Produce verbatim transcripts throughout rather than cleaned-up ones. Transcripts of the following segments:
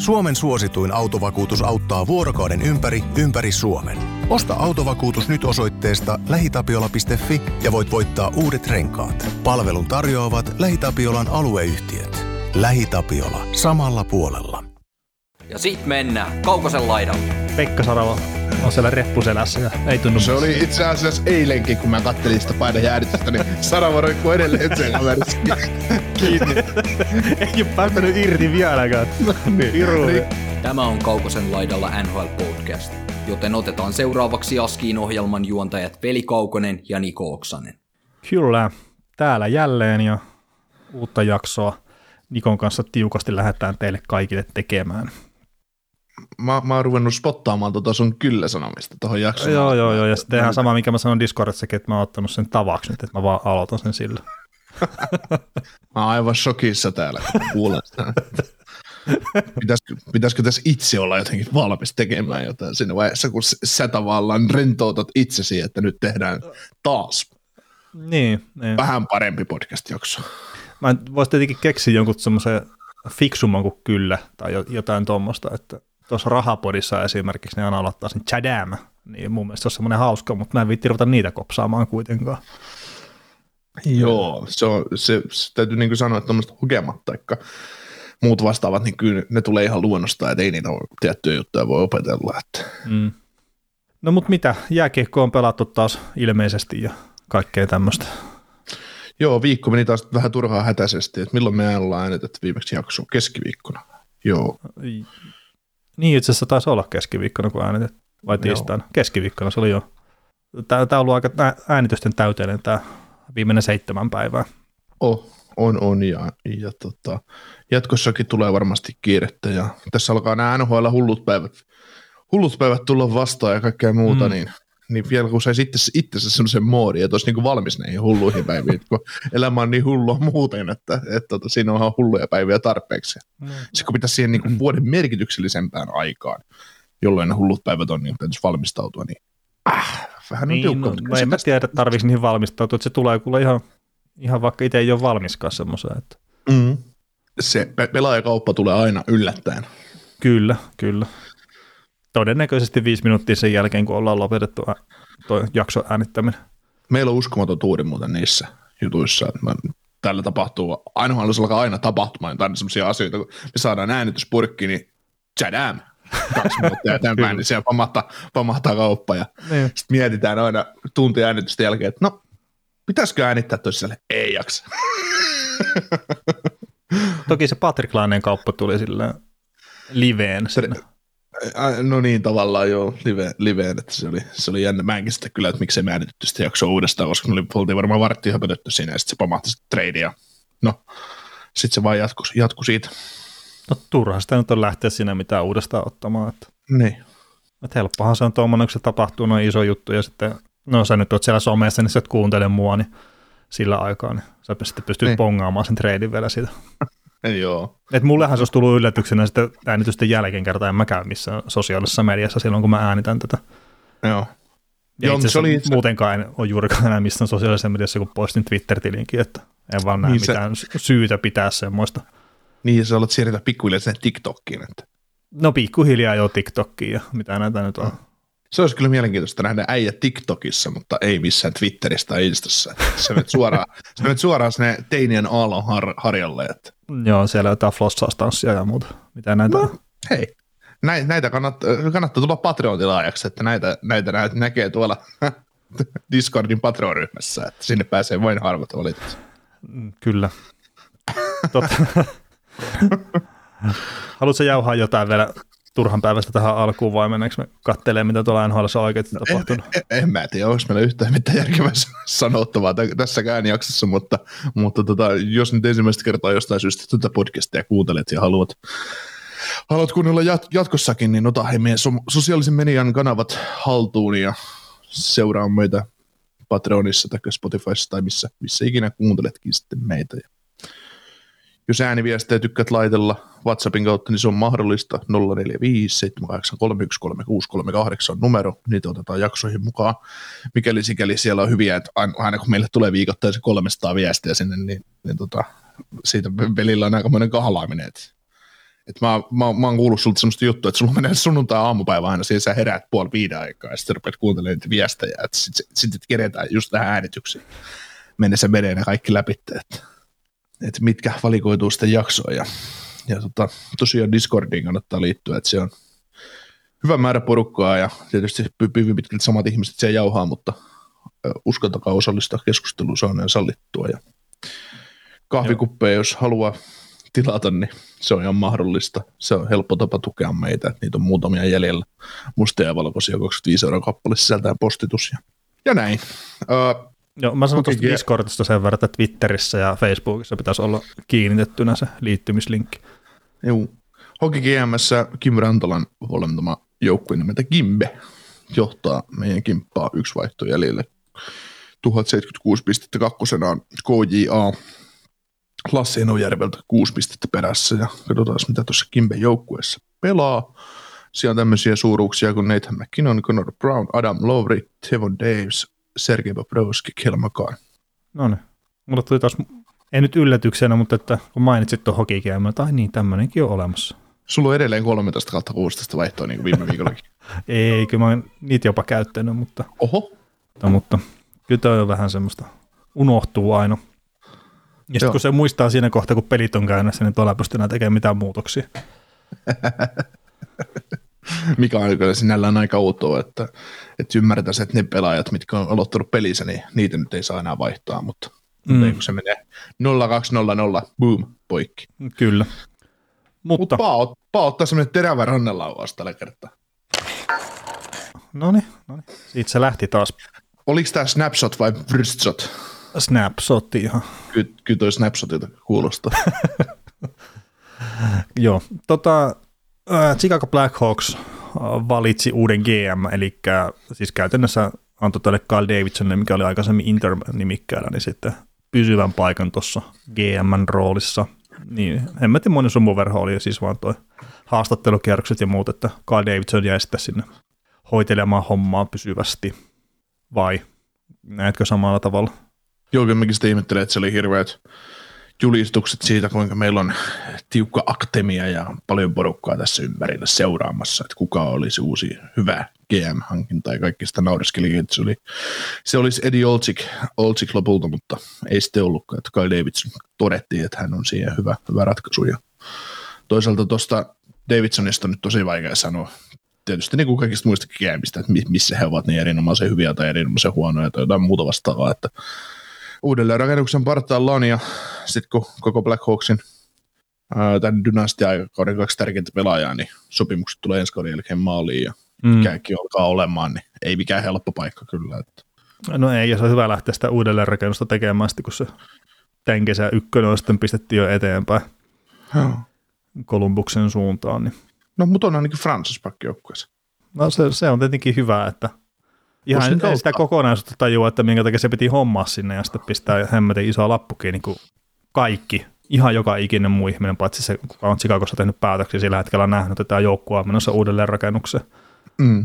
Suomen suosituin autovakuutus auttaa vuorokauden ympäri, ympäri Suomen. Osta autovakuutus nyt osoitteesta lähitapiola piste fi ja voit voittaa uudet renkaat. Palvelun tarjoavat LähiTapiolan alueyhtiöt. LähiTapiola. Samalla puolella. Ja sit mennään Kaukosen laidalle. Pekka Sarava on siellä reppuselässä ja ei tunnu. Se oli itse asiassa eilenkin, kun mä kattelin sitä paidan jäädytystä, niin Sarava roikkuu edelleen sen kaverissa kiinni. Ei ole päättänyt irti vieläkään. No, niin. Niin. Tämä on Kaukosen laidalla N H L Podcast, joten otetaan seuraavaksi Askiin ohjelman juontajat Veli Kaukonen ja Niko Oksanen. Kyllä, täällä jälleen ja uutta jaksoa Nikon kanssa tiukasti lähdetään teille kaikille tekemään. Mä, mä oon ruvennut spottaamaan tota sun kyllä-sanomista tuohon jaksoon. Joo, joo, joo, ja sitten ihan sama, mikä mä sanon Discordissakin, että mä oon ottanut sen tavaksi nyt, että mä vaan aloitan sen sillä. Mä oon aivan shokissa täällä, kun kuulen sitä. Pitäisikö, pitäisikö tässä itse olla jotenkin valmis tekemään jotain siinä vaiheessa, kun sä tavallaan rentoutat itsesi, että nyt tehdään taas niin, niin. vähän parempi podcast-jakso. Mä voisin tietenkin keksiä jonkun semmoisen fiksumman kuin kyllä, tai jotain tuommoista, että tuossa Rahapodissa esimerkiksi ne aina aloittaa sen chadam, niin mun mielestä se on semmoinen hauska, mutta mä en viitti ruveta niitä kopsaamaan kuitenkaan. Joo, se, on, se, se täytyy niin kuin sanoa, että tuommoista hokemat tai muut vastaavat, niin kyllä ne tulee ihan luonnosta, että ei niitä tiettyjä juttuja voi opetella. Että. Mm. No mutta mitä, jääkiekko on pelattu taas ilmeisesti ja kaikkea tämmöistä. Joo, viikko meni taas vähän turhaa hätäisesti, että milloin me ollaan äänetetty viimeksi jaksoa keskiviikkona. Joo. Niin itse asiassa taisi olla keskiviikkona, kun äänetetty, vai tiistaina? Keskiviikkona se oli jo. Tämä on ollut aika äänitysten täyteinen tämä viimeinen seitsemän päivää. Oh, on, on ja, ja tota, jatkossakin tulee varmasti kiirettä ja tässä alkaa nämä N H L hullut päivät, hullut päivät tulla vastaan ja kaikkea muuta, mm. niin niin vielä kun saisi itse, itsensä semmoisen moodin, että olisi niin kuin valmis näihin hulluihin päiviin, kun elämä on niin hullua muuten, että, että, että siinä on hulluja päiviä tarpeeksi. Mm. Se kun pitäisi siihen niin kuin vuoden merkityksellisempään aikaan, jolloin ne hullut päivät on, niin täytyisi valmistautua, niin äh, vähän niin, on tiukka. No, en mä tiedä, tarvitsisi niihin valmistautua, että se tulee kuule ihan, ihan vaikka itse ei ole valmiskaan semmoiseen. Että. Mm. Se pelaajakauppa tulee aina yllättäen. Kyllä, kyllä. Todennäköisesti viisi minuuttia sen jälkeen, kun ollaan lopetettu tuo jakso äänittäminen. Meillä on uskomaton tuuri muuten niissä jutuissa, että mä, tällä tapahtuu, ainahan alkaa aina tapahtumaan jotain sellaisia asioita, kun me saadaan äänityspurkki, niin tjadam, kaksi minuuttia eteenpäin, niin siellä pamahtaa, pamahtaa kauppa ja niin. Sitten mietitään aina tunti äänitysten jälkeen, että no, pitäisikö äänittää toiselle? Ei jaksa. Toki se Patrick Laineen kauppa tuli silleen liveen sinne. No niin, tavallaan joo, live, liveen, että se oli, se oli jännä. Mä enkin sitä kyllä, että miksei mä äänitetty sitä jaksoa uudestaan, koska me oltiin varmaan varttia höpötetty siinä, ja sitten se pamahti sitä tradea. No, sitten se vaan jatkui, jatkui siitä. No turha sitä nyt on lähteä sinne mitään uudestaan ottamaan. Että. Niin. Että helppohan se on tuommoinen, kun se tapahtuu noin iso juttu, ja sitten, no sä nyt oot siellä somessa, niin sä et kuuntele mua, niin sillä aikaa, niin sä sitten pystyt niin. Pongaamaan sen treidin vielä siitä. Joo. Et mullehan se olisi tullut yllätyksenä sitten äänitysten jälkeen kertaa, en mä käy missään sosiaalisessa mediassa silloin, kun mä äänitän tätä. Joo. Ja Joo, itse se oli... muutenkaan en ole juurikaan enää missään sosiaalisessa mediassa, kun poistin Twitter-tilinkin, että en vaan näe niin mitään se... syytä pitää semmoista. Niin, sä olet siirrytä pikkuhiljaa sinne TikTokkiin. Että... No pikkuhiljaa jo TikTokkiin ja mitä näitä nyt on. No. Se olisi kyllä mielenkiintoista nähdä äijä TikTokissa, mutta ei missään Twitterissä tai Instassa. Se menet suoraan, se menet suoraan sinne teinien aallon har, harjalle. Että. Joo, siellä on jotain flossaustanssia ja muuta. Mitä näitä no, on? Hei, näitä kannattaa, kannattaa tulla Patreon-tilaajaksi, että näitä, näitä näkee tuolla Discordin Patreon-ryhmässä, että sinne pääsee vain harvat valitut. Kyllä. Totta. Haluatko jauhaa jotain vielä turhan päivästä tähän alkuun vai mennäänkö me katselemaan, mitä tuolla N H L:ssä on oikeasti tapahtunut? En, en, en mä tiedä, onko meillä yhtään mitään järkevää sanottavaa tässäkään jaksossa, mutta, mutta tota, jos nyt ensimmäistä kertaa jostain syystä tätä podcastia kuuntelet ja haluat, haluat kuunnella jat, jatkossakin, niin ota hei meidän so, sosiaalisen median kanavat haltuun ja seuraa meitä Patreonissa tai Spotifyssa tai missä, missä ikinä kuunteletkin sitten meitä. Jos ääniviestejä tykkäät laitella WhatsAppin kautta, niin se on mahdollista. nolla neljä viisi seitsemän kahdeksan kolme yksi kolme kuusi kolme kahdeksan numero. Niitä otetaan jaksoihin mukaan. Mikäli sikäli siellä on hyviä, että aina kun meille tulee viikoittain se kolmesataa viestiä sinne, niin, niin tota, siitä pelillä on aikamoinen kahlaaminen. Et mä, mä, mä oon kuullut sulta semmoista juttua, että sulla menee sunnuntai-aamupäivä aina, siinä sä heräät puoli viiden aikaa, ja sitten rupeat kuuntelemaan niitä viestejä, että sitten sit, sit keretään just tähän äänityksiin. Mennessä menee ne kaikki läpi, että, että mitkä valikoituu sitten jaksoon. Ja, ja tota, tosiaan Discordiin kannattaa liittyä, että se on hyvä määrä porukkaa, ja tietysti hyvin pitkälti samat ihmiset siellä jauhaa, mutta uskaltakaa osallistua keskusteluun, se on sallittua. Ja kahvikuppeja, jos haluaa tilata, niin se on ihan mahdollista. Se on helppo tapa tukea meitä, että niitä on muutamia jäljellä. Mustia ja valkoisia kaksikymmentäviisi euroa kappale sisältää postitus ja, ja näin. Uh, Joo, mä sanon tuosta Discordista sen verran, että Twitterissä ja Facebookissa pitäisi olla kiinnitettynä se liittymislinkki. Joo. Hockey G M:ssä Kim Rantalan valmentama joukkue nimeltä Kimbe johtaa meidän kimppaa yksi vaihto jäljelle. tuhat seitsemänkymmentäkuusi pistettä kakkosena on K J A. Lassi Enojärveltä kuusi pistettä perässä ja katsotaan mitä tuossa Kimben joukkueessa pelaa. Siellä on tämmöisiä suuruuksia kuin Nathan McKinnon, Connor Brown, Adam Lowry, Tevon Davis, Sergei Bobrovski, Kel McCann. No niin. Mulla tuli taas, ei nyt yllätyksenä, mutta että kun mainitsit tuon hokikielmän, että ai niin, tämmöinenkin on olemassa. Sulla on edelleen kolmetoista kautta kuusitoista vaihtoa niin kuin viime viikollakin. Ei, kyllä mä oon niitä jopa käyttänyt, mutta, Oho. mutta, mutta kyllä toi on vähän semmoista, unohtuu aina. Ja sitten kun se muistaa siinä kohtaa, kun pelit on käynnissä, niin tuolla pystyy enää tekemään mitään muutoksia. Mikä on kyllä sinällään aika outoa, että, että ymmärtäisi, että ne pelaajat, mitkä on aloittanut pelissä, niin niitä nyt ei saa enää vaihtaa, mutta mm. kun se menee nolla kaksi nolla nolla, boom, poikki. Kyllä. Mutta Mut paa, paa ottaa semmoinen terävä rannelauvaus tällä kertaa. Noniin, noniin. Siitä se lähti taas. Oliko tämä snapshot vai brystshot? Snapshot ihan. Kyllä, kyllä toi snapshotilta kuulostaa. Joo, tota, Chicago Blackhawks valitsi uuden G M, eli siis käytännössä antoi tälle Kyle Davidsonille, mikä oli aikaisemmin Inter-nimikkäällä, niin sitten pysyvän paikan tuossa G M:n roolissa. Niin, en mä tiedä, monen sun verho oli siis vaan toi haastattelukierrokset ja muut, että Kyle Davidson jäi sitten sinne hoitelemaan hommaa pysyvästi, vai näetkö samalla tavalla? Joo, kyllä mäkin sitä ihmettelen, että se oli hirveät julistukset siitä, kuinka meillä on tiukka akatemia ja paljon porukkaa tässä ympärillä seuraamassa, että kuka olisi uusi hyvä G M-hankinta ja kaikki sitä naureskeli, että se, oli, se olisi Eddie Olczyk, Olczyk lopulta, mutta ei sitten ollutkaan, että Kyle Davidson todettiin, että hän on siihen hyvä, hyvä ratkaisu ja toisaalta tuosta Davidsonista on nyt tosi vaikea sanoa, tietysti niin kuin kaikista muista G Mistä, että missä he ovat niin erinomaisen hyviä tai erinomaisen huonoja tai jotain muuta vastaavaa, että uudelleen rakennuksen partaalla on, ja sitten kun koko Blackhawksin ää, tämän dynastia-aikakauden kaksi tärkeintä pelaajaa, niin sopimukset tulee ensi kauden jälkeen maaliin, ja mm. käykin alkaa olemaan, niin ei mikään helppo paikka kyllä. Että. No ei, ja se on hyvä lähteä sitä uudelleen rakennusta tekemään, kun se tämän kesän ykkönen on sitten pistettiin jo eteenpäin hmm. Columbuksen suuntaan. Niin. No, mutta on ainakin Francis pakkijoukkueessa. No se, se on tietenkin hyvä, että ihan en, sitä kokonaisuutta tajua, että minkä takia se piti hommaa sinne ja sitten pistää hemmetin isoa lappukin niin kuin kaikki, ihan joka ikinen muu ihminen, paitsi se, kuka on Chicagossa tehnyt päätöksiä sillä hetkellä nähnyt, että tämä joukkue on menossa uudelleen rakennukseen. Mm.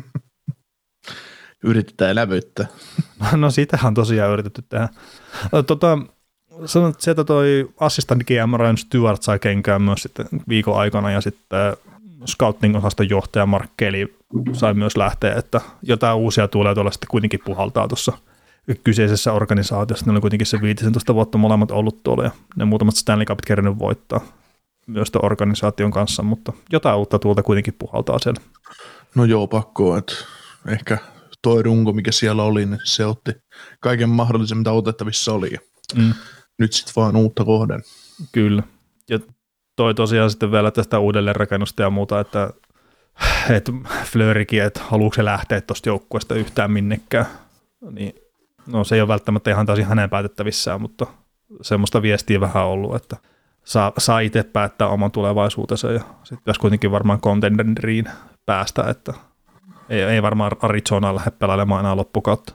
Yritetään lävyttää. No sitähän on tosiaan yritetty tehdä. Tota, sanon, että sieltä toi assistant G M Ryan Stewart sai kenkään myös sitten viikon aikana ja sitten scouting-osaston johtaja Mark Kelly sai myös lähteä, että jotain uusia tulee tuolla sitten kuitenkin puhaltaa tuossa kyseisessä organisaatiossa. Ne oli kuitenkin se viisitoista vuotta molemmat ollut tuolla ja ne muutamat Stanley Cupit kerännyt voittaa myös tuon organisaation kanssa, mutta jotain uutta tuolta kuitenkin puhaltaa siellä. No joo, pakko, että ehkä toi runko, mikä siellä oli, niin se otti kaiken mahdollisen, mitä otettavissa oli. Mm. Nyt sitten vaan uutta kohden. Kyllä. Ja toi tosiaan sitten vielä tästä uudelleenrakennusta ja muuta, että, että Fleurykin, että haluuko se lähteä tuosta joukkueesta yhtään minnekään. Niin, no se ei ole välttämättä ihan täysin hänen päätettävissään, mutta semmoista viestiä vähän ollut, että saa, saa itse päättää oman tulevaisuutensa ja sitten pitäisi kuitenkin varmaan contenderiin päästä, että ei, ei varmaan Arizonaan lähde pelailemaan enää loppukautta.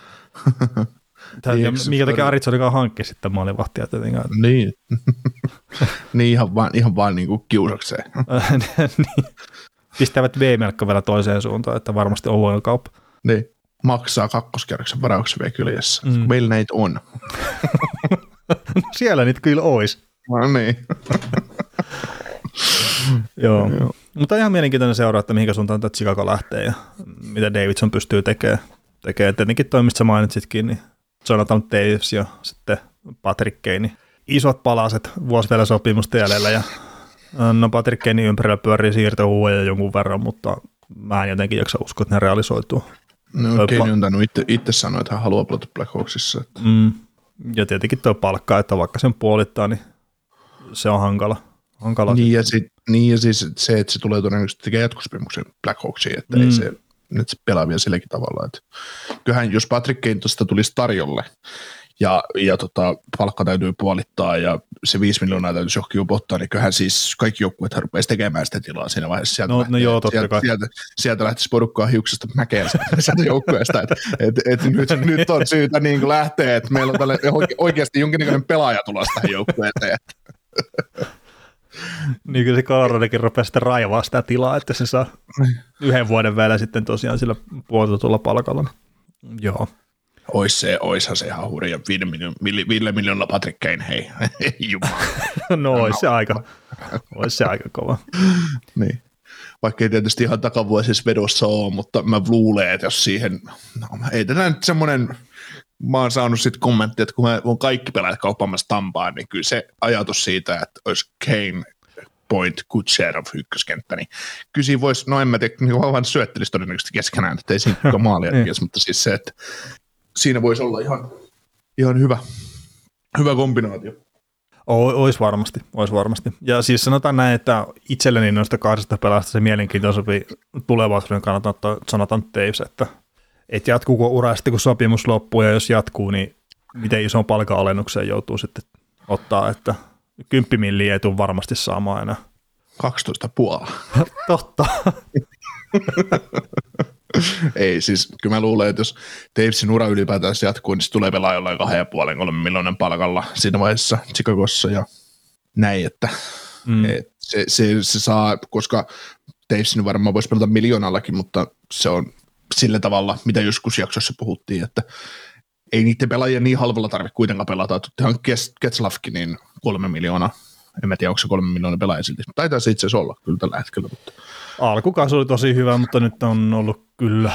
Mikä takia Arizonakaan hankki sitten maalivahtia tietenkään. Niin, niin ihan vaan, ihan vaan niin kuin kiusakseen. Niin. Pistävät V-melkka vielä toiseen suuntaan, että varmasti on huono kauppa. Niin, maksaa kakkoskerroksen varauksen V-kyljessä. Mm. Meillä näitä on. Siellä niitä kyllä olisi. No niin. Joo, mutta ihan mielenkiintoinen seuraa, että mihinkä suuntaan tämä Chicago lähtee ja mitä Davidson pystyy tekemään. Tekee tietenkin toi, mistä sä mainitsitkin, niin Jonathan Taves ja sitten Patrick Kane. Isot palaset, vuosi vielä sopimusta jäljellä ja no Patrick Kanein ympärillä pyörii siirtohuuja jonkun verran, mutta mä en jotenkin jaksa uskoa, että ne realisoituu. No Kane on tainnut itse, itse sanoa, että hän haluaa pelata Black Hawksissa. Mm. Ja tietenkin tuo palkka, että vaikka sen puolittaa, niin se on hankala. hankala niin, ja sit, niin ja siis se, että se tulee todennäköisesti tekemään jatkosopimuksen Black Hawksiin, että mm. ei se, että se pelaa vielä silläkin tavalla. Että kyllähän jos Patrick Kane tuosta tulisi tarjolle, ja, ja tota, palkka täytyy puolittaa ja se viisi miljoonaa täytyisi johonkin upottaa, niin kyllähän siis kaikki joukkueet rupeaisi tekemään sitä tilaa siinä vaiheessa. Sieltä, no, lähtee, no joo, totta sieltä, kai. Sieltä, sieltä lähtisi porukkaa hiuksesta mäkeä sieltä joukkueesta, että et, et nyt, nyt on syytä niin lähteä, että meillä on tälle oikeasti jonkinnäköinen pelaaja tulossa tähän joukkueeseen. Niin kyllä se Coloradokin rupeaa sitten raivaa sitä tilaa, että se saa yhden vuoden vielä sitten tosiaan sillä puolitetulla palkalla. Joo. Ois se, oishan se ihan hurja, viiden miljoonalla viiden miljoonalla Patrick Kane, hei, jumala. No ois se aika, ois se aika kova. Niin, vaikka ei tietysti ihan takavuosissa vedossa ole, mutta mä luulen, että jos siihen, no ei tätä nyt semmoinen, mä oon saanut sitten kommenttia, että kun mä oon kaikki pelaajat kauppaamassa Tampaan, niin kyllä se ajatus siitä, että olisi Kane, Point, Kucherov ykköskenttä, niin kyllä siinä voisi, no en mä tiedä, niin vaan syöttelisi todennäköisesti keskenään, että ei siinä kukaan maalia tekisi, mutta siis se, että siinä voisi olla ihan, ihan hyvä, hyvä kombinaatio. O, ois varmasti, ois varmasti. Ja siis sanotaan näin, että itselleni noista kahdesta pelasta se mielenkiintoisempi tulevaisuuden kannalta ottaa Jonathan Taves, että et jatkuuko ura sitten kun sopimus loppuu ja jos jatkuu, niin miten ison palkanalennukseen joutuu sitten ottaa, että kymppi milliä ei tule varmasti saamaan enää. kaksitoista puolella. Totta. Ei, siis kyllä mä luulen, että jos Tavesin ura ylipäätään jatkuu, niin se tulee pelaa jollain kahden ja puolen, kolmen miljoonan palkalla siinä vaiheessa Chicagossa ja näin, että mm. et se, se, se saa, koska Tavesin varmaan voisi pelata miljoonallakin, mutta se on sillä tavalla, mitä joskus jaksossa puhuttiin, että ei niiden pelaajia niin halvalla tarvitse kuitenkaan pelata, että ihan Getzlafkin niin kolme miljoonaa. En mä tiedä, onko se kolme miljoonaa pelaaja silti. Taitaa se itse asiassa olla kyllä tällä hetkellä. Mutta alkukausi oli tosi hyvä, mutta nyt on ollut kyllä,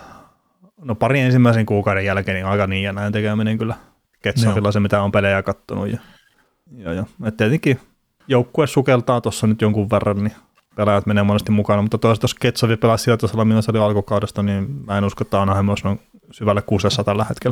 no pari ensimmäisen kuukauden jälkeen niin aika niin ja näin tekeminen kyllä Getzlafilla se, mitä on pelejä kattonut. Ja, ja, ja. Et tietenkin joukkue sukeltaa tuossa nyt jonkun verran, niin pelaajat menee monesti mukana, mutta toisaalta jos Getzovi pelasi sillä tasolla, minä se oli alkukaudesta, niin mä en usko, että onhan myös noin syvälle kuusisataa tällä hetkellä.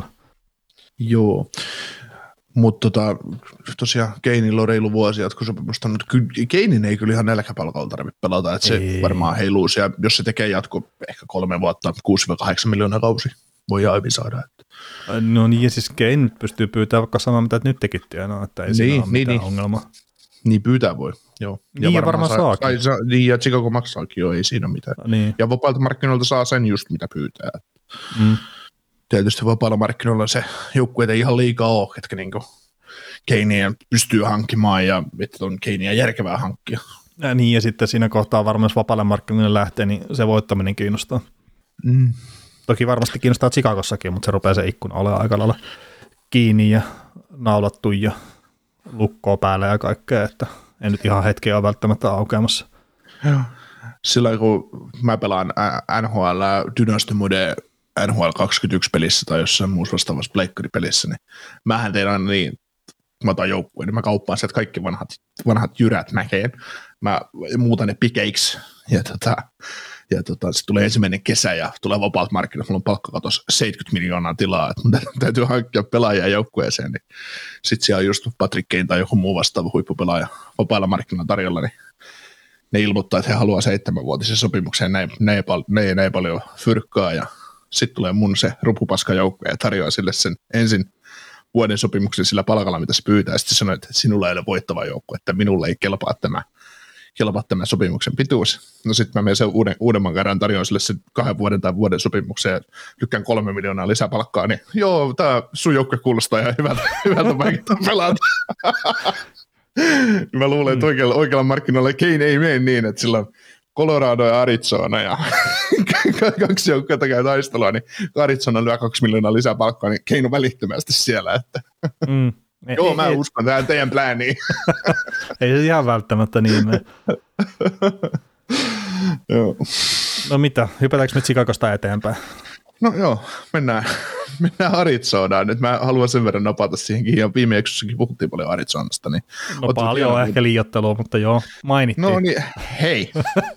Joo, mutta tota, tosiaan Kaneilla on reilu vuosi jatkosopimusta, mutta Kanein ei kyllä ihan nälkäpalkalla tarvitse pelata, että se ei. Varmaan heiluu, ja jos se tekee jatko ehkä kolme vuotta, kuusi kahdeksan miljoonaa kausi, voi aivan saada. Että. No niin, ja siis Kane nyt pystyy pyytämään vaikka samaa, mitä nyt tekin tienaa, että ei niin, siinä ole niin, mitään niin. ongelmaa. Niin pyytää voi, joo. Niin ja varmaan, varmaan saa, saakin. Saa, niin ja Chicago maksaakin jo, ei siinä mitään. Niin. Ja vapailta markkinoilta saa sen just mitä pyytää. Mm. Tietysti vapailla markkinoilla se joukkueet ei ihan liikaa ole, ketkä niinku Kanea pystyy hankkimaan ja että on Kanea järkevää hankkia. Ja niin ja sitten siinä kohtaa varmaan jos vapaalle markkinoille lähtee, niin se voittaminen kiinnostaa. Mm. Toki varmasti kiinnostaa Chicagossakin, mutta se rupeaa se ikkuna olemaan aika lailla kiinni ja naulattu ja lukkoa päällä ja kaikkea, että ei nyt ihan hetkeä ole välttämättä aukeamassa. Joo. Silloin kun mä pelaan N H L Dynasty Mode N H L kaksikymmentäyksi pelissä tai jossain muussa vastaavassa pleikkaripelissä, niin mähän tein aina niin, mä otan joukkueen, niin mä kauppaan sieltä kaikki vanhat, vanhat jyrät mäkeen. Mä muutan ne pikeiksi ja tota, ja tota, sitten tulee ensimmäinen kesä ja tulee vapaalta markkinoilta, mulla on palkkakatos seitsemänkymmentä miljoonaa tilaa, että mun täytyy hankkia pelaajia joukkueeseen, niin sitten siellä on just Patrick Kane tai joku muu vastaava huippupelaaja vapailla markkinoilla tarjolla, niin ne ilmoittaa, että he haluaa seitsemänvuotisen sopimuksen, ne ei, ne ei, ne ei, ne ei paljon fyrkkaa, ja sitten tulee mun se rupupaska joukkue ja tarjoaa sille sen ensin vuoden sopimuksen sillä palkalla, mitä se pyytää, ja sitten sanoo, että sinulla ei ole voittava joukkue, että minulle ei kelpaa tämä kelpaa tämän sopimuksen pituus. No sitten mä menen sen uuden, uudemman kerran tarjoan sille sen kahden vuoden tai vuoden sopimuksen ja lykkään kolme miljoonaa lisäpalkkaa, niin joo, tää sun joukkue kuulostaa ihan hyvältä, hyvältä paikkaa pelata. Mä luulen, että oikealla, oikealla markkinoilla Kane ei mene niin, että sillä on Colorado ja Arizona ja kaksi joukkuetta käy taistelua, niin Arizona lyö kaksi miljoonaa lisäpalkkaa, niin Kane on välittömästi siellä. Että. Mm. Ei, Joo, ei, mä ei, uskon tähän teidän plääniin. ei se ihan välttämättä niin mene. Joo. No mitä, hypätäänkö me Chicagosta eteenpäin? No joo, mennään, mennään Arizonaan. Nyt mä haluan sen verran napata siihenkin, ja viime jaksossakin puhuttiin paljon Arizonasta. Niin no paljon on ehkä liioittelua, mutta joo, mainittiin. No niin, hei.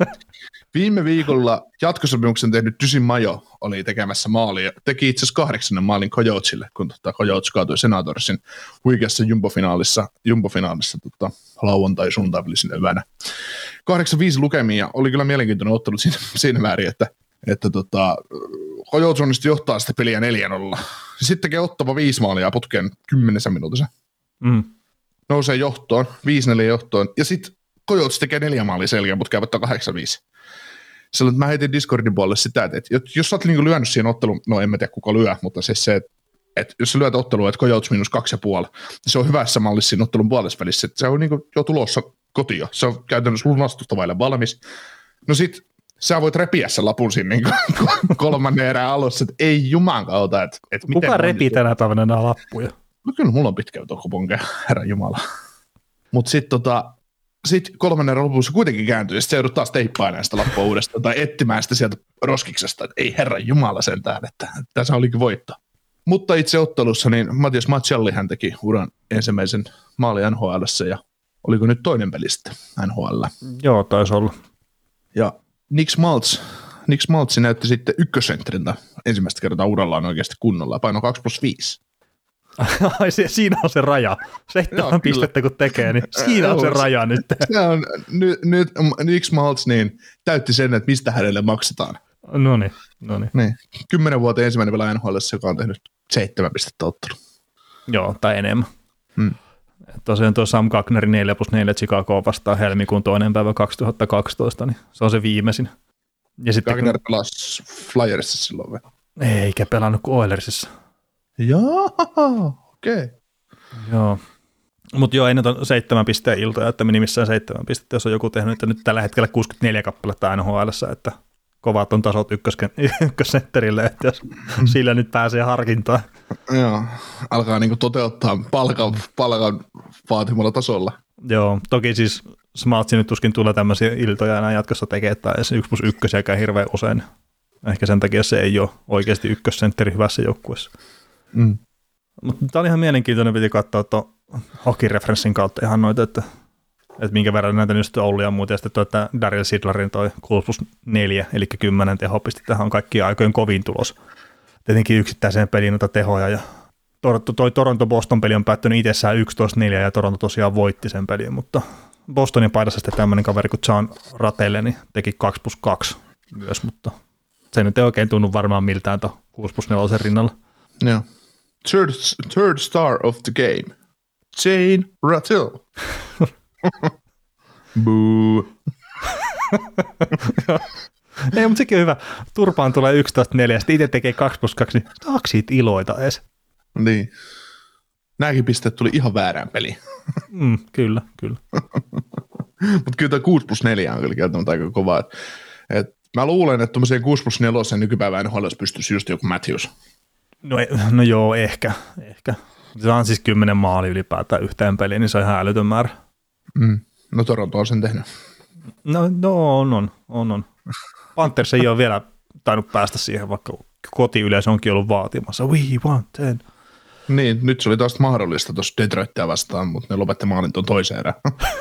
Viime viikolla jatkosopimuksen tehnyt Tysi Majo oli tekemässä maalia. Teki itse asiassa kahdeksannen maalin Coyotesille, kun tota Coyotes kaatui Senatorsin huikeassa jumbofinaalissa, jumbofinaalissa tota, lauantai suuntaan välisenä yönä. kahdeksan viisi lukemia, oli kyllä mielenkiintoinen ottelu siinä, siinä määrin, että, että tota, Coyotes onnistui johtaa sitä peliä neljä nolla. Sitten tekee Ottava viisi maalia putkeen kymmenessä minuutissa. Mm. Nousee johtoon, viisi neljä johtoon, ja sitten Coyotes tekee neljä maalia selkeä putkeen, mutta kahdeksan viisi. Silloin, että mä heitin Discordin puolelle sitä, että jos sä oot niin lyönyt siihen otteluun, no en mä tiedä kuka lyö, mutta siis se, että, että jos sä lyöt ottelua, että Coyotes miinus kaksi ja puoli, se on hyvässä mallissa siinä ottelun puolessa välissä, että se on niin jo tulossa kotiin, se on käytännössä lunastusta vaille valmis. No sit sä voit repiä sen lapun siinä niin kolmannen erään alussa, että ei juman kautta. Että, että kuka repii tänä päivänä nämä lappuja? No kyllä mulla on pitkä tokoponke, herran jumala. Mutta sitten tota, Sitten kolmannen erän lopussa kuitenkin kääntyy, ja sitten se joudut taas teippailemaan sitä lappua uudestaan, tai etsimään sitä sieltä roskiksesta, että ei herran jumala sentään, että tässä olikin voitto. Mutta itse ottelussa, niin Matias Maccialli hän teki uran ensimmäisen maalin N H L:ssä, ja oliko nyt toinen peli sitten N H L? Joo, taisi olla. Ja Nick Schmaltz, Nick Schmaltz näytti sitten ykkössentteriltä ensimmäistä kertaa urallaan oikeasti kunnolla, paino kaksi plus viisi. Ai se, siinä on se raja. Seitsemän Joo, pistettä kun tekee, niin siinä on se raja nyt. Se on, nyt, nyt Nick Schmaltz niin täytti sen, että mistä hänelle maksetaan. No niin, no niin. Niin. Kymmenen vuoteen ensimmäinen pelaaja N H L:ssä, joka on tehnyt seitsemän pistettä ottelu. Joo, tai enemmän. Hmm. Tosiaan tuo Sam Gagnerin neljä plus neljä Chicagoa vastaan helmikuun toinen päivä kaksituhattakaksitoista, niin se on se viimeisin. Ja sitten Gagner kun... pelasi Flyersissa silloin vielä. Eikä pelannut kuin Oilersissa. Joo, okei. Okay. Joo. Mutta joo, ei nyt on seitsemän pisteen iltoja, että minimissään seitsemän pistettä, jos on joku tehnyt, että nyt tällä hetkellä kuusikymmentäneljä kappaletta N H L:ssä, että kovat on tasot ykkössentterille, että jos mm. sillä nyt pääsee harkintaan. Joo, alkaa niinku toteuttaa palkan, palkan vaatimalla tasolla. Joo, toki siis Smaltsi nyt tuskin tulee tämmöisiä iltoja enää jatkossa tekemään, tai edes yksi plus ykkösiäkään hirveän usein. Ehkä sen takia se ei ole oikeasti ykkössentteri hyvässä joukkueessa. Mm. Mutta tämä oli ihan mielenkiintoinen, piti katsoa tuon hockey-referenssin kautta ihan noita, että, että minkä verran näitä nyt sitten Olli ja muuta, ja sitten tuo, että Daryl Sidlerin toi kuusi plus neljä, eli kymmenen tehopisti, tähän on kaikkien aikojen kovin tulos. Tietenkin yksittäiseen peliin noita tehoja, ja toi Toronto-Boston-peli on päättynyt itsessään yksitoista neljä, ja Toronto tosiaan voitti sen pelin, mutta Bostonin paidassa sitten tämmöinen kaveri kuin John Ratelle, niin teki kaksi plus kaksi myös, mutta se nyt ei oikein tunnu varmaan miltään tuon kuusi plus neljä rinnalla. Joo. Third, third star of the game. Jane Rattle. Boo. Ei, mutta sekin on hyvä. Turpaan tulee yksitoista neljä, sitten itse tekee kaksi plus kaksi, niin saako siitä iloita edes? Niin. Nämäkin pisteet tuli ihan väärään peliin. Mm, kyllä, kyllä. Mutta kyllä tämä kuusi plus neljä on kyllä kieltämättä aika kova. Et, et mä luulen, että tuommoiseen kuusi plus neljä nykypäivään N H L:ssä pystyisi just joku Matthews. No, no joo, ehkä, ehkä. Se on siis kymmenen maali ylipäätään yhteen peliin, niin se on ihan älytön määrä. Mm. No Toronto on sen tehnyt. No, no on, on, on, on. Panthers ei ole vielä tainnut päästä siihen, vaikka kotiyleisö onkin ollut vaatimassa. We want ten. Niin, nyt se oli taas mahdollista tuossa Detroitia vastaan, mutta ne lopetti maalin tuon toiseen erään.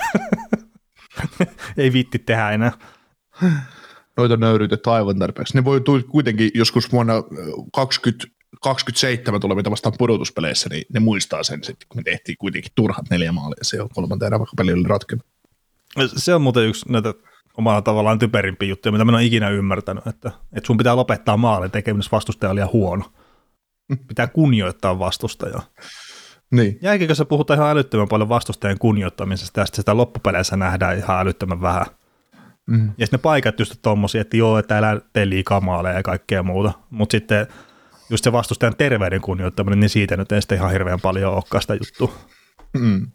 Ei viitti tehdä enää. Noita nöyryytetty aivan tarpeeksi. Ne voi kuitenkin joskus vuonna kaksituhattakaksikymmentäseitsemän tulevita vastaan pudotuspeleissä, niin ne muistaa sen, että me tehtiin kuitenkin turhat neljä maalia. Se on kolmanteen erään, vaikka peli oli ratkennut. Se on muuten yksi näitä omalla tavallaan typerimpiä juttuja, mitä mä en ole ikinä ymmärtänyt, että, että sun pitää lopettaa maalin tekeminen, jos vastustaja on liian huono. Pitää kunnioittaa vastustajaa. Niin. Jälkikössä puhutaan ihan älyttömän paljon vastustajan kunnioittamisesta, ja sitten sitä loppupeleissä nähdään ihan älyttömän vähän. Mm. Ja sitten ne paikat just tommosia, että joo, että älä tee liikaa maaleja ja kaikkea muuta, mutta sitten just se vastustajan terveyden kunnioittaminen, niin siitä nyt ei sitten ihan hirveän paljon olekaan sitä juttua. Mm.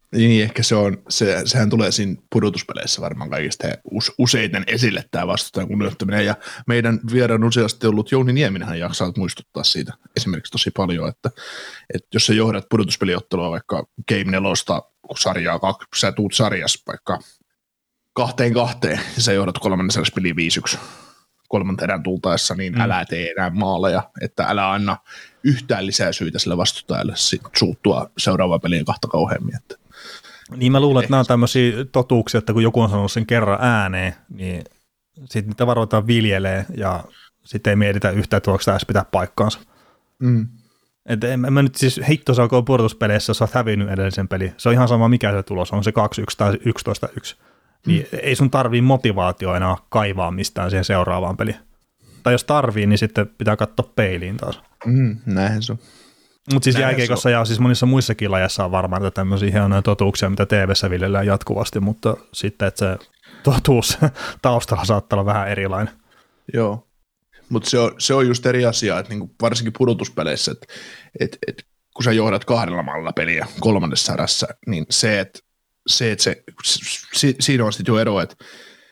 Niin, ehkä se on, se, sehän tulee siinä pudotuspeleissä varmaan kaikista useiten esille tämä vastustajan kunnioittaminen, ja meidän vieraan useasti ollut Jouni Nieminenhän jaksaa muistuttaa siitä esimerkiksi tosi paljon, että, että jos sä johdat pudotuspeliottelua vaikka Game nelosta, kun sarjaa, sä tuut sarjassa vaikka kahteen kahteen, ja sä johdat kolmannen sarjassa peliä viisi yksi kolmannen erän tultaessa, niin mm. älä tee enää maaleja, että älä anna yhtään lisää syitä sille vastustajalle suuttua seuraavaan peliin kahta kauheammin, että niin mä luulen, että nämä on tämmöisiä totuuksia, että kun joku on sanonut sen kerran ääneen, niin sitten niitä varoitaan viljelee ja sitten ei mietitä yhtään, että voiko tämä edes pitää paikkaansa. Mm. Että en, en mä nyt siis hitto saakoon pudotuspeleissä, jos olet hävinnyt edellisen pelin. Se on ihan sama mikä se tulos, on se kaksi yksi tai yksitoista yksi. Niin mm. ei sun tarvii motivaatio enää kaivaa mistään siihen seuraavaan peliin. Tai jos tarvii, niin sitten pitää katsoa peiliin taas. Mm, näinhän se on. Mutta siis jääkiekossa ja siis monissa muissakin lajeissa on varmaan tämmöisiä hienoja totuuksia, mitä T V:ssä viljellään jatkuvasti, mutta sitten, että se totuus taustalla saattaa olla vähän erilainen. Joo, mutta se on, se on just eri asia, että niinku varsinkin pudotuspeleissä, että et, et, kun sä johdat kahdella maalilla peliä kolmannessa erässä, niin se, että se, et se, si, siinä on sitten jo ero, että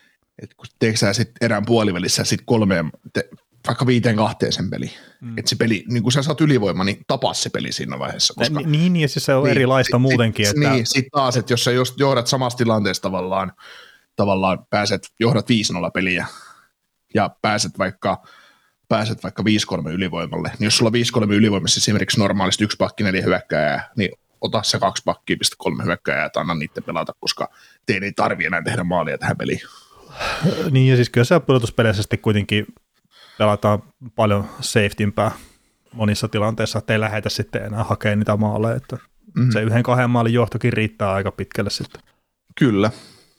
et kun teekö sä sitten erään puolivälissä sitten kolmeen, te, vaikka viiteen kahteen sen peli. Mm. Että se peli, niin kun sä saat ylivoima, niin tapaa se peli siinä vaiheessa. Koska, niin, ja siis se on niin, erilaista sit, muutenkin. Sit, että... Niin, sitten taas, että jos sä johdat samassa tilanteessa tavallaan, tavallaan pääset, johdat viisi nolla peliä ja pääset vaikka, pääset vaikka viisi kolme ylivoimalle, niin jos sulla on viisi kolme ylivoimassa esimerkiksi normaalisti yksi pakki neljä hyökkääjää, niin ota se kaksi pakkia, pistä kolme hyökkääjää ja anna niiden pelata, koska teidän ei tarvitse enää tehdä maalia tähän peliin. Niin, ja siis kyllä se pudotuspeleissä sitten kuitenkin pelataan paljon safetympää monissa tilanteissa, että ei lähetä sitten enää hakemaan niitä maaleja, että mm-hmm. se yhden kahden maalin johtokin riittää aika pitkälle sitten. Kyllä.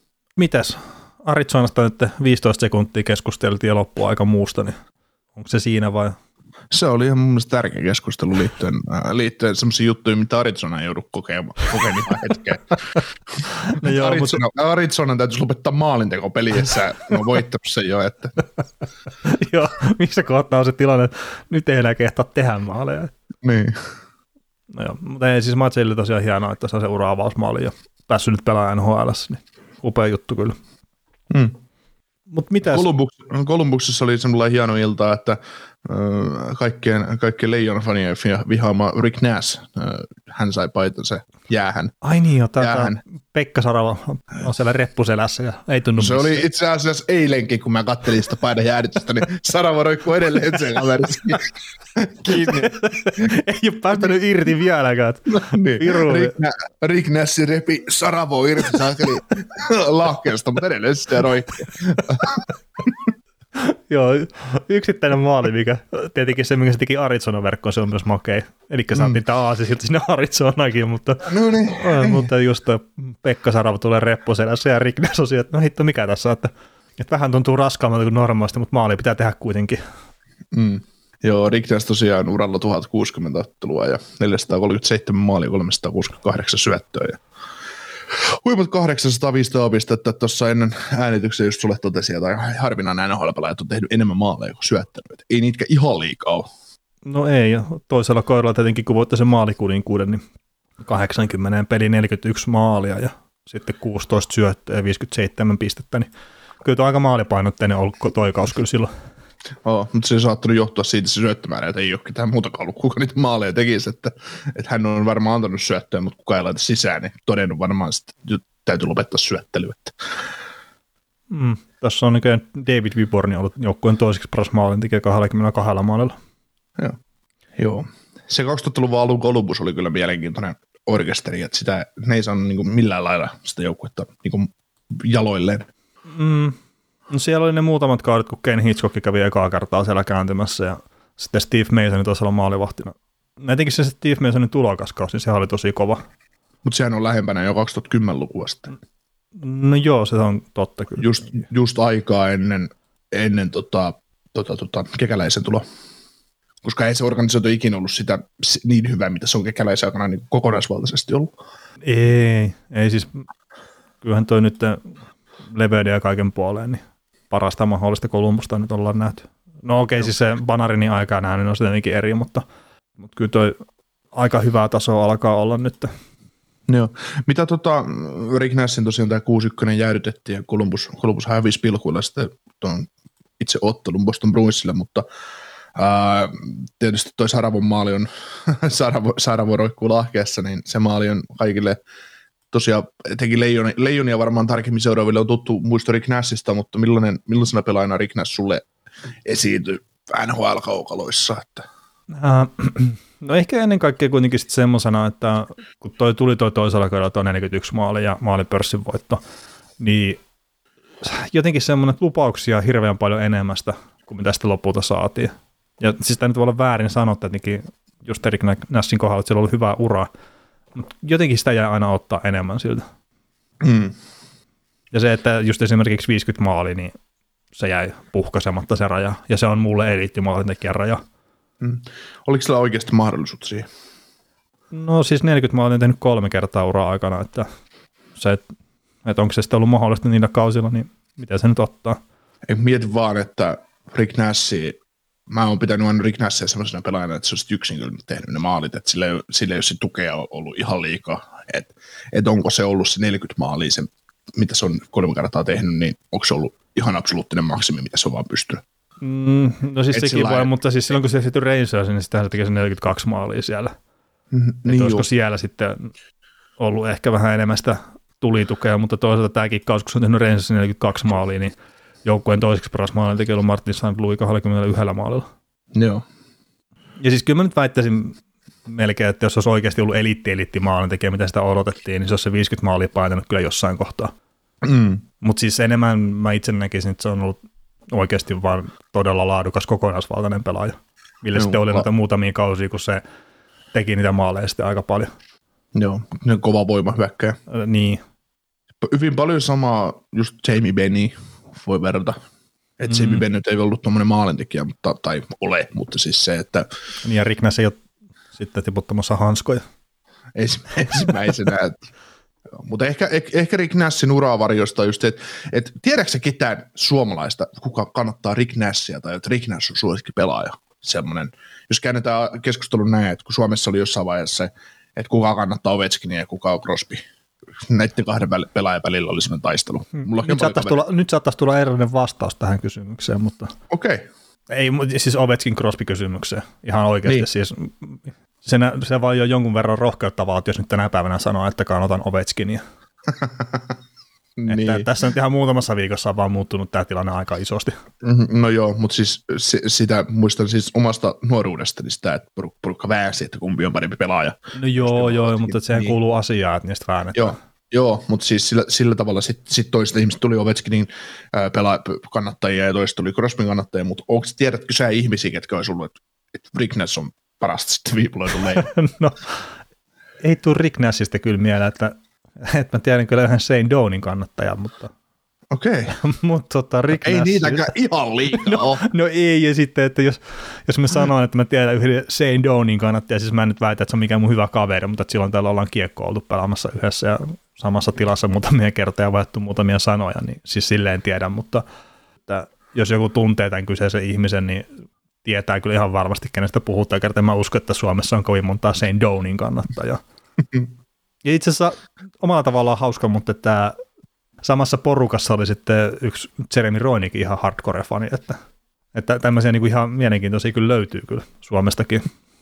Mitäs? Arizonasta nyt viisitoista sekuntia keskusteltiin ja loppuu aika muusta, niin onko se siinä vai? Se oli ihan mun mielestä tärkeä keskustelu liittyen, äh, liittyen sellaisiin juttuihin, mitä Arizona ei joudu kokemaan hetkeen. No joo, Arizona, mutta... Arizonan täytyisi lopettaa maalinteko peliessä, no voittanut sen jo. Että... joo, missä kohtaa on se tilanne, että nyt ei enää kehtaa tehdä maaleja. Niin. No joo, mutta ei siis Matsille tosiaan hienoa, että saa se ura-avausmaali ja päässyt nyt pelaamaan N H L:ssä, niin upea juttu kyllä. Mm. Mut mitäs? Columbus, Columbuksessa oli semmoinen hieno ilta, että äh, kaikkien, kaikkien Leijon-fanien vihaama Rick Nash, äh, hän sai paitansa jäähän. Ai niin jo, tämä Pekka Sarava on siellä reppuselässä ja ei tunnu se missään. Oli itse asiassa eilenkin, kun mä kattelin sitä paidan jäädytystä, niin Sarava roikkuu edelleen sen kaverissa kiinni. Ei ole päästänyt irti vieläkään. No, niin. Rick, Rick Nash repi Saravo irti saakeli lahkeesta, mutta edelleen sitä roikkuu. Joo, yksittäinen maali, mikä tietenkin se, mikä se teki Arizona-verkkoon, se on myös makea. Eli mm. saatiin tämä aasi silti sinne Arizonakin, mutta, no niin, äh, mutta just Pekka Sarava tulee reppuselässä ja Rick Nash on että no hitto, mikä tässä, että, että vähän tuntuu raskaammalta kuin normaalisti, mutta maali pitää tehdä kuitenkin. Mm. Joo, Rick Nash tosiaan uralla tuhat kuusikymmentä ottelua ja neljäsataakolmekymmentäseitsemän maalia, kolmesataakuusikymmentäkahdeksan syöttöä ja huimat kahdeksansataaviisitoista pistettä tuossa ennen äänityksen just sulle totesin, että harvinainen N H L-pelaajat on tehnyt enemmän maaleja kuin syöttänyt. Ei niitäkään ihan liikaa ole. No ei, toisella kohdalla tietenkin kun voitte sen maalikuninkuuden, niin kahdeksankymmentä peli neljäkymmentäyksi maalia ja sitten kuusitoista syöttöä ja viisikymmentäseitsemän pistettä, niin kyllä tuo aika maalipainotteinen on ollut toi kaus kyllä silloin. Oh, mutta se on saattanut johtua siitä se syöttömäärä, että ei ole ketään muutakaan ollut, kuka niitä maaleja tekisi, että, että hän on varmaan antanut syöttöä, mutta kukaan ei laita sisään, niin todennut varmaan, että täytyy lopettaa syöttely. Mm, tässä on oikein David Viborni ollut joukkueen toiseksi paras maalintekijä kaksikymmentäkaksi maalilla. Joo. Joo. Se kaksituhattaluvun alun Columbus oli kyllä mielenkiintoinen orkesteri, että sitä, ne ei saanut niin millään lailla sitä joukkuetta niin jaloilleen. Mm. No siellä oli ne muutamat kaudet, kun Ken Hitchcock kävi ekaa kertaa siellä kääntymässä ja sitten Steve Mason tuossa olla maalivahtina. Etenkin se Steve Masonin tulokaskaus, niin sehän oli tosi kova. Mutta sehän on lähempänä jo kaksituhattakymmenlukua sitten. No joo, se on totta kyllä. Just, just aikaa ennen, ennen tota, tota, tota, Kekäläisen tulo. Koska ei se organisaatio ikinä ollut sitä niin hyvää, mitä se on Kekäläisen aikana niin kokonaisvaltaisesti ollut. Ei, ei siis, kyllähän toi nyt leveyden ja kaiken puoleen, niin parasta mahdollista Columbusta nyt ollaan nähty. No okei, okay, siis se Banarinin aikaa nähnyt on tietenkin eri, mutta, mutta kyllä toi aika hyvää tasoa alkaa olla nyt. Joo. Mitä tota, Rick Nashin tosiaan tämä kuusi yksi jäädytettiin ja Columbus, Columbus hävisi pilkuilla sitten tuon itse ottelun Boston Bruinsille, mutta ää, tietysti toi Saravon maali on, Saravo, Saravo roikkuu lahkeessa, niin se maali on kaikille tosiaan, etenkin leijonia, leijonia varmaan tarkemmin seuraaville on tuttu muisto Rick Nashista, mutta millainen, millaisena pelaajana Rick Nash sulle esiintyi N H L-kaukaloissa? Että? Äh, no ehkä ennen kaikkea kuitenkin sitten semmoisena, että kun toi tuli toi toisella kerralla tuo neljäkymmentäyksi maali ja maalipörssin voitto, niin jotenkin semmoinen lupauksia hirveän paljon enemmästä kuin mitä sitä lopulta saatiin. Ja siis tämä nyt voi olla väärin sanottu, että just Rick Nashin kohdalla, että siellä oli hyvä ura, mutta jotenkin sitä jää aina ottaa enemmän siltä. Mm. Ja se, että just esimerkiksi viisikymmentä maali, niin se jäi puhkaisematta se raja, ja se on mulle eliittimaalintekijän raja. Mm. Oliko sillä oikeasti mahdollisuus siihen? No siis neljäkymmentä maalia on tehnyt kolme kertaa uraa aikana, että se, että onko se sitten ollut mahdollista niillä kausilla, niin miten se nyt ottaa? Ei, mietin vaan, että Rick Nashi, mä oon pitänyt aina Rick Nashia sellaisena pelaajana, että se olisi yksin kyllä tehnyt ne maalit, että sillä ei, sillä ei ole se tukea ollut ihan liikaa, että, että onko se ollut se neljäkymmentä maalia, se, mitä se on kolme kertaa tehnyt, niin onko se ollut ihan absoluuttinen maksimi, mitä se on vaan pystynyt? Mm, no siis et sekin voi, lailla, mutta siis silloin kun se sitten Rangersin, niin sitähän se tekee se neljäkymmentäkaksi maalia siellä. Mm, että niin olisiko joo. siellä sitten ollut ehkä vähän enemmän sitä tulitukea, mutta toisaalta tämäkin kaus, kun se on tehnyt Rangersin neljäkymmentäkaksi maalia, niin joukkueen toiseksi paras maalin tekee ollut Martin Saint Louis kaksikymmentäyksi maalilla. Joo. Ja siis kyllä mä nyt väittäisin melkein, että jos olisi oikeasti ollut eliitti-eliitti maalin tekijä, mitä sitä odotettiin, niin se olisi se viisikymmentä maalia painanut kyllä jossain kohtaa. Mm. Mutta siis enemmän mä itse näkisin, että se on ollut oikeasti vaan todella laadukas kokonaisvaltainen pelaaja, millä Joo, sitten oli la- noita muutamia kausia, kun se teki niitä maaleja sitten aika paljon. Joo, ne on kova voima hyökkäjä. Ö, niin. Hyvin paljon samaa just Jamie Benny voi verrata. Että mm. Jamie Benny ei ollut tuommoinen maalintekijä, mutta, tai ole, mutta siis se, että Niin ja Rick Nash ei ole sitten tiputtamassa hanskoja. ensimmäisenä. että, mutta ehkä, ehkä, ehkä Rick Nashin uraa varjosta just se, että, että tiedätkö sä ketään suomalaista, kuka kannattaa Rick Nashia tai että Rick Nash on suosikki pelaaja? Semmoinen, jos käännetään keskustelun näin, että kun Suomessa oli jossain vaiheessa se, että kuka kannattaa Ovechkinia ja kuka on Crosby. Näiden kahden pelaajan välillä oli sellainen taistelu. Mulla Nyt saattaisi, tulla, nyt saattaisi tulla erilainen vastaus tähän kysymykseen, mutta okei. Okay. ei siis Ovechkin Crosby-kysymykseen. Ihan oikeasti Niin. siis se, se vaan jo jonkun verran rohkeuttavaa, että jos nyt tänä päivänä sanoo, että kannatan Ovechkinia. niin. Että tässä on ihan muutamassa viikossa vaan muuttunut tämä tilanne aika isosti. No joo, mutta siis se, sitä muistan siis omasta nuoruudestani sitä, että porukka väänsi, että kumpi on parempi pelaaja. No joo, joo, Ovechkin, mutta sehän niin. kuuluu asiaan, että niistä väännetään. Joo, joo, mutta siis sillä, sillä tavalla sitten sit toiset ihmiset tuli Ovechkinin ää, pela- kannattajia ja toiset tuli Crosbyn kannattajia, mutta onko, tiedätkö sä ihmisiä, ketkä olisi ollut, että, että Rick Nash on parasta sitten viipuloitu leijä? No, ei tule Rick Nashista kyllä mieleen, että, että mä tiedän kyllä yhden Shane Downin kannattajan, mutta, Okei. mutta tota, Rick Ei Nash, niitäkään ihan liikaa no, no ei, ja sitten, että jos, jos mä sanon, että mä tiedän yhden Shane Downin kannattajan, siis mä en nyt väitä, että se on mikään mun hyvä kaveri, mutta että silloin täällä ollaan kiekkoa oltu pelaamassa yhdessä ja samassa tilassa muutamia kertoja ja vaihtu muutamia sanoja, niin siis silleen tiedän, mutta että jos joku tuntee tämän kyseisen ihmisen, niin tietää kyllä ihan varmasti, kenestä puhutaan, kertaa mä uskon, että Suomessa on kovin montaa Shane Downin kannattajaa. Ja itse asiassa omalla tavallaan hauska, mutta tämä samassa porukassa oli sitten yksi Jeremy Roenikin ihan hardcore-fani, että, että tämmöisiä niin kuin ihan mielenkiintoisia kyllä löytyy kyllä Suomestakin.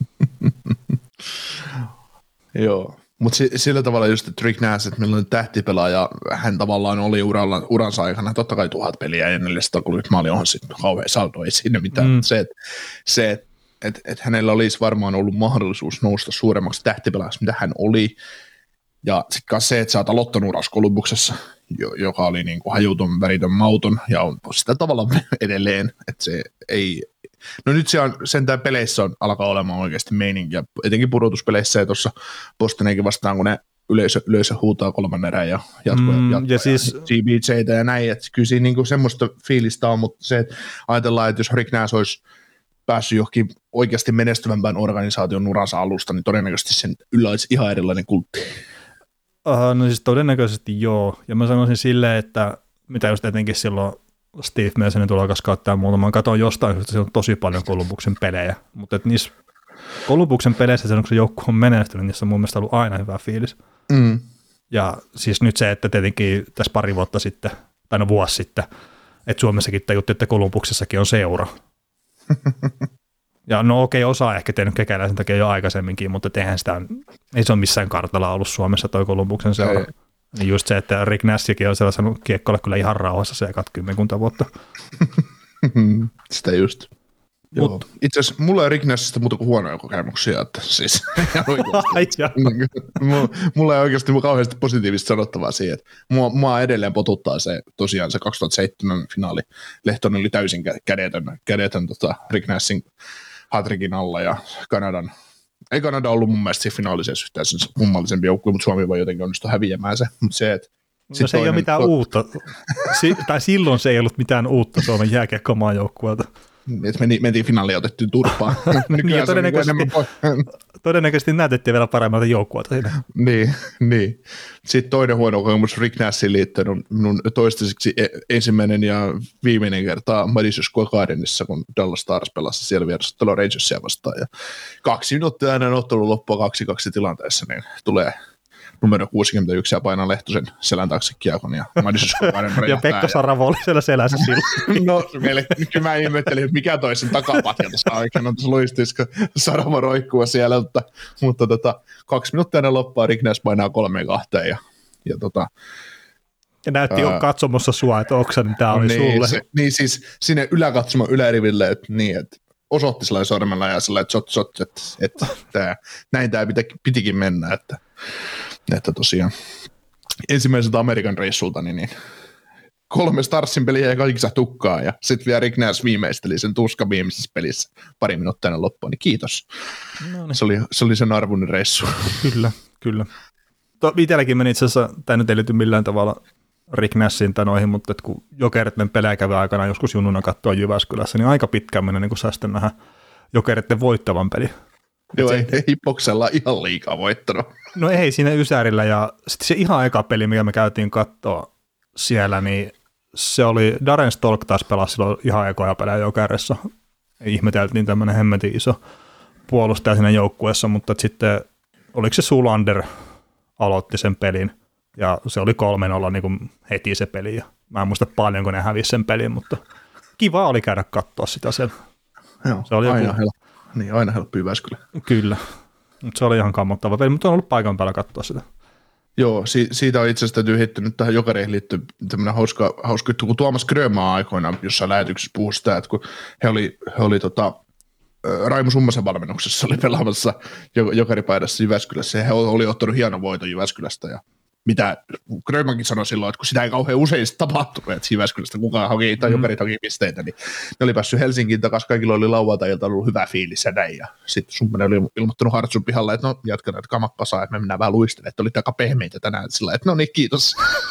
Joo, mutta sillä tavalla just, että Rick Nash, että millainen tähtipelaaja hän tavallaan oli uralla, uransa aikana, totta kai tuhat peliä ja neljäsataakolmekymmentä maalia on sitten kauhean saldo, ei siinä mitään, mm. se, että se, et, et, et hänellä olisi varmaan ollut mahdollisuus nousta suuremmaksi tähtipelaajaksi, mitä hän oli, ja sitten se, että sä oot aloittanut uras Columbuksessa, joka oli niin kuin hajuton, väritön, mauton, ja on sitä tavalla edelleen, että se ei. No nyt se on, sentään peleissä on, alkaa olemaan oikeasti meininkiä, etenkin pudotuspeleissä ja tuossa Bostoniakin vastaan, kun ne yleisö, yleisö huutaa kolmannen erään ja jatkuu mm, ja, ja siis G B J:tä ja näin, että kyllä siinä niinku semmoista fiilistä on, mutta se, että ajatellaan, että jos Rick Nash olisi päässyt johonkin oikeasti menestyvämpään organisaation uransa alusta, niin todennäköisesti sen yllä olisi ihan erilainen kultti. Uh, no siis todennäköisesti joo, ja mä sanoisin silleen, että mitä just etenkin silloin Steve Masonin tulokas kautta ja muutaman katoin jostain, että siellä on tosi paljon Columbuksen pelejä, mutta niissä Columbuksen peleissä se, kun se joukkue on menestynyt, niin se on mun mielestä ollut aina hyvä fiilis. Mm. Ja siis nyt se, että tietenkin tässä pari vuotta sitten, tai no vuosi sitten, että Suomessakin tajuttiin, että Columbuksessakin on seura. Ja no okei, osa on ehkä tehnyt Kekäläisen takia jo aikaisemminkin, mutta eihän sitä, ei se ole missään kartalla ollut Suomessa toi Columbuksen seura. Ei. Niin just se, että Rick Nashikin on sellaisen kiekkoilla kyllä ihan rauhassa se ekat kymmenkunta vuotta. Sitä just. Mut, itse asiassa mulla ei Rick Nashista muuta kuin huonoja kokemuksia, että siis mulla ei oikeasti kauheasti positiivista sanottavaa siihen, että mua, mua edelleen potuttaa se tosiaan se kaksituhattaseitsemän finaali. Lehtonen oli täysin kädetön, kädetön tota Rick Nashin hat-trickin alla ja Kanadan, ei Kanada ollut mun mielestä siinä finaalisessa yhtään sen kummallisempi joukkue, mutta Suomi voi jotenkin onnistua häviämään se, mutta se, että no se ei ole mitään to... uutta, si- tai silloin se ei ollut mitään uutta Suomen jääkiekkomaan joukkueelta. Että meni, mentiin finaaliin ja otettiin turpaan. niin, todennäköisesti, todennäköisesti näytettiin vielä paremmalta joukkueelta siinä. niin, niin. Sitten toinen huono kokemus Rick Nashin liittyen on minun toistaiseksi ensimmäinen ja viimeinen kerta Madison Square Gardenissa, kun Dallas Stars pelasi siellä vieressä Tolo Rangersia vastaan. Ja kaksi minuuttia ennen ottelun loppua kaksi kaksi tilanteessa, niin tulee numero kuusikymmentäyksi ja painaa Lehtosen selän taakse kiekon ja Madison Square Garden ja Pekka Saravo oli siellä selässä silloin. no, kyllä mä ihmettelin, että mikä toi sen takapatja tuossa oikein on tuossa luistiska Saravo roikkua siellä, mutta, mutta tota, kaksi minuuttia ennen loppua Rick Nash painaa kolmeen kahteen ja, ja tota, ja näytti jo katsomossa sua, että oksa, niin tää oli niin, sulle. Se, niin siis sinne yläkatsomon yläriville, että niin, että osoitti sellainen sormella ja sellainen, että shot, shot, että, että tää, näin tämä pitikin mennä, että että tosiaan ensimmäiseltä Amerikan reissulta niin, niin kolme Starsin peliä ja kaikissa tukkaa ja sitten vielä Rick Nash viimeisteli sen tuska viimeisessä pelissä pari minuuttia ennen loppua, niin kiitos. No niin. Se, oli, se oli sen arvoinen reissu. Kyllä, kyllä. To, itselläkin meni itse asiassa, tämä nyt ei liity millään tavalla Rick Nashin tai noihin, mutta että kun Jokeritten pelejä kävi aikana joskus junnuna katsoa Jyväskylässä, niin aika pitkään mennä niin kun saa sitten nähdä Jokeritten voittavan peli. Joo, ei, ei Hipoksella ihan liikaa voittanut. No ei siinä Ysärillä, ja sitten se ihan eka peli, mikä me käytiin katsoa siellä, niin se oli, Darren Stolk taas pelasi silloin ihan ekoja pelejä Jokerissa. Ihmeteltiin tämmöinen hemmetin iso puolustaja siinä joukkueessa, mutta sitten oliko se Sulander aloitti sen pelin, ja se oli kolme nolla niin kuin heti se peli, ja mä en muista paljonko ne hävisi sen pelin, mutta kiva oli käydä katsoa sitä siellä. Joo, se oli aina joku... Niin, aina helppo Jyväskylä. Kyllä, mutta se oli ihan kammottava peli, mutta on ollut paikan päällä katsoa sitä. Joo, si- siitä on itse asiassa täytyy hittynyt tähän Jokereihin liittyy tämmöinen hauska, hauska juttu, kun Tuomas Grönmaa aikoinaan jossain lähetyksessä puhui sitä, että kun he oli, he oli tota, Raimo Summasen valmennuksessa, oli pelaamassa Jokeripaidassa Jyväskylässä, ja he oli ottanut hienon voiton Jyväskylästä, ja mitä Grönmankin sanoi silloin, että kun sitä ei kauhean usein tapahtunut, että Jyväskylästä kukaan haki, tai Jokerit haki pisteitä, niin ne oli päässyt Helsinkiin takaisin, kaikilla oli lauantai-ilta ollut hyvä fiilis ja näin, ja sitten Summanen oli ilmoittanut Hartsun pihalle, että no jatketaan, että kamat kasaan, että me mennään vähän luistelemaan, että oli aika pehmeitä tänään, sillä että no niin, kiitos.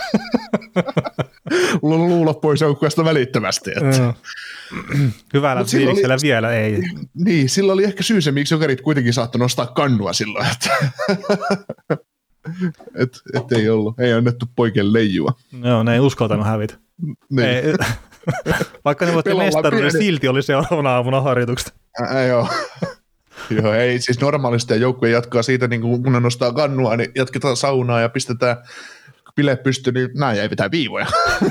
Luulla pois joukkueesta välittömästi. Että. Hyvällä fiiliksellä oli, vielä ei. Niin, sillä oli ehkä syy se, miksi Jokerit kuitenkin saattoi nostaa kannua silloin, että et, et ei ollut, ei annettu poikien leijua. Joo, ne ei uskaltanut hävitä. Niin. Ei, vaikka ne voitte mestaruuden, silti oli seuraavana aamuna harjoitukset. Ää, joo. Joo, ei siis normaalisti joukkue jatkaa siitä, niin kun ne nostaa kannua, niin jatketaan saunaa ja pistetään bileet pystyyn, niin näin jäi pitää viivoja.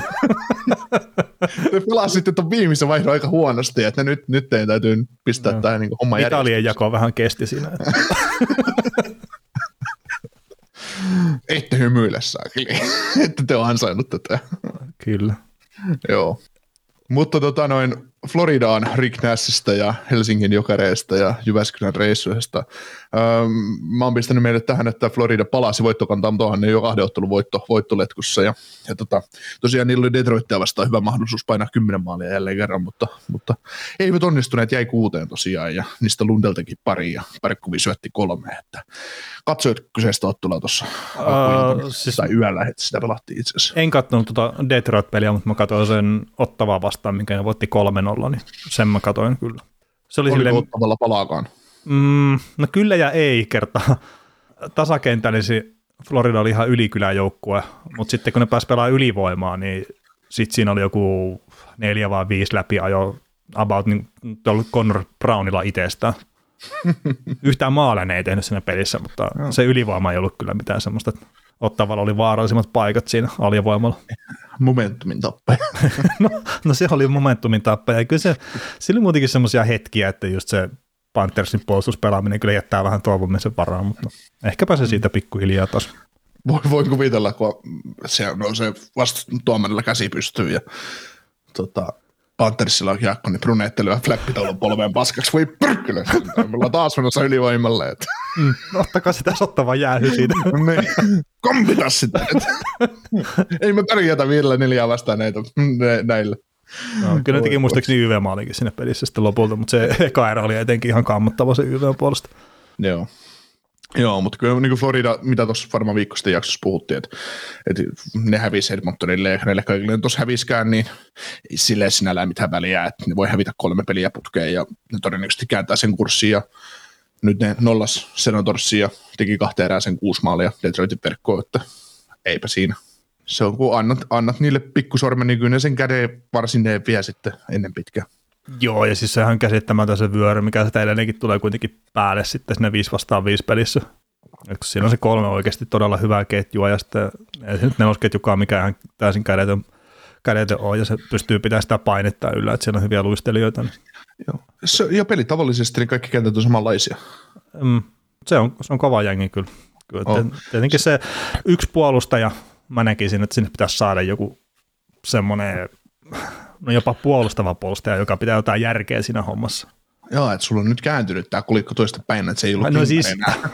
Ne pelasitte tuon viimeisen vaihdon aika huonosti, että nyt, nyt ei täytyy pistää no. Tämä niin homma järjestelmään. Italien jako vähän kesti siinä. Ette hymyile saakeli, ette te ole ansainnut tätä. Kyllä. Joo. Mutta tota noin Floridaan Rick Nashista ja Helsingin Jokereista ja Jyväskylän reissuista. Öm, mä oon pistänyt meille tähän, että Florida palasi voittokantaan, mutta onhan ne jo kahden ottelun voitto, voittoletkussa. Ja, ja tota, tosiaan niillä oli Detroitia vastaan hyvä mahdollisuus painaa kymmenen maalia jälleen kerran, mutta, mutta eivät onnistuneet, jäi kuuteen tosiaan ja niistä Lundeltakin pari ja Parkkovi syötti kolme. Että katsoit kyseistä ottelua tuossa uh, siis tai yöllä, että sitä pelattiin itse asiassa. En katsonut tuota Detroit-peliä, mutta mä katsoin sen Ottavaa vastaan, minkä ne voitti kolme nolla, niin sen mä katoin kyllä. Se oli Oliko silleen, Ottavalla palaakaan? Mm, no kyllä ja ei kertaa. Tasakentällisi Florida oli ihan ylikyläjoukkue, mutta sitten kun ne pääsi pelaamaan ylivoimaa, niin sitten siinä oli joku neljä vai viisi läpi ajo about niin Connor Brownilla itsestään. Yhtään maaleja ne ei tehnyt siinä pelissä, mutta no. se ylivoima ei ollut kyllä mitään semmoista, että Ottavalla oli vaarallisimmat paikat siinä aljavoimalla. Momentumin tappaja. no, no se oli momentumin tappaja. Kyllä se, se oli muutenkin semmoisia hetkiä, että just se Panthersin puolustuspelaaminen kyllä jättää vähän toivomisen varaan, mutta ehkäpä se siitä pikkuhiljaa taas. Voin, voin kuvitella, kun se, no, se vasta tuomarilla käsi pystyy ja tota, Panthersilla on kiekko, niin Brunettelyä flappitaulun polveen paskaksi. Voi pyrkkylä, me ollaan taas menossa ylivoimalle. Että. Mm, ottakaa sitä Ottava jäähy siitä. niin, kompita sitä. Ei me pärjätä viidellä neljää vastaan näitä, näillä. No, kyllä ne teki muistaakseni Y V-maalikin siinä pelissä sitten lopulta, mutta se eka erä oli etenkin ihan kammottava se Y V:n puolesta. Joo. Joo, mutta kyllä niin kuin Florida, mitä tuossa varmaan viikko sitten jaksossa puhuttiin, että, että ne hävisi Edmontonille ja näille kaikille tuossa häviskään, niin silleen sinällään mitään väliä, että ne voi hävitä kolme peliä putkeen ja ne todennäköisesti kääntää sen kurssin ja nyt ne nollas Senatorsia ja teki kahteen erään sen kuusi maalia Detroitin verkkoon, että eipä siinä. Se on, kun annat, annat niille pikkusormen, niin kyllä ne sen käden varsin ne vie sitten ennen pitkään. Joo, ja siis sehän on käsittämätön se vyöry, mikä sitä edelleenkin tulee kuitenkin päälle sitten sinne viisi vastaan viisi pelissä. Et siinä on se kolme oikeasti todella hyvää ketjua, ja sitten ei se nyt nelosketjukaan mikään ihan täysin kädetön, kädetön ole, ja se pystyy pitämään sitä painetta yllä, että siellä on hyviä luistelijoita. Niin. Joo, se, ja peli tavallisesti, niin kaikki kentät on samanlaisia. Mm, se, on, se on kova jengi kyllä. kyllä oh. Tietenkin se yksi puolustaja, mä näkisin, että sinne pitäisi saada joku semmoinen, no jopa puolustava puolustaja, joka pitää jotain järkeä siinä hommassa. Joo, että sulla on nyt kääntynyt tämä kolikko toista päin, että se ei ollut no siis,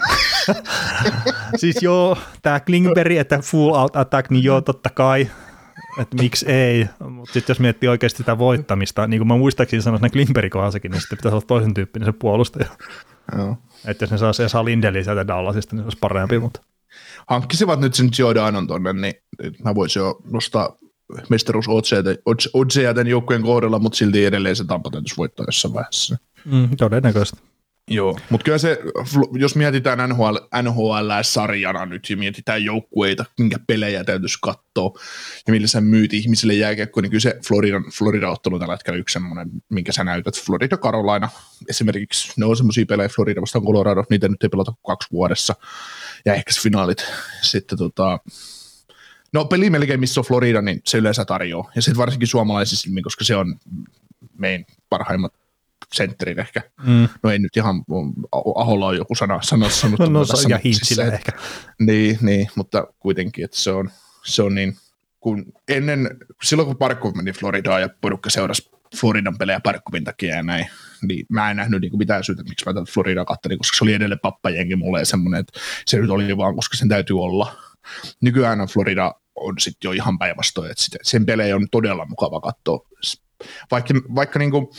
siis joo, tämä Klingberg, että full out attack, niin joo, totta kai, että miksi ei, mutta sitten jos miettii oikeasti sitä voittamista, niin kuin mä muistaakseni sanoin siinä Klingbergin kohdassakin, niin sitten pitäisi olla toisen tyyppinen se puolustaja. Joo. Että jos ne saisi Esa Lindelin sieltä Dallasista, niin se olisi parempi, mutta hankkisivat nyt sen Giordanon tonne, niin mä voisin jo nostaa mestaruus-odseja tämän joukkueen kohdalla, mutta silti edelleen se Tampa täytyisi voittaa jossain vaiheessa. Mm, todennäköisesti. Joo, mutta kyllä se, jos mietitään N H L, N H L-sarjana nyt ja mietitään joukkueita, minkä pelejä täytyisi katsoa ja millä sä myyt ihmisille jääkiekkoa, niin kyllä se Floridan, Florida-ottelu tällä hetkellä yksi semmoinen, minkä sä näytät. Florida, Carolina esimerkiksi, ne on semmoisia pelejä, Florida vastaan Colorado, niitä nyt ei pelata kaksi vuodessa ja ehkä se finaalit sitten tota. No peli melkein, missä on Florida, niin se yleensä tarjoaa. Ja sitten varsinkin suomalaisissa, koska se on meidän parhaimmat sentterit ehkä. Mm. No ei nyt ihan, Aholla on joku sana, sana sanottu. no ja Hintsillä ehkä. Niin, niin, mutta kuitenkin, että se on, se on niin, kun ennen, silloin kun Parkkov meni Floridaan ja porukka seurasi Floridan pelejä Parkkovin takia ja näin, niin mä en nähnyt niin mitään syytä, miksi mä tätä Floridaa kattelin, koska se oli edelleen pappajengi mulle ja semmoinen, että se nyt oli vaan, koska sen täytyy olla. Nykyään on Florida on sitten jo ihan päinvastoin, että sen pelejä on todella mukava katsoa. Vaikka, vaikka niin kuin,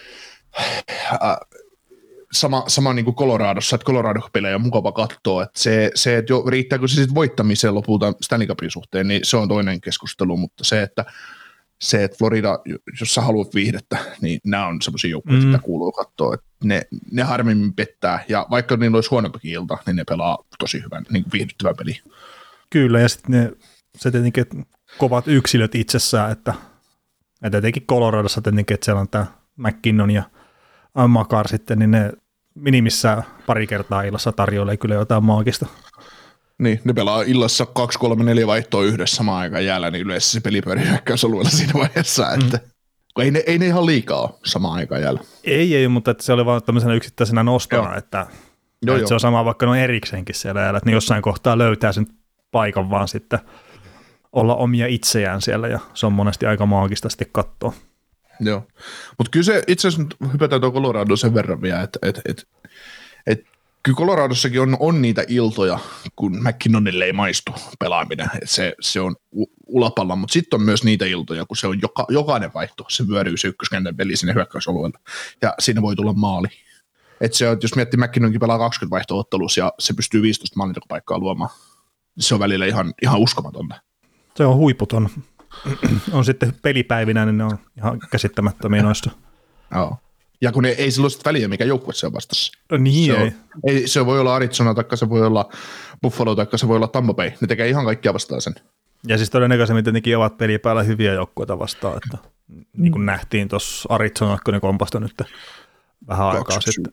äh, sama, sama niin kuin Coloradossa, että Colorado-pelejä on mukava katsoa, että se, se että jo, riittääkö se sitten voittamiseen lopulta Stanley Cupin suhteen, niin se on toinen keskustelu, mutta se, että se, että Florida, jos sä haluat viihdettä, niin nämä on semmoisia joukkoja, mm. että kuuluu katsoa, että ne, ne harvemmin pettää, ja vaikka niillä olisi huonompikin ilta, niin ne pelaa tosi hyvän, niin viihdyttävän peliä. Kyllä, ja sitten ne, se tietenkin kovat yksilöt itsessään, että, että tietenkin Coloradossa tietenkin, että siellä on tämä McKinnon ja Makar sitten, niin ne minimissään pari kertaa illassa tarjoilee kyllä jotain maagista. Niin, ne pelaa illassa kaksi, kolme, neljä vaihtoa yhdessä samaan aikaan jäällä, niin yleensä se peli pyörii hyökkäysalueella siinä vaiheessa, että mm. ei, ne, ei ne ihan liikaa ole samaan aikaan jäällä. Ei, ei, mutta että se oli vaan tämmöisenä yksittäisenä nostona, joo. että, joo, että joo. se on sama vaikka noin erikseenkin siellä jäällä, että ne jossain kohtaa löytää sen paikan vaan sitten olla omia itseään siellä, ja se on monesti aika maagista sitten katsoa. Joo, mutta kyllä se itse asiassa hypätään tuon Colorado sen verran vielä, että et, et, et, kyllä Coloradossakin on, on niitä iltoja, kun McKinnonille ei maistu pelaaminen, että se, se on ulapalla, mutta sitten on myös niitä iltoja, kun se on joka, jokainen vaihto, se vyöryy se ykköskentän peli sinne hyökkäysalueelle, ja siinä voi tulla maali. Että se on, jos miettii, McKinnonkin pelaa kaksikymmentä vaihto-ottelussa, ja se pystyy viisitoista maalintekopaikkaa luomaan, se on välillä ihan, ihan uskomatonta. Se on huiputon. On sitten pelipäivinä, niin ne on ihan käsittämättömiä noissa. Joo. Ja kun ei, ei sillä ole väliä, mikä joukkue se on vastassa. No niin se ei. On, ei. Se voi olla Arizona, taikka se voi olla Buffalo, taikka se voi olla Tampa Bay. Ne tekee ihan kaikkia vastaan sen. Ja siis todennäköisemmin tietenkin ovat pelipäällä hyviä joukkueita vastaan, että niin kuin nähtiin tuossa Arizona, kun ne kompasta nyt vähän aikaa kaksi, sitten.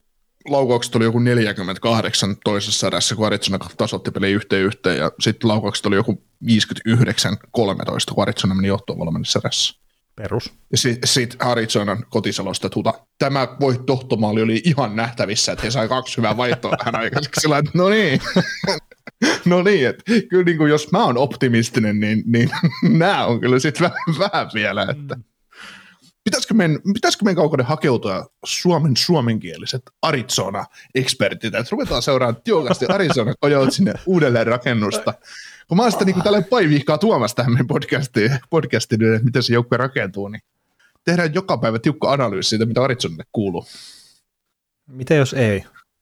laukaukset oli joku neljäkymmentäkahdeksan toisessa erässä, kun Arizona tasoitti peli yhteen yhteen, ja sitten laukaukset oli joku viisikymmentäyhdeksän kolmetoista, kun Arizona meni johtoon molemmissa erässä. Perus. Ja sitten sit Arizonan kotisalosta tuta. Tämä voittohtomaali oli ihan nähtävissä, että he sai kaksi hyvää vaihtoa vähän aikaiseksi. Sillä, että no niin, no niin, että kyllä niin kuin jos mä oon optimistinen, niin, niin nämä on kyllä sitten vähän, vähän vielä, että pitäisikö meidän, pitäisikö meidän kaukauden hakeutua Suomen suomenkieliset Arizona-ekspertit, että ruvetaan seuraamaan tiukasti Arizona Coyotesin uudelleen rakennusta. Kun mä oon sitä niin tällainen paivihkaa tuomassa tähän meidän podcastiin, podcastiin, että miten se joukkue rakentuu, niin tehdään joka päivä tiukka analyysi siitä, mitä Arizonalle kuuluu. Miten jos ei?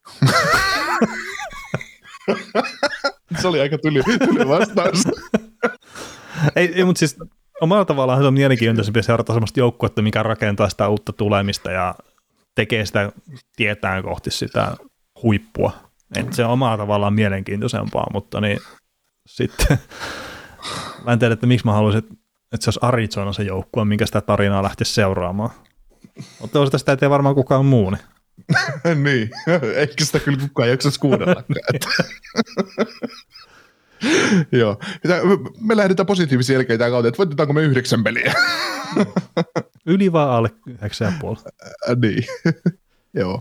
Se oli aika tyly, tyly vastaus. ei, ei, mutta siis omalla tavallaan se on mielenkiintoisempi seurata sellaista joukkuetta, mikä rakentaa sitä uutta tulemista ja tekee sitä tietään kohti sitä huippua. Et se on omalla tavallaan mielenkiintoisempaa, mutta niin sitten mä en tiedä, että miksi mä haluaisin, että se olisi Arizona se joukkue, minkä sitä tarinaa lähtisi seuraamaan. Mutta toisaalta sitä ei tee varmaan kukaan muu. Niin, niin. Eikä sitä kyllä kukaan jaksaisi kuunnella. Joo. Me lähdetään positiivisia jälkeen tämän kautta, että voitetaanko me yhdeksän peliä? Yli vaan alle yhdeksän ja puoli. Niin. Joo.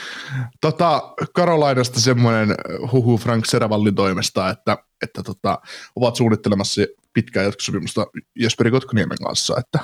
Tota, Karolainasta semmoinen huhu Frank Seravallin toimesta, että, että tota, ovat suunnittelemassa pitkää jatkosopimusta Jesperi Kotkaniemen kanssa, että,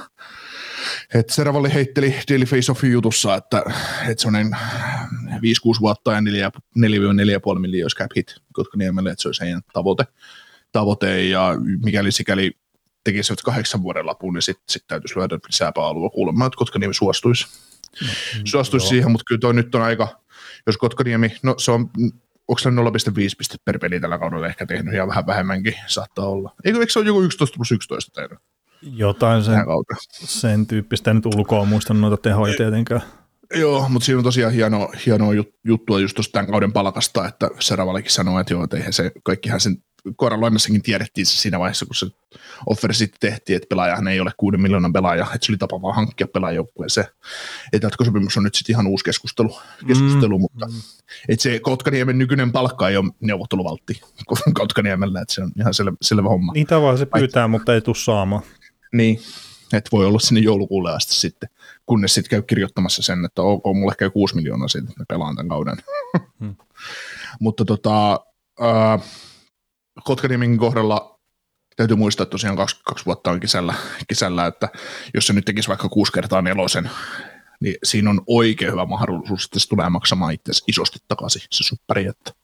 että Seravalli heitteli Daily Face-Offin jutussa, että, että semmoinen viisi kuusi vuotta ja neljä neljä pilkku viisi miljoonaa olisi cap hit Kotkaniemelle, että se olisi heidän tavoite, tavoite ja mikäli sikäli tekisivät kahdeksan vuoden lapun, niin sitten sit täytyisi lyödä lisää paalua kuulemma, että Kotkaniemi suostuisi. No, suostuisi siihen, mutta kyllä toi nyt on aika, jos Kotkaniemi, no se on, onko se nolla pilkku viisi pistettä per peli tällä kaudella ehkä tehnyt ja vähän vähemmänkin saattaa olla. Eikö, eikö se ole joku yksitoista plus yksitoista tehnyt? Jotain sen, sen tyyppistä, en nyt ulkoa muista noita tehoja tietenkään. Joo, mutta siinä on tosiaan hienoa, hienoa juttua just tuosta tämän kauden palkasta, että Seravallikin sanoo, että joo, että eihän se, kaikkihan sen Karolainassakin tiedettiin se siinä vaiheessa, kun se offeri sitten tehtiin, että pelaajahan ei ole kuuden miljoonan pelaaja, että se oli tapa vaan hankkia pelaajoukkueeseen. Että jatkosopimus on nyt sitten ihan uusi keskustelu, keskustelu mm. mutta että se Kotkaniemen nykyinen palkka ei ole neuvotteluvaltti Kotkaniemellä, että se on ihan selvä, selvä homma. Niin tavallaan se pyytää, mutta ei tule saamaan. Niin, että voi olla sinne joulukuulle asti sitten, kunnes sitten käy kirjoittamassa sen, että ok, mulle käy kuusi miljoonaa siitä, että me pelaan tämän kauden. Hmm. Mutta tota, äh, Kotkaniemen kohdalla täytyy muistaa, että tosiaan kaksi, kaksi vuotta on kesällä, kesällä, että jos se nyt tekisi vaikka kuusi kertaa nelosen, niin siinä on oikein hyvä mahdollisuus, että se tulee maksamaan itse isosti takaisin, se suppari, että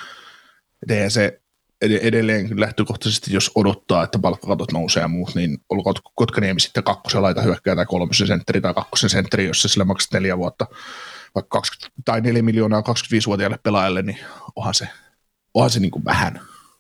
eihän se edelleen lähtökohtaisesti, jos odottaa, että palkkakatot nousee ja muut, niin olkoon Kotkaniemi sitten kakkosen laita hyökkää tai kolmosen sentteri tai kakkosen sentteri, jos se sillä maksat neljä vuotta, vaikka kaksikymmentä tai neljä miljoonaa kaksikymmentäviisivuotiaille pelaajalle, niin onhan se, onhan se niin kuin vähän.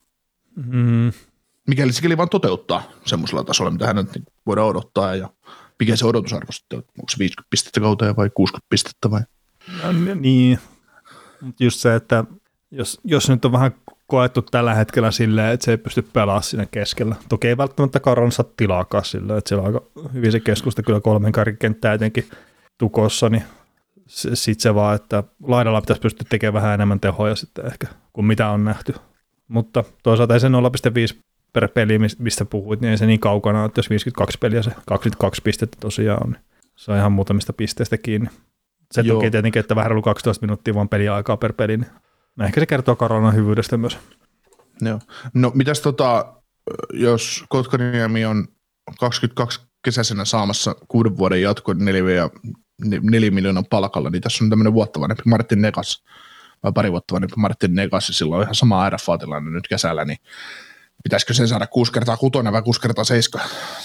Mm. Mikäli sikäli vaan toteuttaa semmoisella tasolla, mitä hänet voidaan odottaa, ja mikä se odotusarvo sitten, onko se viisikymmentä pistettä kautta vai kuusikymmentä pistettä vai? No, niin, just se, että jos, jos nyt on vähän koettu tällä hetkellä silleen, että se ei pysty pelaamaan siinä keskellä. Toki ei välttämättä Karon saa tilaakaan silleen, että siellä on aika hyvin se keskusta kyllä kolmen karikenttää jotenkin tukossa, niin sitten se vaan, että laidalla pitäisi pystyä tekemään vähän enemmän tehoja sitten ehkä kuin mitä on nähty. Mutta toisaalta ei se nolla pilkku viisi per peli, mistä puhuit, niin ei se niin kaukana, että jos viisikymmentäkaksi peliä se kaksikymmentäkaksi pistettä tosiaan on, niin se on ihan muutamista pisteistä kiinni. Se Joo. toki tietenkin, että vähän ollut kaksitoista minuuttia vaan peliaikaa per peli, niin ehkä se kertoo Karolan hyvyydestä myös. Joo. No mitäs tota, jos Kotkaniemi on kaksikymmentäkaksi kesäisenä saamassa kuuden vuoden jatkoon neljä, neljä miljoonan palkalla, niin tässä on tämmöinen vuotta vanhempi Martin Negas, vai pari vuotta vanhempi Martin Negas, ja sillä on ihan sama R F A-tilanne nyt kesällä, niin pitäisikö sen saada kuusi kertaa kutonen vai kuusi kertaa seiska?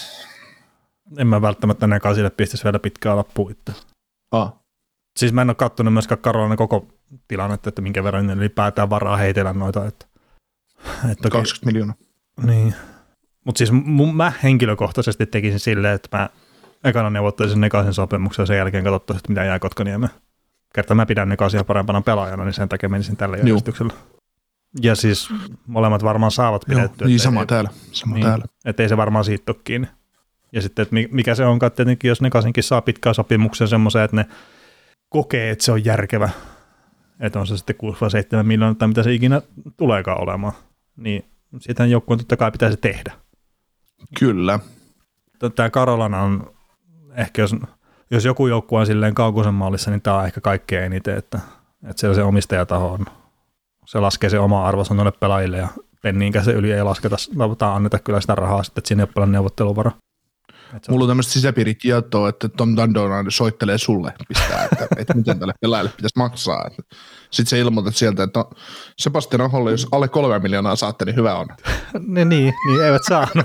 En mä välttämättä Negasille pistäisi vielä pitkään lappuun itse. Ah. Siis mä en ole katsonut myöskään Karolan koko tilannetta, että minkä verran ne ylipäätään varaa heitellä noita. Että, että kaksikymmentä miljoonaa. Niin. Mutta siis mun, mä henkilökohtaisesti tekisin silleen, että mä ekana neuvottelisin Negasin sopimuksen ja sen jälkeen katsottaisiin, että mitä jää Kotkaniemeen. Kertaa mä pidän Negasia parempana pelaajana, niin sen takia menisin tällä järjestyksellä. Ja siis molemmat varmaan saavat pidettyä. Niin, sama täällä. Sama niin, täällä. Että ei se varmaan siitä ole kiinni. Ja sitten, että mikä se onkaan, tietenkin jos Negasinkin saa pitkään sopimuksen semmoisen, että ne kokee, että se on järkevä että on se sitten kuusi vai seitsemän miljoonaa tai mitä se ikinä tuleekaan olemaan, niin siitähän joukkueen totta kai pitäisi tehdä. Kyllä. Tämä Carolina on ehkä, jos, jos joku joukkue on silleen Kaukosen mallissa, niin tämä on ehkä kaikkein eniten, että, että siellä se omistajataho on, se laskee se oma arvonsa noille pelaajille ja penniinkään se yli ei lasketa, tai anneta kyllä sitä rahaa sitten, että siinä ei ole paljon neuvotteluvara. Mulla on tämmöistä sisäpiiritietoa, että Tom Dundon soittelee sulle, pistää, että, että miten tälle pelaajalle pitäisi maksaa. Sitten se ilmoitat sieltä, että no, Sebastian Aholle, jos alle kolme miljoonaa saatte, niin hyvä on. Ne niin, niin eivät saanut.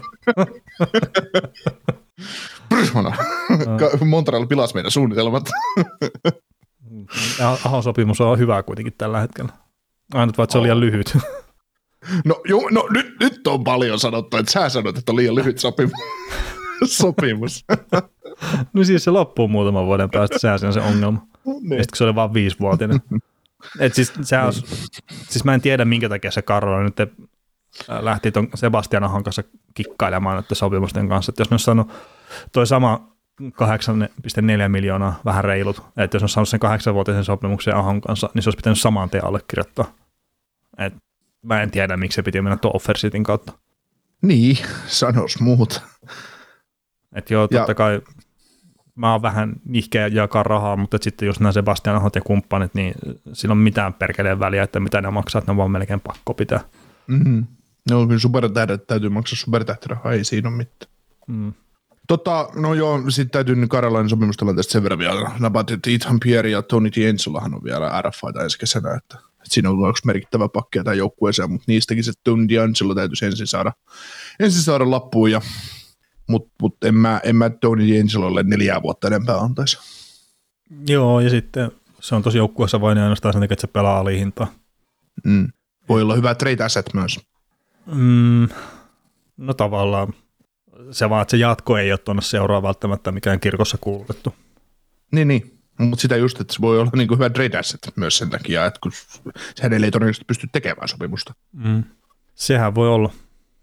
Montreal pilasi meidän suunnitelmat. Ahon sopimus on hyvä kuitenkin tällä hetkellä. Ainut vaan, että se on liian lyhyt. No, joo, no nyt, nyt on paljon sanottu, että sä sanot, että on liian lyhyt sopimus. sopimus. No siis se loppuu muutaman vuoden päästä, sehän se on se ongelma. Niin. Ja sitten se oli vaan viisivuotinen. Et siis, sehän on, siis mä en tiedä, minkä takia se Carolina nyt lähti ton Sebastian Ahon kanssa kikkailemaan näiden sopimusten kanssa. Et jos ne olisi saanut toi sama kahdeksan pilkku neljä miljoonaa, vähän reilut, että jos ne olisi saanut sen kahdeksanvuotisen sopimuksen Ahon kanssa, niin se olisi pitänyt saman tien allekirjoittaa. Et mä en tiedä, miksi se piti mennä tuon Offersitin kautta. Niin, sanois muut. Että joo, totta ja kai mä oon vähän nihkeä jakaa rahaa, mutta sitten just nämä Sebastian Ahot ja kumppanit, niin sillä on mitään perkeleen väliä, että mitä ne maksaa, että ne on vaan melkein pakko pitää. Mm-hmm. No kyllä supertähdet täytyy maksaa supertähtirahaa, ei siinä ole mitään. Mm. Tota, no joo, sitten täytyy Carolina sopimustilanteesta sen verran vielä napata, että Ethan Pierre ja Tony DeAngelohan on vielä R F A:ta ensi kesänä, että, että siinä on yksi merkittävä pakkia tai joukkueeseen, mutta niistäkin se Tony DeAngelo täytyisi ensin saada, ensin saada lappuun ja Mutta mut en mä, en mä Tony DeAngelolle neljää vuotta enempää antaisi. Joo, ja sitten se on tosi joukkueessa vain ainoastaan sen takia, että se pelaa alihintaa. Mm. Voi olla hyvä trade asset myös. Mm, no tavallaan. Se vaan, että se jatko ei ole tuonne seuraa välttämättä mikään kirkossa kuulutettu. Niin, niin. Mutta sitä just, että se voi olla niinku hyvä trade asset myös sen takia, että kun sehän ei todennäköisesti pysty tekemään sopimusta. Mm. Sehän voi olla.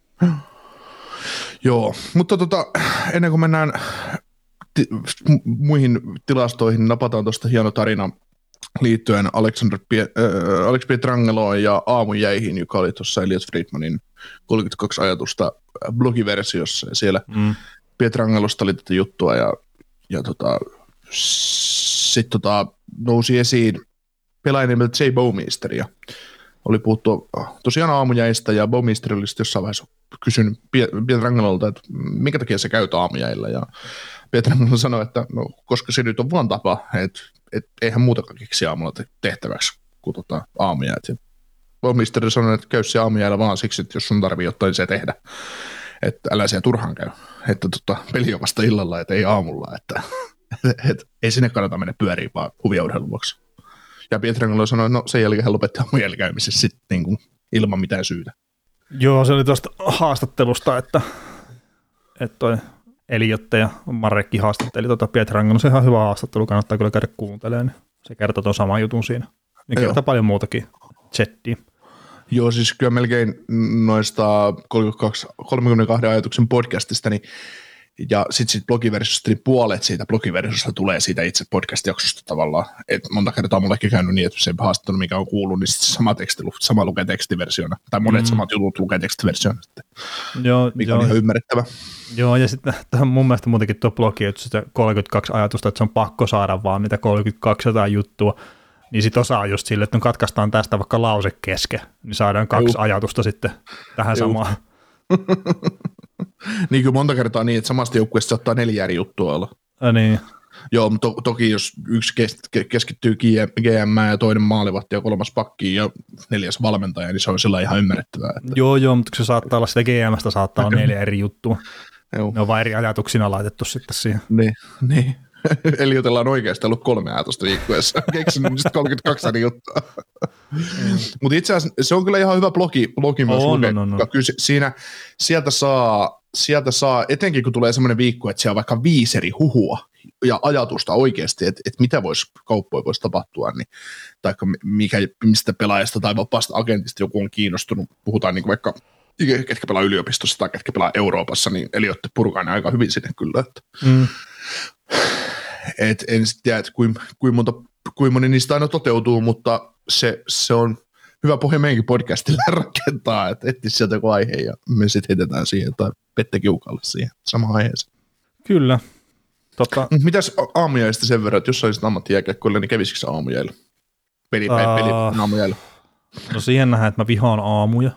Joo, mutta tota, ennen kuin mennään ti- muihin tilastoihin, napataan tuosta hieno tarina liittyen Alexander Pie- äh, Alex Pietrangeloon ja aamujäihin, joka oli tuossa Elliot Friedmanin kolmekymmentäkaksi ajatusta blogiversiossa, ja siellä mm. Pietrangelosta oli tätä juttua, ja, ja tota, sitten tota, nousi esiin pelaaja nimeltä Jay Bouwmeester, ja oli puhuttu tosiaan aamujäistä, ja Bouwmeester oli jossain vaiheessa kysynyt Pietrangelolta, että minkä takia se käyt aamujäillä, ja Pietrangelo sanoi, että no, koska se nyt on vaan tapa, että et, eihän muutakaan keksi aamulla tehtäväksi kuin tota, aamujäät. Ja Bouwmeester sanoi, että käy se aamujäillä vaan siksi, että jos sun tarvii jotain se tehdä, että älä siellä turhaan käy, että tota, peli on vasta illalla, että ei aamulla, että et, et, ei sinne kannata mennä pyöriin vaan huviaurheilun vuoksi. Ja Pietrangelo sanoi, että no sen jälkeen hän lopetti aamujäillä käymisessä sitten niin kuin, ilman mitään syytä. Joo, se oli tuosta haastattelusta, että, että toi Eliotte ja Marrekki haastatteli tuota Pietrangelo. Se on ihan hyvä haastattelu, kannattaa kyllä käydä kuuntelemaan. Niin se kertoo tuon saman jutun siinä. Ne kertoo paljon muutakin chattiin. Joo, siis kyllä melkein noista kolmekymmentäkaksi, kolmekymmentäkaksi ajatuksen podcastista, niin ja sitten sit blogiversiosta, niin puolet siitä blogiversiosta tulee siitä itse podcast-jaksosta tavallaan. Et monta kertaa on mullekin käynyt niin, että se haastattelu, mikä on kuullut, niin sitten sama teksti, sama lukee tekstiversiona. Tai monet mm. samat jutut lukee tekstiversiona, joo, mikä joo. on ihan ymmärrettävä. Joo, ja sitten mun mielestä muutenkin tuo blogi, että sitä kolmekymmentäkaksi ajatusta, että se on pakko saada vaan niitä kolmekymmentäkaksi jotain juttua, niin sitten osaa just sille, että katkaistaan tästä vaikka lause kesken, niin saadaan kaksi Juh. ajatusta sitten tähän Juh. samaan. Niin kuin monta kertaa niin, että samasta joukkueesta ottaa neljä eri juttua olla. Ja niin. Joo, mutta to- toki jos yksi kes- keskittyy G M ja toinen maalivahti ja kolmas pakki ja neljäs valmentaja, niin se on sillä ihan ymmärrettävää. Että joo, joo, mutta se saattaa olla sitä G M:stä saattaa olla neljä eri juttua. Joo. Ne on vain eri ajatuksina laitettu sitten siihen. Niin, niin. Eli jotellaan oikeasti ollut kolme ajatusta viikkuessa. Keksin nyt kolmekymmentäkaksi eri juttua. Mutta itse asiassa se on kyllä ihan hyvä blogi, blogi myös oh, lukea. No, no, no. Kyllä siinä, sieltä, saa, sieltä saa, etenkin kun tulee semmoinen viikko, että siellä on vaikka viisi eri huhua ja ajatusta oikeasti, että, että mitä voisi kauppoja voisi tapahtua, niin, tai mikä, mistä pelaajasta tai vapaasta agentista joku on kiinnostunut. Puhutaan niin kuin vaikka ketkä pelaa yliopistossa tai ketkä pelaa Euroopassa, niin Eliotte Purkainen aika hyvin sinne kyllä. Että. Mm. Et en sitten tiedä, että kuinka kuin monta kuinka moni niistä aina toteutuu, mutta se, se on hyvä pohja meidänkin podcastille rakentaa, että etsisi sieltä joku aihe ja me sitten heitetään siihen tai Pette Kiukalle siihen samaan aiheeseen. Kyllä. Tota, mitäs aamujäistä sen verran, että jos olisit ammattijääkiekkoilla, niin kävisikö se aamujäillä? Pelipäivä, peli, uh, aamujäillä. No siihen nähdään, että mä vihaan aamuja.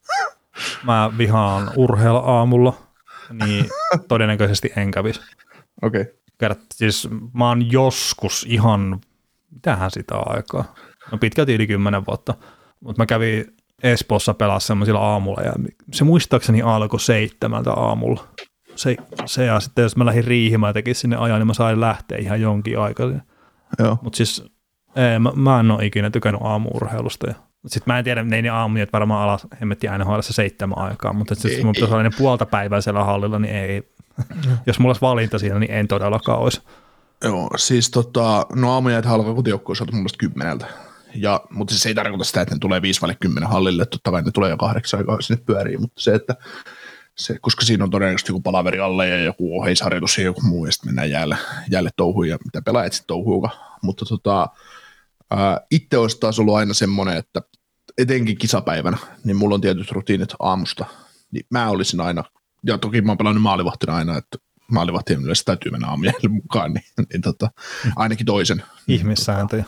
Mä vihaan urheilla aamulla, niin todennäköisesti en kävisi. Okei. Okay. Siis mä oon joskus ihan, mitähän sitä aikaa, no pitkälti yli kymmenen vuotta, mutta mä kävin Espoossa pelaa semmoisilla aamulla ja se muistaakseni alkoi seitsemältä aamulla. Se, se ja sitten jos mä lähdin riihimään ja tekin sinne ajan, niin mä sain lähteä ihan jonkin aikaa. Mutta siis ei, mä, mä en ole ikinä tykännyt aamu-urheilusta. Sitten mä en tiedä, ne ei aamuja, että varmaan alas hemmetti aina hoidassa seitsemän aikaa, mutta sitten mun pitäisi olla ne puolta päivää siellä hallilla, niin ei. Jos mulla olisi valinta siinä, niin en todellakaan olisi. Joo, siis tota, no aamujäitä alkaa kotijoukkuissa mun mielestä kymmeneltä. Ja, mutta se ei tarkoita sitä, että ne tulee viisi vai kymmenen hallille, totta kai ne tulee jo kahdeksan aikaa sinne pyöriin, mutta se, että se, koska siinä on todennäköisesti joku palaveri alle ja joku oheisharjoitus ja joku muu, ja sitten mennään jäälle, jäälle touhuun ja mitä pelaajat sitten touhuukaan. Mutta tota, ää, itse olisi taas ollut aina semmoinen, että etenkin kisapäivänä, niin mulla on tietyt rutiinit aamusta, niin mä olisin aina, ja toki mä oon pelannut maalivahtina aina, että maalivahtien yleensä täytyy mennä aamujäille mukaan, niin, niin tota, ainakin toisen. Ihmissääntöjä.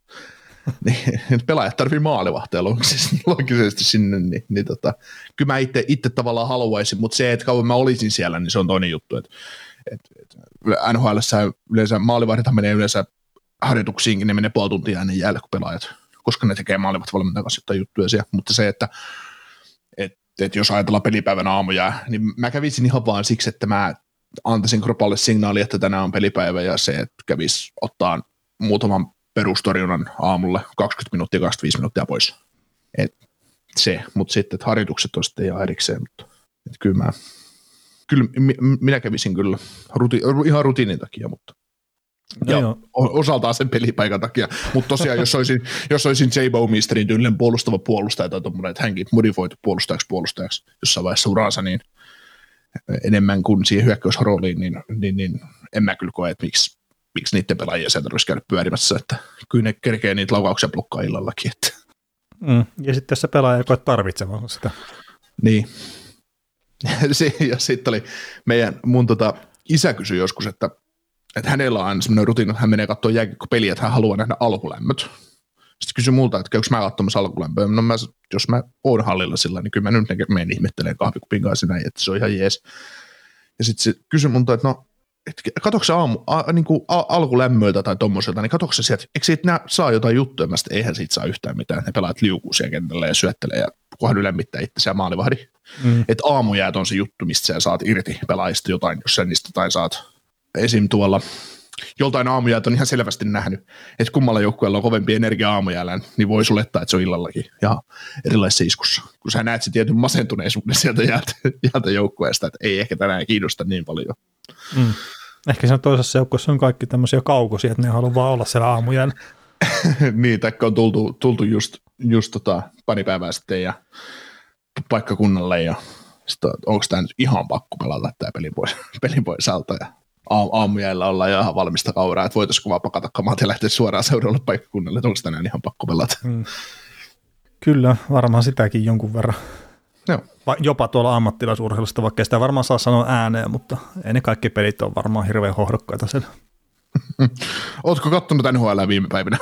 Niin, pelaajat tarvii maalivahtia logisesti, logisesti sinne, niin, niin tota, kyllä mä itse, itse tavallaan haluaisin, mutta se, että kauan mä olisin siellä, niin se on toinen juttu, että et, et, N H L:ssä yleensä maalivahdithan menee yleensä harjoituksiinkin, ne menee puoli tuntia ennen jäälle kuin pelaajat, koska ne tekee maalivahtivalmentajan kanssa jotain juttuja siellä, mutta se, että et, et jos ajatellaan pelipäivän aamujää, niin mä kävisin ihan vaan siksi, että mä antaisin kropalle signaali, että tänään on pelipäivä ja se, että kävisi ottaa muutaman perustorjunnan aamulle kaksikymmentä minuuttia, kaksikymmentäviisi minuuttia pois. Et se, mutta sitten että harjoitukset on sitten ihan erikseen, mutta et kyllä mä, kyllä minä kävisin kyllä ruti, ihan rutiinin takia, mutta no ja osaltaan sen pelipaikan takia, mutta tosiaan jos olisin, jos olisin J. Bowmeisterin tyylinen puolustava puolustaja tai tommoinen, että hänkin modifoitu puolustajaksi puolustajaksi jossain vaiheessa uraansa, niin enemmän kuin siihen hyökkäysrooliin, niin, niin, niin en mä kyllä koe, että miksi miksi niiden pelaajia sieltä tarvitsisi käydä pyörimässä, että kyllä ne kerkee niitä laukauksia blokkaa illallakin. Että. Mm, ja sitten tässä pelaaja koet tarvitsemaan sitä. Niin. Ja sitten oli meidän, mun tota, isä kysyi joskus, että, että hänellä on aina sellainen rutiini, että hän menee katsoa jääkiekkopeliä, että hän haluaa nähdä alkulämmöt. Sitten kysyi multa, että käykö mä katsomassa alkulämpöä. No mä, jos mä oon hallilla sillä, niin kyllä mä nyt menen ihmettelemään kahvikupin kanssa näin, että se on ihan jees. Ja sitten se kysyi multa, että no, katokse se aamu, a, niin kuin a, alkulämmöiltä tai tommoselta, niin katokse se sieltä, eikö siitä nää saa jotain juttuja, mä sitten eihän siitä saa yhtään mitään, ne pelaat liukuu siellä kentällä ja syöttelee ja kunhan lämmittää itseään maalivahdin. Mm. Että aamujäät on se juttu, mistä sä saat irti pelaajista jotain, jos sä niistä jotain saat. Esim. Tuolla joltain aamujäät on ihan selvästi nähnyt, että kummalla joukkueella on kovempi energia aamujäällä, niin voi sulettaa, että se on illallakin ja erilaisissa iskussa. Kun sä näet se tietyn masentuneisuuden sieltä jäältä, jäältä joukkueesta, että ei ehkä tänään kiinnosta niin paljon. Mm. Ehkä siinä toisessa joukkueessa on kaikki tämmöisiä kaukosia, että ne haluaa vaan olla siellä aamujään. Niin, taikka on tultu, tultu just, just tota pari päivää sitten ja paikkakunnalle ja sitten, onko tämä nyt ihan pakko pelata tämä peli pois, peli pois alta ja aamujäillä ollaan jo ihan valmista kauraa, että voitaisiko vaan pakata kamat ja lähteä suoraan seuraavalle paikkakunnalle, että onko tänään ihan pakko pelata. Mm. Kyllä, varmaan sitäkin jonkun verran. Joo. Jopa tuolla ammattilaisurheilusta, vaikka ei sitä varmaan saa sanoa ääneen, mutta ei ne kaikki pelit ole varmaan hirveän hohdokkaita siellä. Ootko kattonut N H L viime päivinä?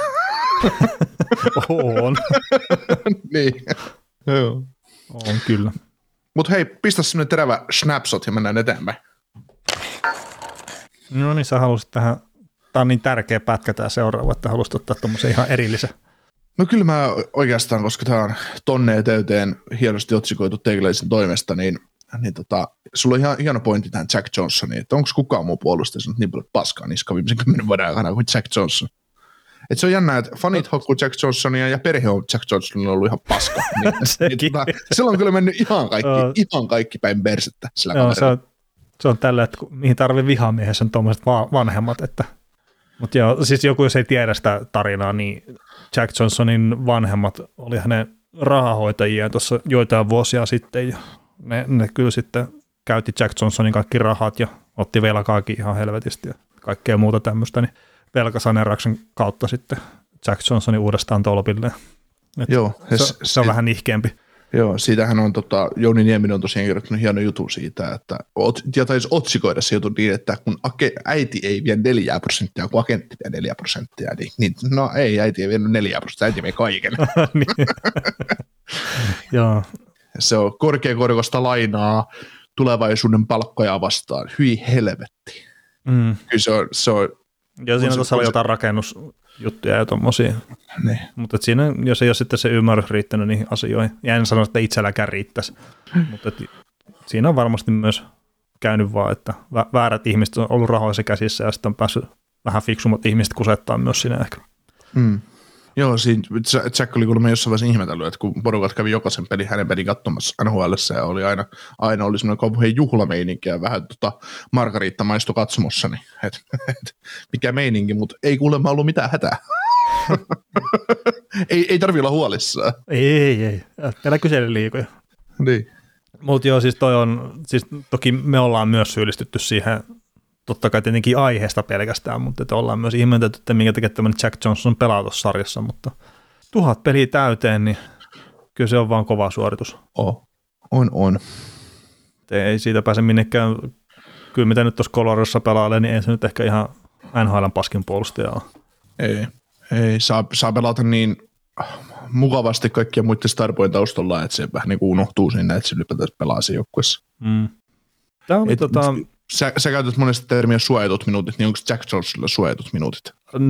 On. Niin. Joo. On kyllä. Mutta hei, pistä semmoinen terävä snapshot ja mennään eteenpäin. No niin, sä halusit tähän, tää on niin tärkeä pätkä tää seuraava, että halusit ottaa tommosen ihan erillisen. No kyllä mä oikeastaan, koska tää on tonneen täyteen hienosti otsikoitu teikäläisen toimesta, niin, niin tota, sulla on ihan hieno pointti tähän Jack Johnsoniin, että onko kukaan muu puolustaja niin paljon paskaa niska viimeisen kymmenen vuoden aikana kuin Jack Johnson. Et se on jännä, että fanit hokkuu Jack Johnsonia ja perhe on Jack Johnsonin ollut ihan paska. Niin, niin, tota, sillä on kyllä mennyt ihan kaikki, oh. ihan kaikki päin persettä sillä Joo, se on, se on tällä, että mihin tarvii vihamiehessä on tuommoiset vanhemmat. Että. Mutta joo, siis joku jos ei tiedä sitä tarinaa, niin Jack Johnsonin vanhemmat oli hänen rahahoitajia tuossa joitain vuosia sitten ja ne, ne kyllä sitten käytti Jack Johnsonin kaikki rahat ja otti velkaakin ihan helvetisti. kaikkea muuta tämmöistä, niin velkasaneerauksen kautta sitten Jack Johnsonin uudestaan tolpilleen. Joo, se, se, se on vähän nihkeämpi. Joo, siitähän on, tota, Jouni Nieminen on tosiaan kirjoittanut hieno jutun siitä, että ja taisi otsikoida se jutun niin, että kun ake, äiti ei vie neljää prosenttia, kun agentti vie neljä prosenttia, niin, niin no ei, äiti ei vienyt neljää prosenttia, äiti vie kaiken. Joo. Se on korkeakorkoista lainaa tulevaisuuden palkkoja vastaan, hyi helvetti. Mm. Kyllä se on, se on ja siinä tuossa oli jotain rakennusjuttuja ja tommosia. Niin. Mutta siinä, jos ei ole sitten se ymmärrys riittänyt niihin asioihin, ja en sano, että itselläkään riittäisi, mutta siinä on varmasti myös käynyt vaan, että väärät ihmiset on ollut rahoissa käsissä, ja sitten on päässyt vähän fiksummat ihmiset kusettaa myös siinä ehkä. Mm. Joo, siinä Jack oli kuulemma jossain vaiheessa ihmetellyt, että kun porukat kävi jokaisen pelin, hänen pelin katsomassa N H L:ssä ja oli aina, aina oli semmoinen kauhean juhlameininki ja vähän tota Margaritta maistui katsomossa, niin et, et, mikä meininki, mutta ei kuulemma ollut mitään hätää. ei, ei tarvitse olla huolissaan. Ei, ei, älä kysele liikoja. Niin. Mutta joo, siis toi on, siis toki me ollaan myös syyllistytty siihen, totta kai tietenkin aiheesta pelkästään, mutta että ollaan myös ihmetelty, että minkä takia tämmöinen Jack Johnson pelaa tuossa sarjassa, mutta tuhat peliä täyteen, niin kyllä se on vaan kova suoritus. Oh. On, on. Ei siitä pääse minnekään, kyllä mitä nyt tuossa Coloradossa pelailee, niin ei se nyt ehkä ihan N H L:n paskin puolustaja ole. Ei, ei saa, saa pelata niin mukavasti kaikkia muiden starpojen taustalla, että se vähän niin kuin unohtuu sinne, että se ylipäätään pelaa siinä joukkueessa. Mm. Tämä oli Et, tota... Sä, sä käytät monesti termiä suojatut minuutit, niin onko Jack Johnsonilla suojatut minuutit?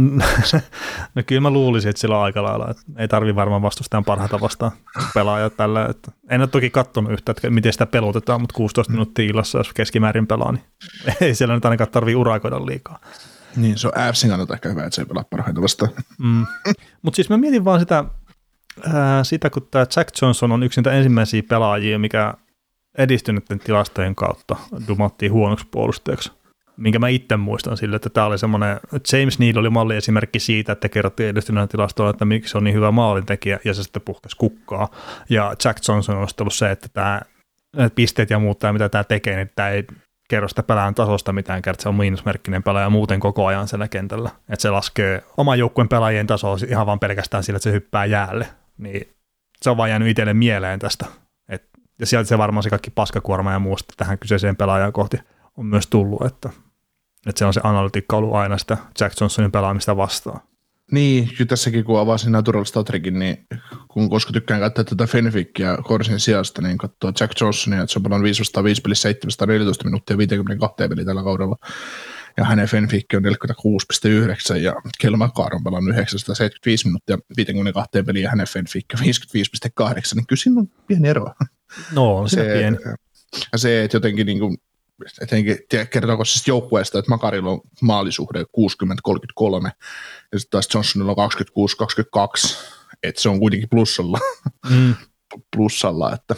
No kyllä mä luulisin, että sillä on aika lailla, että ei tarvitse varmaan vastustajan parhaita vastaan pelaaja tällä. Että en ole toki katsonut yhtä, että miten sitä pelotetaan, mutta kuusitoista minuuttia illassa, jos keskimäärin pelaa, niin ei siellä nyt ainakaan tarvitse urakoida liikaa. Niin, se on Avsin kannalta ehkä hyvä, että se ei pelaa parhaita vastaan. Mm. Mutta siis mä mietin vaan sitä, ää, sitä kun tämä Jack Johnson on yksi niitä ensimmäisiä pelaajia, mikä edistyneiden tilastojen kautta dumattiin huonoksi puolustajaksi, minkä mä itse muistan sille, että tämä oli semmoinen, James Neal oli malliesimerkki siitä, että kerrottiin edistyneiden tilastoilla, että miksi se on niin hyvä maalintekijä, ja se sitten puhkesi kukkaa, ja Jack Johnson on ollut se, että tämä pisteet ja muut, mitä tämä tekee, niin tämä ei kerro sitä pelaajan tasosta mitään, kertaa se on miinusmerkkinen pelaaja muuten koko ajan siellä kentällä, että se laskee oman joukkueen pelaajien tasoa ihan vaan pelkästään sillä, että se hyppää jäälle, niin se on vaan jäänyt itselle mieleen tästä. Ja sieltä se varmaan se kaikki paskakuorma ja muusta tähän kyseiseen pelaajaan kohti on myös tullut, että, että se on se analytiikka ollut aina sitä Jack Johnsonin pelaamista vastaan. Niin, kyllä tässäkin kun avasin Natural Statrikin, niin kun koska tykkään katsoa tätä Fenfickia Corsin sijasta, niin katsoa Jack Johnsonia, että se on pelannut viisisataaviisi pelissä seitsemänsataaneljätoista minuuttia viisikymmentäkaksi peliä tällä kaudella. Ja hänen Fenfic on neljäkymmentäkuusi pilkku yhdeksän ja Kel McCarr on pelannut yhdeksänsataaseitsemänkymmentäviisi minuuttia viisikymmentäkaksi peliä ja hänen Fenfic on viisikymmentäviisi pilkku kahdeksan, niin kyllä siinä on pieni ero. No on se pieni. Ja se, että jotenkin, niin kuin, jotenkin kertooko siis joukkueesta, että Makarilla on maalisuhde kuusikymmentä kolmekymmentäkolme ja sitten taas Johnsonilla on kaksikymmentäkuusi kaksikymmentäkaksi, että se on kuitenkin plussalla. Mm. plussalla että.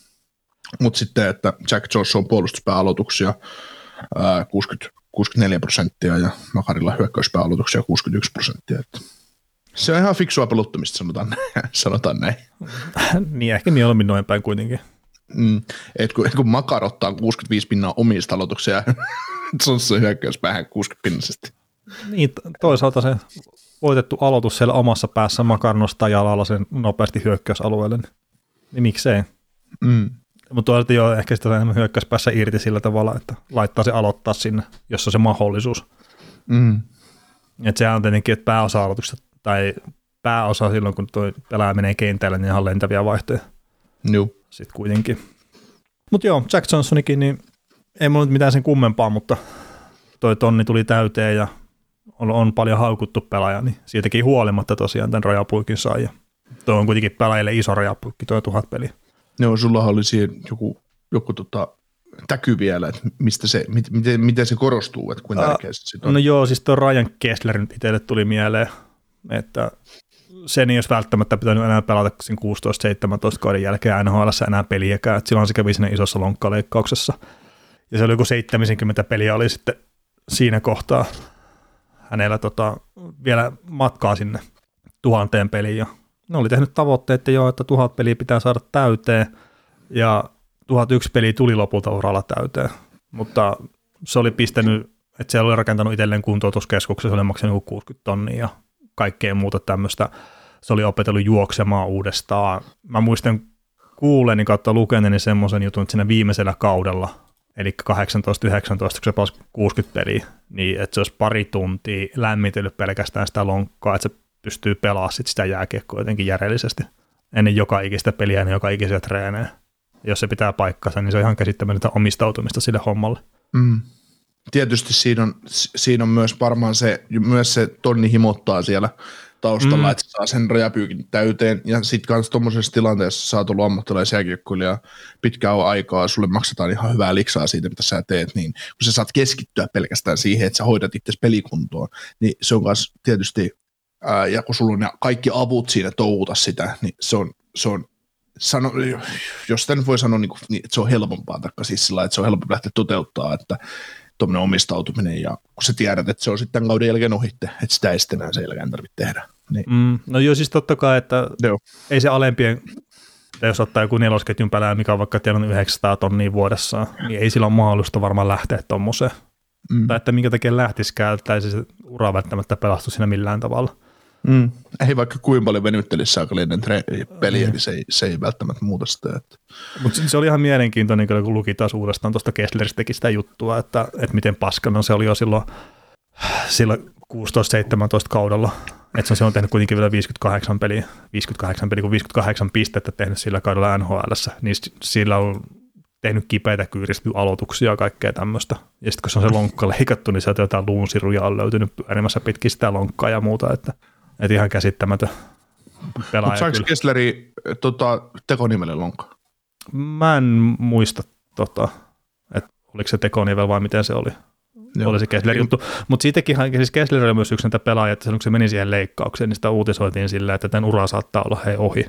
Mutta sitten, että Jack Johnson on puolustuspääaloituksia ää, kuusikymmentä kuusikymmentäneljä prosenttia ja Makarilla hyökkäyspääaloituksia kuusikymmentäyksi prosenttia. Että se on ihan fiksua peluttamista, sanotaan, sanotaan näin. Niin, ehkä mieluummin noin päin kuitenkin. Mm, et kun, kun Makar ottaa kuusikymmentäviisi pinnaa omista aloituksia ja Johnson hyökkäyspäähän kuusikymmentä pinnallisesti. Niin, toisaalta se voitettu aloitus siellä omassa päässä, Makar nostaa jalalla sen nopeasti hyökkäysalueelle, niin miksei. Mm. Mutta toisaalta jo ehkä sitä enemmän hyökkäyspäässä irti sillä tavalla, että laittaa se aloittaa sinne, jos on se mahdollisuus. Mm. Että sehän on tietenkin, että pääosa aloituksesta tai pääosa silloin, kun tuo pelaaja menee kentälle, niin ihan lentäviä vaihtoja. Joo. Sitten kuitenkin. Mutta joo, Jack Johnsonikin, niin ei mulla nyt mitään sen kummempaa, mutta toi tonni tuli täyteen ja on, on paljon haukuttu pelaaja, niin siitäkin huolimatta tosiaan tämän rajapuikin sai. Ja toi on kuitenkin pelaajille iso rajapuikki, toi tuhat peliä. Joo, sulla oli siihen joku, joku tota, täky vielä, että mistä se, miten, miten se korostuu, että kuinka tärkeä se sitten on. No joo, siis tuo Ryan Kessler nyt itselle tuli mieleen, että sen ei olisi välttämättä pitänyt enää pelata sen kuusitoista seitsemäntoista kauden jälkeen N H L:ssä enää peliäkään, että silloin se kävi siinä isossa lonkkaleikkauksessa. Ja se oli joku seitsemänkymmentä peliä oli sitten siinä kohtaa hänellä tota, vielä matkaa sinne tuhanteen peliin. Ja ne oli tehnyt tavoitteet jo, että tuhat peliä pitää saada täyteen ja tuhat yksi peliä tuli lopulta uralla täyteen. Mutta se oli pistänyt Että siellä oli rakentanut itselleen kuntoutuskeskuksen, se oli maksanut kuusikymmentä tonnia ja kaikkea muuta tämmöistä. Se oli opetellut juoksemaan uudestaan. Mä muistan kuuleeni kautta lukeneeni semmoisen jutun, että siinä viimeisellä kaudella, eli kahdeksantoista yhdeksäntoista, kun se pelasi kuusikymmentä peliä, niin että se olisi pari tuntia lämmitellyt pelkästään sitä lonkkaa, että se pystyy pelaamaan sit sitä jääkiekkoa jotenkin järjellisesti ennen joka ikistä peliä, ennen joka ikisiä treenejä. Jos se pitää paikkansa, niin se on ihan käsittämätöntä omistautumista sille hommalle. Mm. Tietysti siinä on, siinä on myös varmaan se, myös se tonni himottaa siellä taustalla, mm. että saa sen rajapyykin täyteen, ja sitten kanssa tuommoisessa tilanteessa sä oot ollut ammattilaisjääkiekkoilija pitkään aikaa, sulle maksetaan ihan hyvää liksaa siitä, mitä sä teet, niin kun sä saat keskittyä pelkästään siihen, että sä hoidat itse pelikuntoon, niin se on myös tietysti, ää, ja kun sulla on ne kaikki avut siinä touhuta sitä, niin se on, se on sano, jos sitä nyt voi sanoa, niin kuin, niin, että se on helpompaa, taikka siis sillä, että se on helpompi lähteä toteuttaa, että tuommoinen omistautuminen, ja kun sä tiedät, että se on sitten tämän kauden jälkeen ohitte, että sitä ei sitten enää sen jälkeen tarvitse tehdä. Niin. Mm, no joo, siis totta kai, että joo. Ei se alempien, jos ottaa joku nelosketjun pelää, mikä on vaikka tiedon yhdeksänsataa tonnia vuodessa, niin ei sillä ole mahdollista varmaan lähteä tuommoiseen. Mm. Tai että minkä takia lähtisikään, että ei se ura välttämättä pelastu siinä millään tavalla. Mm. Ei vaikka kuinka paljon venyttelisi saakalinen peliä, mm. niin se ei, se ei välttämättä muuta sitä. Että. Mutta se oli ihan mielenkiintoinen, kun luki taas uudestaan tuosta Kessleristäkin sitä juttua, että, että miten paskana se oli jo silloin, silloin kuusitoista seitsemäntoista kaudella. Että se on tehnyt kuitenkin vielä viisikymmentäkahdeksan peliä, viisikymmentäkahdeksan peliä, kun viisikymmentäkahdeksan pistettä tehnyt sillä kaudella N H L:ssä, niin sillä on tehnyt kipeitä kyyristyaloituksia ja kaikkea tämmöistä. Ja sitten kun se on se lonkka leikattu, niin sieltä jotain luunsiruja on löytynyt pyörimässä pitkin sitä lonkkaa ja muuta, että Että ihan käsittämätön pelaaja. Mutta saiko Kessleri tota, tekonimelle lonkka? Mä en muista, tota, että oliko se tekonivel vai miten se oli. Joo. Oli se Kessler juttu. Mutta siitäkin, siis Kessler oli myös yksi näitä pelaajia, että kun se meni siihen leikkaukseen, niin sitä uutisoitiin sillä, että tämän ura saattaa olla hei ohi.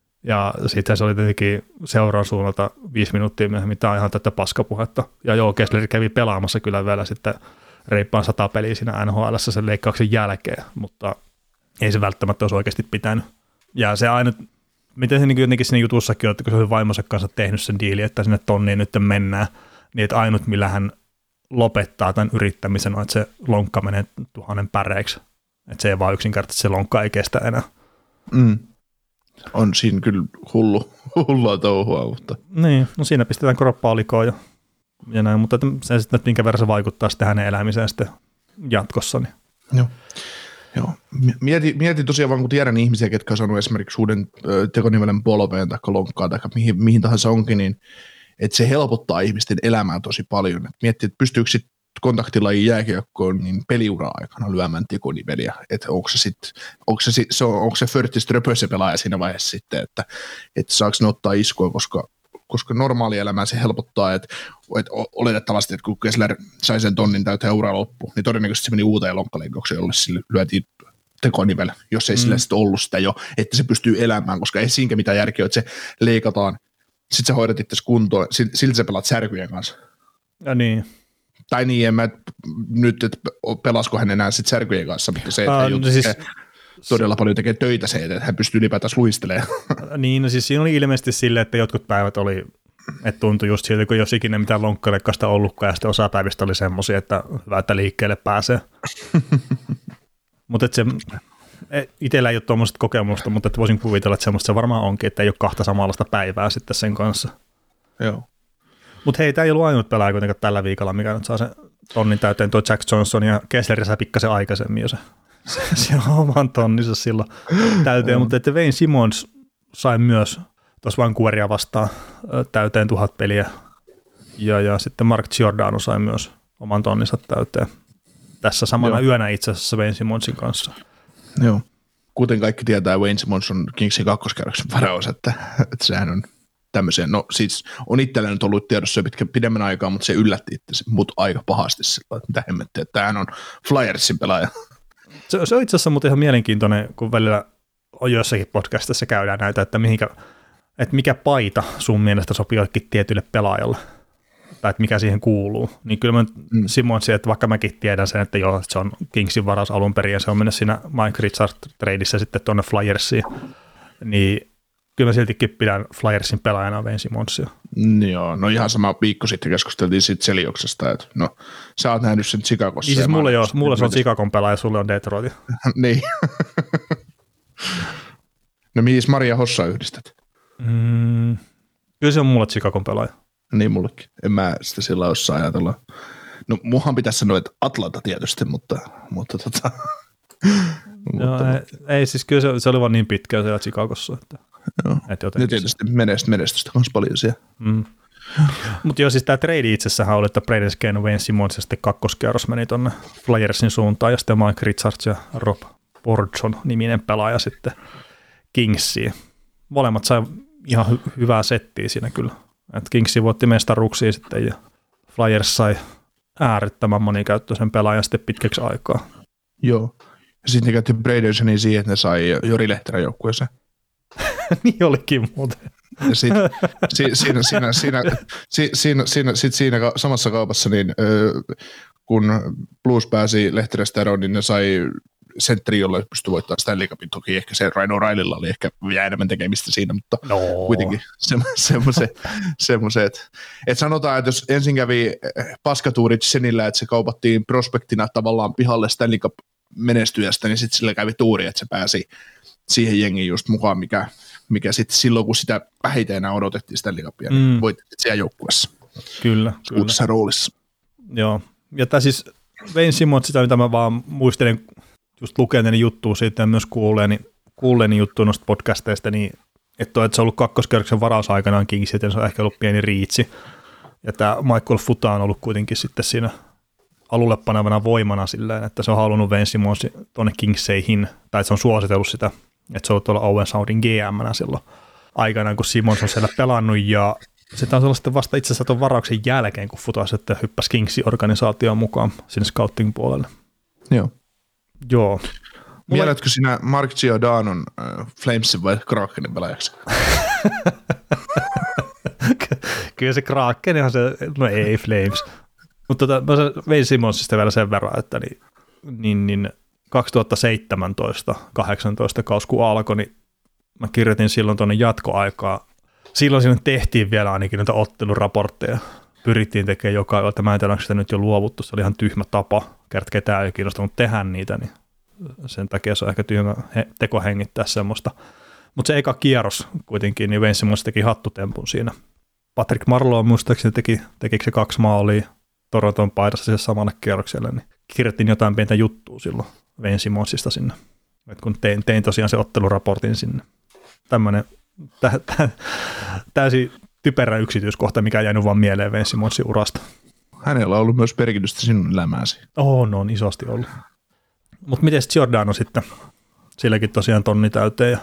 Ja sitten se oli tietenkin seuraan suunnalta viisi minuuttia myöhemmin, tämä on ihan tätä paskapuhetta. Ja joo, Kessler kävi pelaamassa kyllä vielä sitten reippaan sata peliä siinä N H L:ssä sen leikkauksen jälkeen, mutta ei se välttämättä olisi oikeasti pitänyt. Ja se ainut, miten se niin jotenkin siinä jutussakin on, että kun se oli vaimonsa kanssa tehnyt sen diili, että sinne tonniin nyt mennään, niin että ainut millä hän lopettaa tämän yrittämisen on, että se lonkka menee tuhannen päreiksi. Että se ei vaan yksinkertaisesti, se lonkka ei kestä enää. Mm. On siinä kyllä hullu, hullua touhua, mutta. Niin, no siinä pistetään kroppaa likoon ja, ja näin, mutta se sitten, että minkä verran se vaikuttaa sitten hänen elämiseen sitten jatkossa. Niin. Joo. Joo. Mieti, mieti tosiaan vaan, kun tiedän ihmisiä, ketkä on saanut esimerkiksi uuden tekonimellen polveen tai lonkkaan tai mihin, mihin tahansa onkin, niin että se helpottaa ihmisten elämää tosi paljon. Et miettii, että pystyykö sitten kontaktilajin jääkiekkoon niin peliura-aikana lyömään tekoniveliä, että onko se sitten, onko se, se, on, onko se Förtis pelaaja siinä vaiheessa sitten, että, että saako ne ottaa iskua, koska, koska normaali elämää se helpottaa, että, että oletettavasti, että kun Kessler sai sen tonnin täyteen ura loppu, niin todennäköisesti se meni uuteen lonkkaleikkaukseen, jolle sille lyötiin tekonivel, jos ei mm. sillä sitten ollut sitä jo, että se pystyy elämään, koska ei siinäkään mitään järkeä, että se leikataan, sitten sä hoidat itse kuntoon, silti sä pelaat särkyjen kanssa. Ja niin. Tai niin, en mä nyt, että pelasko hän enää sitten särkyjen kanssa, mutta se, että uh, no siis, todella paljon tekee töitä se, että hän pystyy ylipäätään luistelemaan. Niin, no siis siinä oli ilmeisesti silleen, että jotkut päivät oli, että tuntui just siltä, kun jos ikinä mitään lonkkalekkasta ollutkaan, ja sitten osa päivistä oli semmoisia, että hyvä, että liikkeelle pääsee. Mutta se, itsellä ei ole tuommoista kokemusta, mutta että voisin kuvitella, että semmoista se varmaan onkin, että ei ole kahta samanlaista päivää sitten sen kanssa. Joo. Mutta hei, tämä ei ollut ainut pelaaja kuitenkaan tällä viikolla, mikä nyt saa sen tonnin täyteen, tuo Jack Johnson, ja Kessler sai pikkasen aikaisemmin jo se. Se, se on oman tonninsa silloin täyteen, mutta että Wayne Simmonds sai myös tuossa Vancouveria vastaan täyteen tuhat peliä, ja, ja sitten Mark Giordano sai myös oman tonninsa täyteen. Tässä samana Joo. yönä itse asiassa Wayne Simmondsin kanssa. Joo. Kuten kaikki tietää, Wayne Simmonds on Kingsin kakkoskerroksen varaus, että, että sehän on tämmöiseen, no siis on itsellä nyt ollut tiedossa jo pitkä, pidemmän aikaa, mutta se yllätti itse mut aika pahasti sillä, että mitä hemmettiä, että tämähän on Flyersin pelaaja. Se, se on itse asiassa muuten ihan mielenkiintoinen, kun välillä on jossakin podcastissa käydään näitä, että, mihinkä, että mikä paita sun mielestä sopii jollekin tietylle pelaajalle, tai että mikä siihen kuuluu. Niin kyllä mä mm. Simmonsin, että vaikka mäkin tiedän sen, että joo, se on Kingsin varaus alun perin, ja se on mennyt siinä Mike Richards-treidissä sitten tuonne Flyersiin, niin kyllä mä siltikin pidän Flyersin pelaajana Ben Simonsia. Joo, no ihan sama viikko sitten keskusteltiin siitä Selioksesta, että no sä oot nähnyt sen Chicagossa. Niin siis mulle, joo, mulle se on Chicagon pelaaja, sulle on Detroit. Niin. No mihin Maria Hossa yhdistät? Mm, kyllä se on mulle Chicagon pelaaja. Niin mullekin. En mä sitä sillä osaa ajatella. No muhan pitäisi sanoa, että Atlanta tietysti, mutta, mutta tota... Joo, mutta, ei, ei, siis kyllä se, se oli vaan niin pitkä siellä Chicagossa. Että, joo. että ja tietysti menestystä, menestystä kanssa paljon siellä. Mm. Mutta joo, siis tämä trade itsessähän oli, että Braden Skene, Wayne Simmons ja sitten kakkoskierros meni tuonne Flyersin suuntaan ja sitten Mike Richards ja Rob Borgson niminen pelaaja sitten Kingsiin. Molemmat sai ihan hy- hyvää settiä siinä kyllä. Et Kingsi voitti mestaruuksia sitten ja Flyers sai äärettömän monikäyttöisen pelaajan sitten pitkäksi aikaa. Joo. Ja sitten ne käytti Bradensonin siihen, että ne sai Jori Lehterän joukkueeseen. Niin olikin muuten. Ja sitten si, siinä, siinä, siinä, si, siinä, siinä, sit siinä samassa kaupassa, niin, ö, kun Blues pääsi Lehterestä eroon, niin ne sai sentteri, jolle pystyi voittamaan Stanley Cupin. Toki ehkä se Ryan O'Reillylla oli ehkä vielä enemmän tekemistä siinä, mutta no. kuitenkin semmoisen, semmoisen että, että sanotaan, että jos ensin kävi paskatuurit senillä, että se kaupattiin prospektina tavallaan pihalle Stanley Cup menestyjästä, niin sitten sillä kävi tuuri, että se pääsi siihen jengiin just mukaan, mikä, mikä sitten silloin, kun sitä vähiten enää odotettiin Stanley Cupia, mm. niin voitettiin siellä joukkueessa. Kyllä. Uudessa roolissa. Joo. Ja tämä siis Wayne Simmons, sitä mitä mä vaan muistelin just lukeneeni juttua siitä ja myös kuulleeni, kuulleeni juttua noista podcasteista, niin että, että se on ollut kakkoskierroksen varaus aikanaan Kings, joten se on ehkä ollut pieni riitsi. Ja tämä Michael Futa on ollut kuitenkin sitten siinä alulle panevana voimana silleen, että se on halunnut Wayne Simmonsin tuonne Kingseihin, tai että se on suositellut sitä, että se on ollut tuolla Owen Soundin G M:nä silloin aikanaan, kun Simmons on siellä pelannut, ja se taisi olla sitten vasta itse asiassa tuon varauksen jälkeen, kun Futa sitten hyppäsi Kingsin organisaatioon mukaan sinne scouting puolelle. Joo. Joo. Mielätkö sinä Mark Giordanon äh, Flamesin vai Krakenin pelaajaksi? Kyllä se Krakenihan se, no ei Flames. Mutta tota, mä vein Simmonsista vielä sen verran, että niin, niin, niin kaksituhattaseitsemäntoista kahdeksantoista kaus kun alkoi, niin mä kirjoitin silloin tuonne jatkoaikaa. Silloin siinä tehtiin vielä ainakin näitä otteluraportteja. Pyrittiin tekemään joka ajan, että mä en tiedä, onko sitä nyt jo luovuttu. Se oli ihan tyhmä tapa, kerta ketään ei kiinnostanut tehdä niitä, niin sen takia se on ehkä tyhmä teko hengittää semmoista. Mutta se eka kierros kuitenkin, niin Wayne Simmons teki hattutempun siinä. Patrick Marleau muistaakseni teki, tekikö se kaksi maalia Toronton paidassa siihen samalle kierrokselle, niin kirjoitin jotain pientä juttua silloin Wayne Simmonsista sinne, et kun tein, tein tosiaan se otteluraportin sinne. Tämmöinen tä, tä, täysin typerä yksityiskohta, mikä on jäänyt vaan mieleen Wayne Simmonsin urasta. Hänellä on ollut myös merkitystä sinun elämääsi. Oh, no on isosti ollut. Mutta miten Giordano sitten? Silläkin tosiaan tonni täyteen. Ja...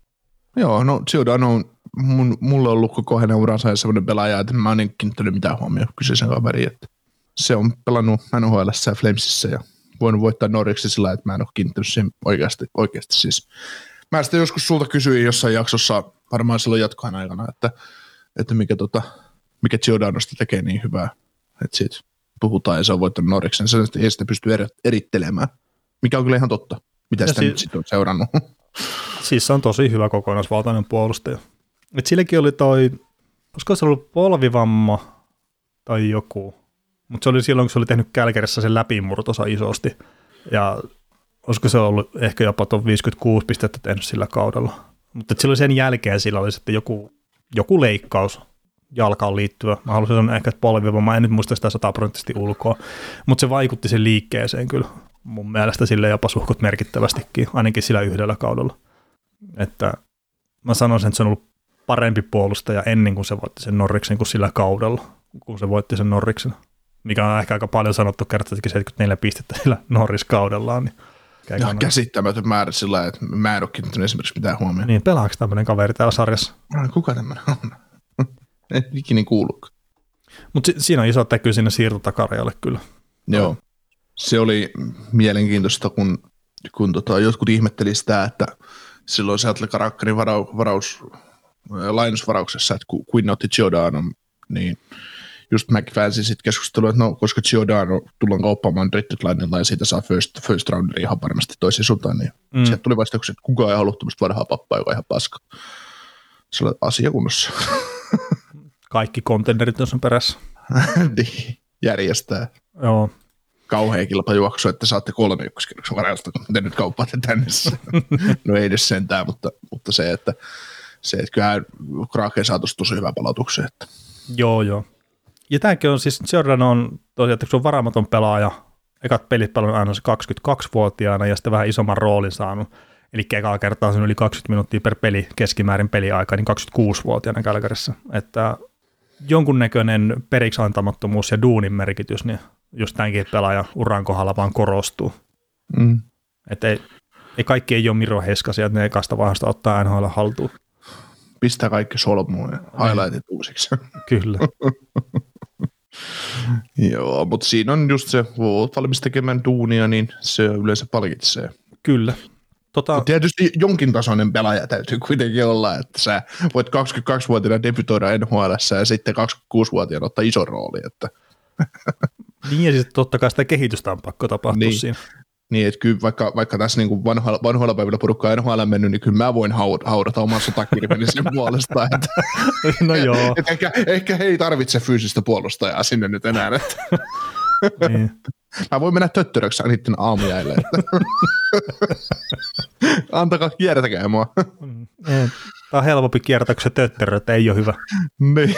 Joo, no Giordano on mun, mulle on ollut koko hänen uransa ja semmoinen pelaaja, että mä en ole kiinnittänyt mitään huomioon kyseisen kaveriin, että se on pelannut N H L:ssä ja Flamesissa ja voinut voittaa Norriksi sillä, että mä en ole kiinnittänyt siihen oikeasti, oikeasti siis. Mä sitten joskus sulta kysyin jossain jaksossa, varmaan silloin jatkohan aikana, että, että mikä, tota, mikä Giordanosta tekee niin hyvää, että siitä puhutaan ja se on voittanut Norriksen, se ei sitä pysty erittelemään, mikä on kyllä ihan totta, mitä sitä si- nyt sitten on seurannut. Siis se on tosi hyvä kokonaisvaltainen puolustaja. Et silläkin oli toi, olisiko se ollut polvivamma tai joku, mutta se oli silloin, kun se oli tehnyt Kälkärissä sen läpimurtonsa isosti. Ja olisiko se ollut ehkä jopa tuon viisikymmentäkuusi pistettä tehnyt sillä kaudella. Mutta silloin sen jälkeen sillä oli sitten joku, joku leikkaus jalkaan liittyvä. Mä haluaisin sanoa ehkä, että polvivamma, en nyt muista sitä sataprosenttisesti ulkoa, mutta se vaikutti sen liikkeeseen kyllä mun mielestä sille jopa suhkot merkittävästikin, ainakin sillä yhdellä kaudella. Että mä sanoisin, että se on ollut parempi puolustaja ennen kuin se voitti sen Norriksen kuin sillä kaudella, kun se voitti sen Norriksen. Mikä on ehkä aika paljon sanottu, kertaa seitsemänkymmentäneljä pistettä sillä Norris-kaudellaan. Niin ja käsittämätön määrä sillä, että mä en ole kiinnittänyt esimerkiksi mitään huomioon. Niin, pelaako tämmöinen kaveri täällä sarjassa? No, kuka tämmöinen on? En ikinä kuullutkaan. Mutta si- siinä on iso teky sinne siirtotakarjalle kyllä. Joo. Se oli mielenkiintoista, kun, kun tota, jotkut ihmetteli sitä, että silloin se Atle Karakkarin varaus, varaus, lainusvarauksessa, että Quinn otti Giordanon, niin just McFansin sitten keskustelua, että no, koska Giordano tullaan kauppaamaan Red-Linella ja siitä saa first, first rounderi ihan varmasti toiseen suuntaan, niin mm. sieltä tuli vastaukset, että kukaan ei halua tämmöistä vanhaa pappaa, joka on ihan paska. Se on asiakunnossa. Kaikki kontenderit on sen perässä. Niin, järjestää. Joo. Kauhea kilpajuoksu, että saatte kolme ykköskierroksen varausta, kun te nyt kauppaatte tänne. No ei edes sentään, mutta, mutta se, että, se, että kyllähän Kraken saatosi tosi hyvä palautuksen. Että. Joo, joo. Ja tämäkin on siis, Jordan on tosiaan, että kun se on varaamaton pelaaja, ekat pelit pelannut aina se kaksikymmentäkaksivuotiaana ja sitten vähän isomman roolin saanut. Eli ekaa kertaa sen yli kaksikymmentä minuuttia per peli, keskimäärin peliaika, niin kaksikymmentäkuusivuotiaana Kälkärissä. Että jonkunnäköinen periksi antamattomuus ja duunin merkitys, niin just tämänkin pelaajan uran kohdalla vaan korostuu. Mm. Että ei, ei kaikki ei ole Miro Heiskasia, että ne ekasta vaiheesta ottaa N H L haltuun. Pistää kaikki solmuun ja highlightit uusiksi. Kyllä. Joo, mutta siinä on just se, kun olet valmis tekemään duunia, niin se yleensä palkitsee. Kyllä. Tota... Tietysti jonkin tasoinen pelaaja täytyy kuitenkin olla, että sä voit kaksikymmentäkaksivuotiaana debytoida N H L:ssä ja sitten kaksikymmentäkuusivuotiaana ottaa iso rooli. Että. Niin ja sitten totta kai sitä kehitystä on pakko tapahtua niin. siinä. Niin, että kyllä vaikka, vaikka tässä niin vanhoilla, vanhoilla päivillä porukka on N H L mennyt, niin kyllä mä voin haudata oman sotakirjani sen puolesta. Että, no joo. Että ehkä, ehkä he ei tarvitse fyysistä puolustajaa sinne nyt enää. Että. Niin. Mä voin mennä töttöröksi niiden aamujäille. Antakaa, kiertäkää mua. Tämä on helpompi kiertää, kun se töttörö, että ei ole hyvä. Niin.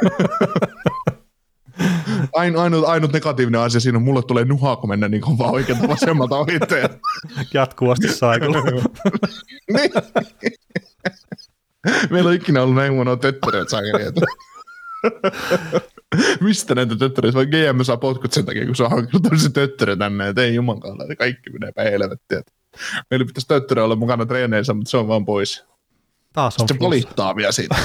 Ain, ainut, ainut negatiivinen asia siinä on, mulle tulee nuhaa, kun mennä niin kuin vaan oikealta vasemmalta ohitteen. Jatkuvasti saikulla. Niin. Meillä on ikinä ollut näin huonoa töttöröitä saakeliä. Mistä näitä töttöröitä? Vai G M saa potkut sen takia, kun se on hankkinut se töttörö tänne, että ei jumankaan, että kaikki menee päin helvettiä. Meillä pitäisi töttörö olla mukana treeneissä, mutta se on vaan pois. Taas on sitten se valittaa vielä siitä.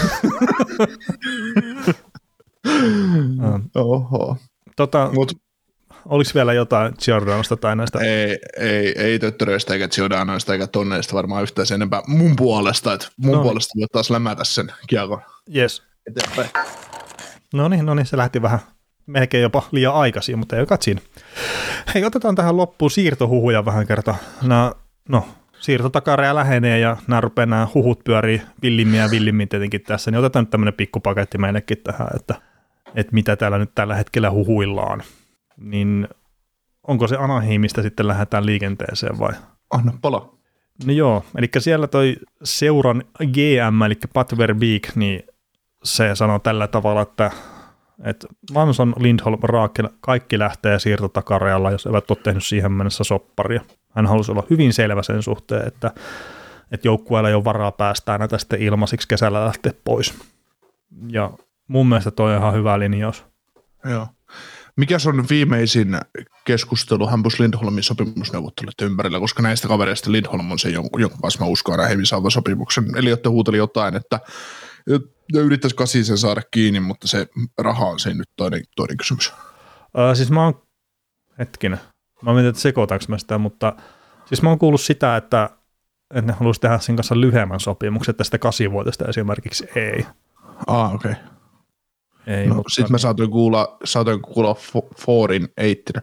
Oho. Tota, Mut, oliko vielä jotain Giordanosta tai näistä? Ei, ei, ei töttöröistä eikä Giordanoista eikä tonneista varmaan yhtään sen enempää mun puolesta, että mun no. puolesta voit taas lämätä sen kiekon yes. eteenpäin. No niin, no niin, se lähti vähän melkein jopa liian aikaisin, mutta ei olekaan siinä. Hei, otetaan tähän loppuun siirtohuhuja vähän kertaa. Nämä, no, siirtotakareja lähenee ja nämä rupeaa nämä huhut pyörii villimmin ja villimmin tietenkin tässä, niin otetaan nyt tämmöinen pikkupaketti meillekin tähän, että, että mitä täällä nyt tällä hetkellä huhuillaan. Niin onko se Anaheimista sitten lähdetään liikenteeseen vai? Anna pala. No joo, eli siellä toi seuran G M, eli Pat Verbeek, niin se sanoo tällä tavalla, että, että Manson, Lindholm, Raakel, kaikki lähtee siirtotakarajalla, jos eivät ole tehnyt siihen mennessä sopparia. Hän halusi olla hyvin selvä sen suhteen, että, että joukkueella ei ole varaa päästää näitä sitten ilmaisiksi kesällä lähteä pois. Ja mun mielestä toi on ihan hyvä linjaus. Joo. Mikäs on viimeisin keskustelu Hampus Lindholmin sopimusneuvotteluiden ympärillä, koska näistä kavereista Lindholm on se, jonka kanssa mä uskon aina saavan sopimuksen. Eli jotta huuteli jotain, että yrittäisi Kasisen saada kiinni, mutta se raha on se nyt toinen, toinen kysymys. Öö, siis mä oon, hetkinen, mä mietin, että sekoitaanko mä sitä, mutta siis mä oon kuullut sitä, että, että ne haluaisi tehdä sen kanssa lyhyemmän sopimuksen, että sitä kasivuotista esimerkiksi ei. Ah, okei. Okay. Ei, no, mutta sitten mä saatoin kuulla, saatoin kuulla Foorin eittinä.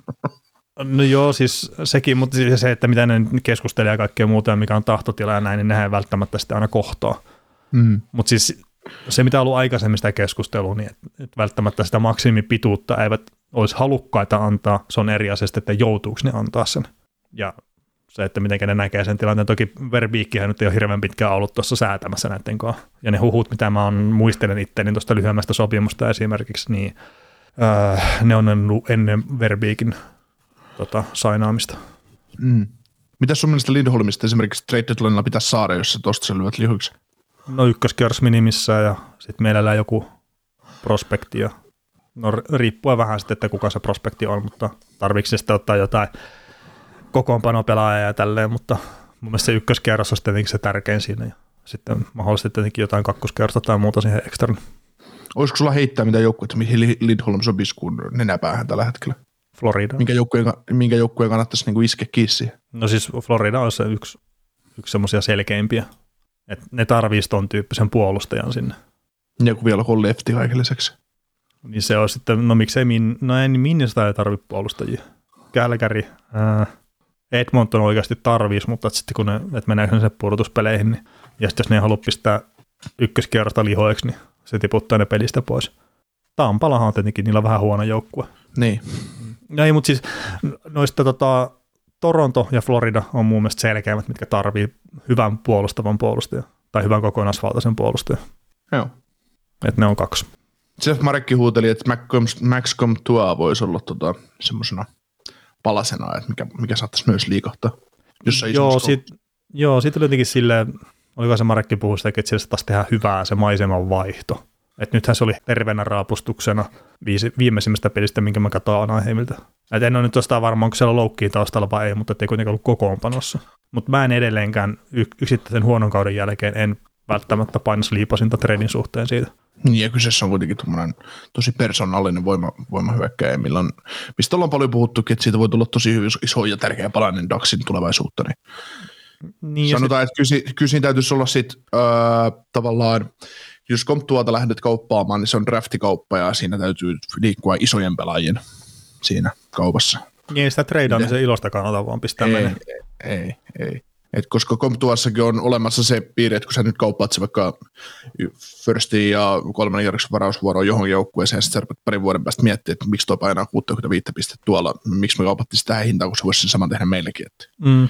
No joo, siis sekin, mutta siis se, että mitä ne keskustelee ja kaikkea muuta ja mikä on tahtotila ja näin, niin nehän ei välttämättä sitä aina kohtaa. Mm. Mutta siis se, mitä on ollut aikaisemmin sitä keskustelua, niin että välttämättä sitä maksimipituutta eivät olisi halukkaita antaa, se on eri asia, että joutuuko ne antaa sen. Ja se, että miten ne näkee sen tilanteen. Toki Verbeekkihän nyt ei ole hirveän pitkään ollut tuossa säätämässä näiden kanssa. Ja ne huhut, mitä mä on, muistelen itseäni tuosta lyhyemmästä sopimusta esimerkiksi, niin öö, ne on ennen Verbeekin tota, sainaamista. Mm. Mitäs sun mielestä Lindholmista esimerkiksi trade deadlinella pitäisi saada, jos sä tosta selvät lihuiksi? No ykköskierros minimissään ja sitten mielellään joku prospekti. Ja, no riippuen vähän sitten, että kuka se prospekti on, mutta tarviiko se sitten ottaa jotain kokoonpanopelaajaa ja tälleen, mutta mun mielestä se ykköskierros on tietenkin se tärkein siinä. Ja sitten mahdollisesti tietenkin jotain kakkoskierrosta tai muuta siihen ekstra. Olisiko sulla heittää mitä joukkueita, mihin Lindholm sopisi kuin nenäpäähän tällä hetkellä? Florida. Minkä joukkueen, minkä joukkueen kannattaisi niinku iskeä kissiin? No siis Florida on se yksi, yksi semmoisia selkeimpiä. Et ne tarvitsisi ton tyyppisen puolustajan sinne. Ja kun vielä on lefti kaiken lisäksi. Niin se on sitten, no miksei, min, no ei, niin Minnesota ei tarvitse puolustajia. Calgary, ää, Edmonton oikeasti tarvitsisi, mutta sitten kun ne, et menee sen pudotuspeleihin, niin, ja sitten jos ne ei halua pistää ykköskierrosta lihoiksi, niin se tiputtaa ne pelistä pois. Tampalahan on tietenkin, niillä on vähän huono joukkue. Niin. No ei, mutta siis noista tota, Toronto ja Florida on mun mielestä selkeämmät, mitkä tarvii hyvän puolustavan puolustajan, tai hyvän kokonaisvaltaisen puolustajan. Joo. Että ne on kaksi. Jeff Marekki huuteli, että Max Comtois voisi olla tota, semmoisena palasena, että mikä, mikä saattaisi myös liikahtaa. Joo, sitten joo, sit oli jotenkin silleen, oliko se Marekki puhui sitä, että sillä taas tehdään hyvää se maiseman vaihto. Että nythän se oli terveenä raapustuksena viisi, viimeisimmästä pelistä, minkä mä katsoin Anaheimilta. Että en ole nyt jostain varma, onko siellä loukkiin taustalla vai ei, mutta ei kuitenkaan ollut kokoonpanossa. Mutta mä en edelleenkään yksittäisen huonon kauden jälkeen en välttämättä painaisi liipasinta trendin suhteen siitä. Niin, ja kyseessä on kuitenkin tosi persoonallinen voima, voimahyökkäjä, milloin, mistä ollaan paljon puhuttukin, että siitä voi tulla tosi iso ja tärkeä palainen Ducksin tulevaisuutta. Niin niin sanotaan, sit... että kyllä, kyllä siinä täytyisi olla sitten öö, tavallaan, jos Comtoista lähdet kauppaamaan, niin se on draftikauppa, ja siinä täytyy liikkua isojen pelaajien siinä kaupassa. Niin ei sitä treidaamisen ilosta kannata vaan pistää ei, ei, ei, ei. Et koska Comtoissakin on olemassa se piirre, että kun sä nyt kauppaat se vaikka firstiin ja kolmannen kierroksen varausvuoroon johonkin joukkueeseen, ja sitten sä parin vuoden päästä miettiä, että miksi tuo painaa kuusikymmentäviisi pistettä tuolla, miksi me kaupattiin sitä hintaa, kun se voisi sen saman tehdä meillekin. Mm.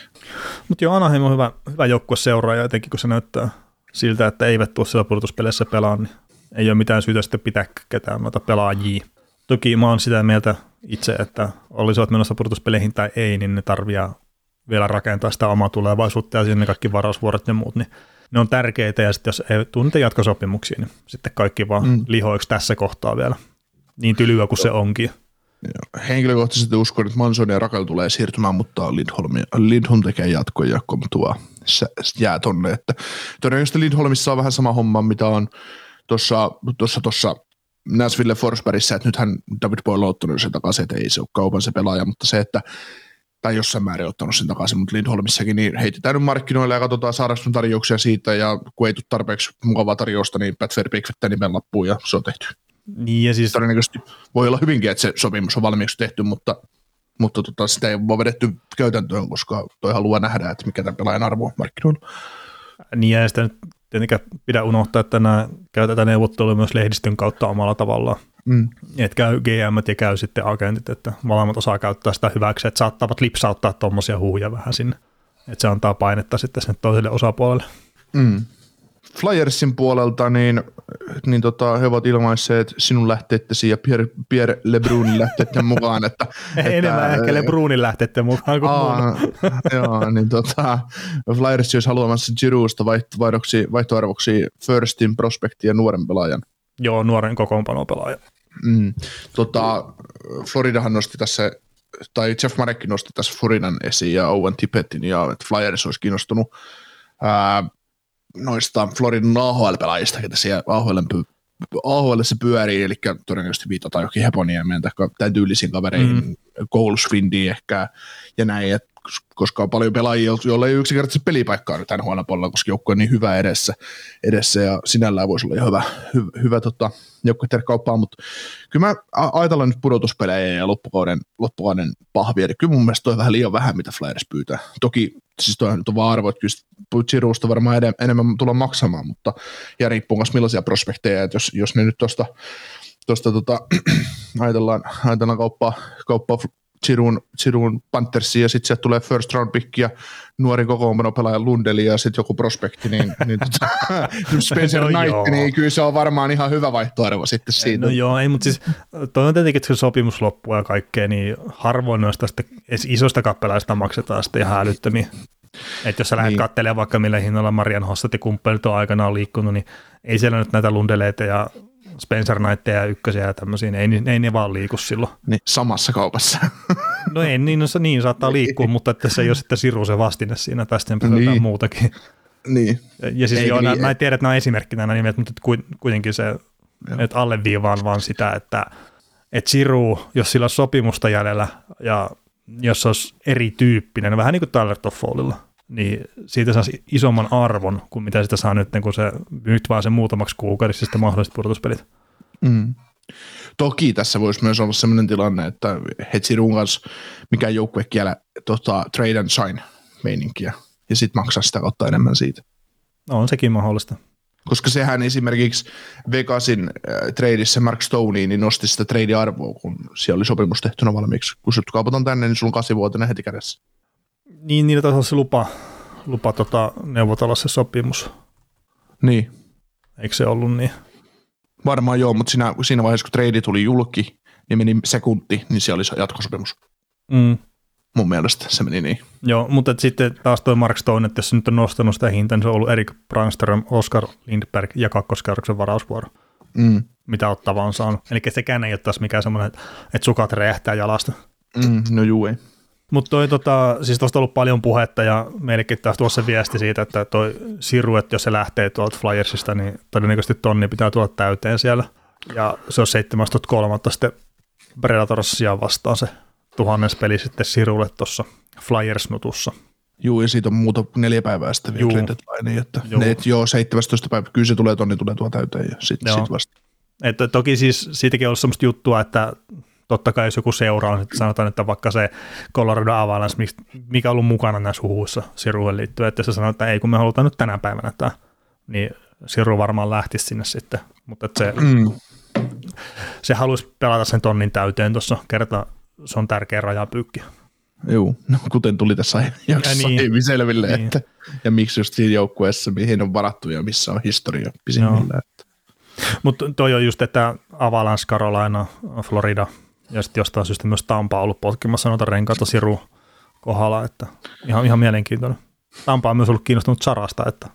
Mutta joo, Anaheim on hyvä, hyvä joukkue seuraaja, etenkin kun se näyttää siltä, että eivät tuossa pudotuspeleissä pelaa, niin ei ole mitään syytä sitten pitää ketään noita pelaajia. Toki mä oon sitä mieltä itse, että olisivat menossa pudotuspeleihin tai ei, niin ne tarvitsee vielä rakentaa sitä omaa tulevaisuutta ja sinne kaikki varausvuorot ja muut, niin ne on tärkeitä ja sitten jos ei tule niitä jatkosopimuksia, niin sitten kaikki vaan mm. lihoiksi tässä kohtaa vielä. Niin tylyä kuin se onkin. Henkilökohtaisesti uskon, että Manson ja Rakal tulee siirtymään, mutta Lindholm, Lindholm tekee jatkoja ja Comtois jää tonne. Että todennäköisesti Lindholmissa on vähän sama homma, mitä on tuossa tuossa Nashville Forsbergissä, että nythän David Boyle on ottanut sen takaisin, että ei se ole kaupan se pelaaja, mutta se, että tai jossain määrin ottanut sen takaisin, mutta Lindholmissakin, niin heitetään nyt markkinoille ja katsotaan saadaanko tarjouksia siitä, ja kun ei tule tarpeeksi mukavaa tarjousta, niin Pat Fairbank vettää nimen lappuun, ja se on tehty. Niin ja siis... Todennäköisesti voi olla hyvinkin, että se sopimus on valmiiksi tehty, mutta, mutta tota, sitä ei ole vedetty käytäntöön, koska toi haluaa nähdä, että mikä tämän pelaajan arvo on markkinoilla. Niin ja sitä nyt tietenkään pidä unohtaa, että nämä käytetään neuvotteluja myös lehdistön kautta omalla tavallaan. Mm. Että käy G M:t ja käy sitten agentit, että molemmat osaa käyttää sitä hyväksi, että saattavat lipsauttaa tuommoisia huuja vähän sinne. Että se antaa painetta sitten sen toiselle osapuolelle. Mm. Flyersin puolelta niin, niin tota, he ovat ilmaisseet sinun lähteettesi ja Pierre, Pierre LeBrunin lähteetten mukaan. Että, enemmän että, ehkä LeBrunin lähteetten mukaan kuin aa, joo, niin tota, Flyers olisi haluamassa Girousta vaihtoarvoksi, vaihtoarvoksi firstin, prospektin ja nuoren pelaajan. Joo, nuoren kokoonpanopelaaja. Mm. Tota, Floridahan nosti tässä, tai Jeff Marekki nosti tässä Floridan esiin ja Owen Tipettin, ja että Flyers olisi kiinnostunut ää, noista Floridan A H L-pelaajista, ketä siellä A H L se pyörii, eli todennäköisesti viitataan jokin Heponiemeen tai tämän tyylisiin kavereihin, mm. Goalswindiin ehkä ja näin, että koska on paljon pelaajia, joilla ei yksinkertaisesti pelipaikkaa nyt tämän huono puolella, koska joukkue on niin hyvä edessä, edessä ja sinällään voisi olla ihan hyvä, hyvä, hyvä tota, joukkue tehdä kauppaa, mutta kyllä mä ajatellaan nyt pudotuspelejä ja loppukauden, loppukauden pahvia, eli kyllä mun mielestä toi vähän liian vähän, mitä Flyers pyytää. Toki siis toi nyt on vaan arvo, että kyllä Girousta varmaan edem, enemmän tulla maksamaan, mutta ja riippuu myös millaisia prospekteja, että jos, jos ne nyt tuosta tosta, tota, ajatellaan, ajatellaan kauppaa, kauppaa Giroun, Giroun Panthersia ja sitten sieltä tulee first round pick ja nuori kokoonpanopelaaja Lundeli ja sitten joku prospekti, niin, niin tota, Spencer no Knight, niin kyllä se on varmaan ihan hyvä vaihtoarvo sitten siitä. No joo, ei, mutta siis toi on tietenkin, että se sopimus loppuu ja kaikkea, niin harvoin noista isosta kappelaista maksetaan sitten ihan älyttömiä. Että jos sä lähdet niin katselemaan vaikka millä hinnalla Marian Hossat ja kumppanit on aikanaan liikkunut, niin ei siellä nyt näitä Lundeleita ja Spencer Knightteja ja ykkösiä ja tämmöisiä, ei, ei ne vaan liiku silloin. Niin, samassa kaupassa. No ei, niin, no, niin saattaa liikkua, mutta että se ei ole sitten siru se vastine siinä, tästä sen niin jotain muutakin. Niin. Ja, ja siis joo, niin, mä en tiedä, että nämä on esimerkkinä nämä nimet, mutta kuitenkin se, että alleviivaan vaan sitä, että et siru, jos sillä on sopimusta jäljellä ja jos se olisi erityyppinen, vähän niin kuin Tyler Toffolilla, niin siitä saa isomman arvon kuin mitä sitä saa nyt, kun se myyt vaan sen muutamaksi kuukaudessa sitten mahdolliset pudotuspelit. Mm. Toki tässä voisi myös olla sellainen tilanne, että Hetsirun kanssa mikään joukkue kielä tota, trade and sign meininkiä ja sitten maksaa sitä kautta enemmän siitä. No, on sekin mahdollista. Koska sehän esimerkiksi Vegasin äh, tradeissä Mark Stoney niin nosti sitä trade-arvoa, kun siellä oli sopimus tehtynä valmiiksi. Kun sut kaupataan tänne, niin sulla on kahdeksanvuotinen heti kädessä. Niin, niillä taisi olla se lupa, lupa tota, neuvotella se sopimus. Niin. Eikö se ollut niin? Varmaan joo, mutta siinä, siinä vaiheessa, kun trade tuli julki, niin meni sekunti, niin siellä oli jatkosopimus. Mm. Mun mielestä se meni niin. Joo, mutta sitten taas toi Mark Stone, että jos se nyt on nostanut sitä hintaa, niin se on ollut Erik Brandström, Oskar Lindberg ja kakkoskäyryksen varausvuoro, Mm. mitä Ottava on saanut. Eli sekään ei ole taas mikään semmoinen, että sukat räjähtää jalasta. Mm, no juu ei. Mutta toi, tota, siis tuosta on ollut paljon puhetta ja meillekin taas tuossa viesti siitä, että toi Siru, että jos se lähtee tuolta Flyersista, niin todennäköisesti tonni pitää tulla täyteen siellä. Ja se on seitsemästoista kolmatta sitten Predatorsia vastaan se tuhannes peli sitten Sirulle tuossa Flyers-nutussa. Juu, ja siitä on muuta neljä päivää sitten vielä deadline, että ne, et, joo, seitsemästoista päivä, kyllä se tulee tonni tulee tuo täyteen ja sitten sit vasta. Että toki siis siitäkin on ollut semmoista juttua, että totta kai jos joku seuraa, niin sanotaan, että vaikka se Colorado Avalanche, mikä on ollut mukana näissä huhuissa Siruun liittyen, että se sanoo, että ei kun me halutaan nyt tänä päivänä tämä, niin Siru varmaan lähtisi sinne sitten, mutta että se, mm. se haluaisi pelata sen tonnin täyteen tuossa kertaa, se on tärkeä rajapyykki. Joo, no kuten tuli tässä jaksossa niin. Ei selville, niin. Että ja miksi just siinä joukkueessa, mihin on varattu ja missä on historia pisimmillä. Mutta toi on just, että Avalanche, Carolina, Florida ja sitten jostain syystä myös Tampa on ollut potkimassa noita renkaita Siru kohdalla, että ihan, ihan mielenkiintoinen. Tampa on myös ollut kiinnostunut Charasta, että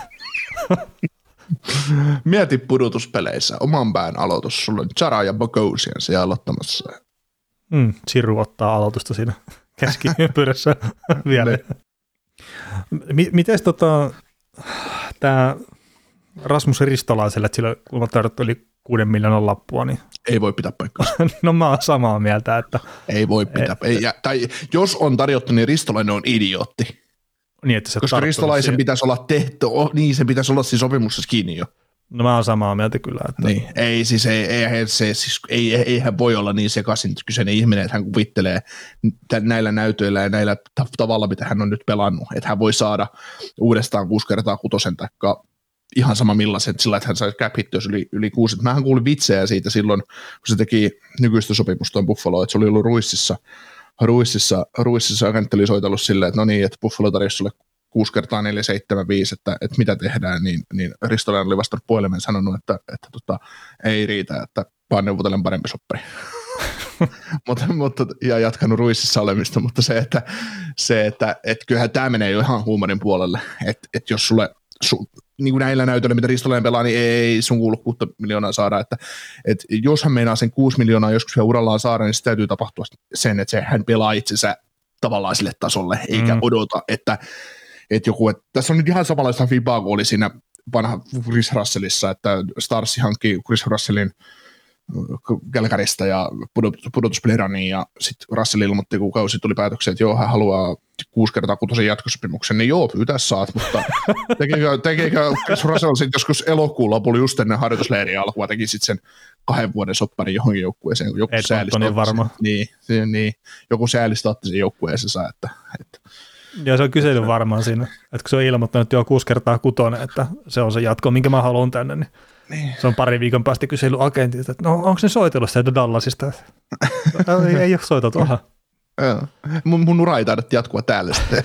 mieti pudotuspeleissä oman pään aloitus, sulla on Chara ja Bogosian siellä aloittamassa. Mm, Siru ottaa aloitusta siinä keskiympyrässä vielä. M- Miten tota, tämä Rasmus Ristolaiselle, että sillä kun tarvittu yli kuuden miljoonan lappua, niin ei voi pitää paikkaa. No mä oon samaa mieltä, että ei voi pitää. Ei, ja, tai jos on tarjottu, niin Ristolainen on idiootti. Niin, että se koska Ristolaisen siihen pitäisi olla tehty, niin se pitäisi olla siinä sopimuksessa kiinni jo. No mä oon samaa mieltä kyllä. Että niin, ei siis, ei, ei, se, siis ei, eihän voi olla niin sekaisin kyseinen ihminen, että hän kuvittelee näillä näytöillä ja näillä tavalla, mitä hän on nyt pelannut, että hän voi saada uudestaan kuusi kertaa kutosen taikka ihan sama millaisen, sillä että hän saisi cap hit, jos yli, yli kuusi. Mähän kuulin vitsejä siitä silloin, kun se teki nykyistä sopimusta Buffalo, että se oli ollut Ruississa, Ruississa, Ruississa agentti oli soitellut silleen, että no niin, että Buffalo tarjosi sulle kuusi kertaa neljä seitsemän viisi, että, että mitä tehdään, niin, niin Ristolainen oli vastannut puhelimeen sanonut, että, että tota, ei riitä, että vaan neuvotellen parempi soppari. mutta, mutta, ja jatkanut Ruississa olemista, mutta se, että, se, että et kyllähän tämä menee jo ihan huumorin puolelle, että et jos sulle su, niin kuin näillä näytöillä, mitä Ristolainen pelaa, niin ei sun kuulu kuutta miljoonaa saada, että et jos hän meinaa sen kuusi miljoonaa joskus vielä urallaan saada, niin se täytyy tapahtua sen, että se, hän pelaa itsensä tavallaan sille tasolle, eikä mm. odota, että et joku, et, tässä on nyt ihan samanlaista fibaa kuin oli siinä vanha Chris Russellissa, että Stars hankki Chris Russellin Calgarysta ja pudotuspeliraniin, ja sitten Russell ilmoitti, kun kausi tuli päätökseen, että joo, hän haluaa kuusi kertaa kutosen jatkosopimuksen, niin joo, pyytää saat, mutta tekeekö, tekeekö Chris Russell sitten joskus elokuun lopulla just ennen harjoitusleiriä alkua, teki sitten sen kahden vuoden sopparin johonkin joukkueeseen, kun joku säälistä niin varma. Niin, niin, joku säälistä otti sen joukkueeseensa, että, että ja se on kysely varmaan siinä, että kun se on ilmoittanut jo kuusi kertaa kutonen, että se on se jatko, minkä mä haluan tänne, niin, niin. Se on pari viikon päästä kysely agentilta, että no onko se soitellut sieltä Dallasista? ei, ei ole soiteltu, aha. mun, mun ura ei taidettu jatkua täällä sitten.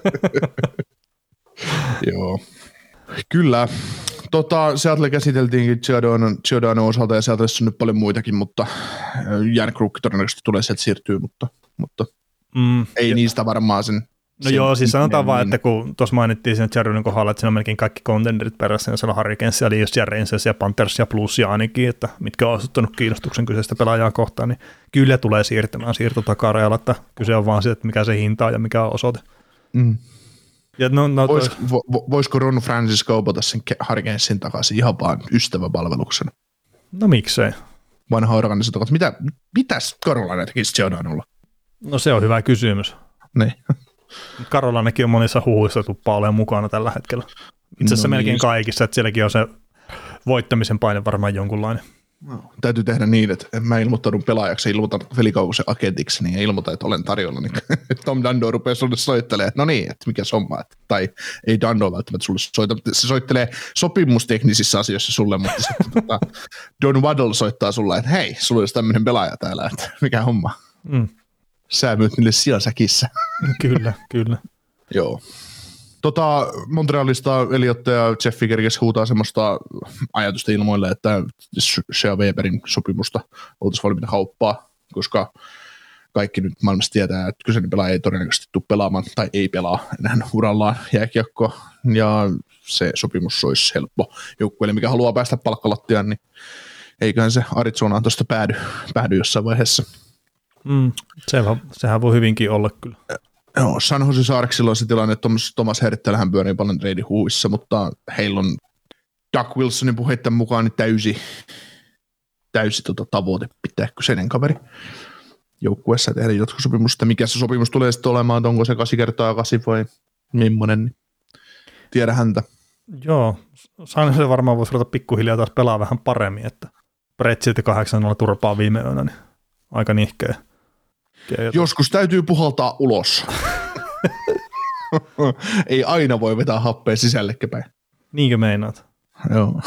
Joo. Kyllä. Tota, Seattle käsiteltiinkin Giordanon, Giordanon osalta, ja Seattle on nyt paljon muitakin, mutta Jan Kruk todennäköisesti tulee sieltä siirtyä, mutta, mutta mm, ei ja niistä varmaan sen. No joo, siis sanotaan vaan, että kun tuossa mainittiin siinä Jarronin kohdalla, että siinä on melkein kaikki contenderit perässä, ja siellä on Hurricanes, eli jos Rangers ja Panthers ja Bluesia ainakin, että mitkä on osoittanut kiinnostuksen kyseistä pelaajaa kohtaan, niin kyllä tulee siirtymään siirtotakarajalla, että kyse on vaan siitä, että mikä se hinta on ja mikä on osoite. Mm. Ja no, no, Vois, vo, voisiko Ron Francis kaupata sen Hurricanesin takaisin ihan vaan ystäväpalveluksena? No miksei? Vanha organisaatio, mitä, mitäs Carolina tekisi Giordanolla? No se on hyvä kysymys. Niin. Karolainekin on monissa huhuissa tuppaa olemaan mukana tällä hetkellä. Itse asiassa no melkein niin. Kaikissa, että sielläkin on se voittamisen paine varmaan jonkunlainen. No, täytyy tehdä niin, että mä ilmoittaudun pelaajaksi ja ilmoitan Velikaukosen agentiksi, niin ilmoitan, että olen tarjolla. Niin Tom Dando rupeaa sulle soittelemaan, että no niin, että mikä somma. Tai ei Dando välttämättä sulle soita, se soittelee sopimusteknisissä asioissa sulle, mutta sitten tota, Don Waddle soittaa sulle, että hei, sulla olisi tämmöinen pelaaja täällä, että mikä homma. Mm. Sä myyt niille sijansäkissä. Kyllä, kyllä. Joo. Tota, Montrealista Elliot ja Jeffi kerkesi huutaa semmoista ajatusta ilmoille, että Shea Weberin sopimusta oltaisiin valmiita kauppaa, koska kaikki nyt maailmassa tietää, että kyseinen pelaaja ei todennäköisesti tule pelaamaan tai ei pelaa enää urallaan jääkiekkoa, ja se sopimus olisi helppo joukkueelle, mikä haluaa päästä palkkalattiaan, niin eiköhän se Arizonaan tuosta päädy, päädy jossain vaiheessa. Mm, sehän, sehän voi hyvinkin olla kyllä. Joo, San Jose Sharksilla on se tilanne, että Thomas Herttelähän pyörii paljon treidin huuvissa, mutta heillä on Doug Wilsonin puheitten mukaan niin täysi, täysi tota, tavoite pitää kyseinen kaveri joukkueessa ja tehdä jatkosopimusta. Mikä se sopimus tulee sitten olemaan, onko se kaksi kertaa kasi vai millainen, niin tiedä häntä. Joo, San Jose varmaan voisi ruveta pikkuhiljaa taas pelaa vähän paremmin, että Brett silti kahdeksan nolla turpaa viime yönä, niin aika nihkeä. Joskus täytyy puhaltaa ulos. Ei aina voi vetää happea sisällekä päin. Niinkö meinaat? Joo.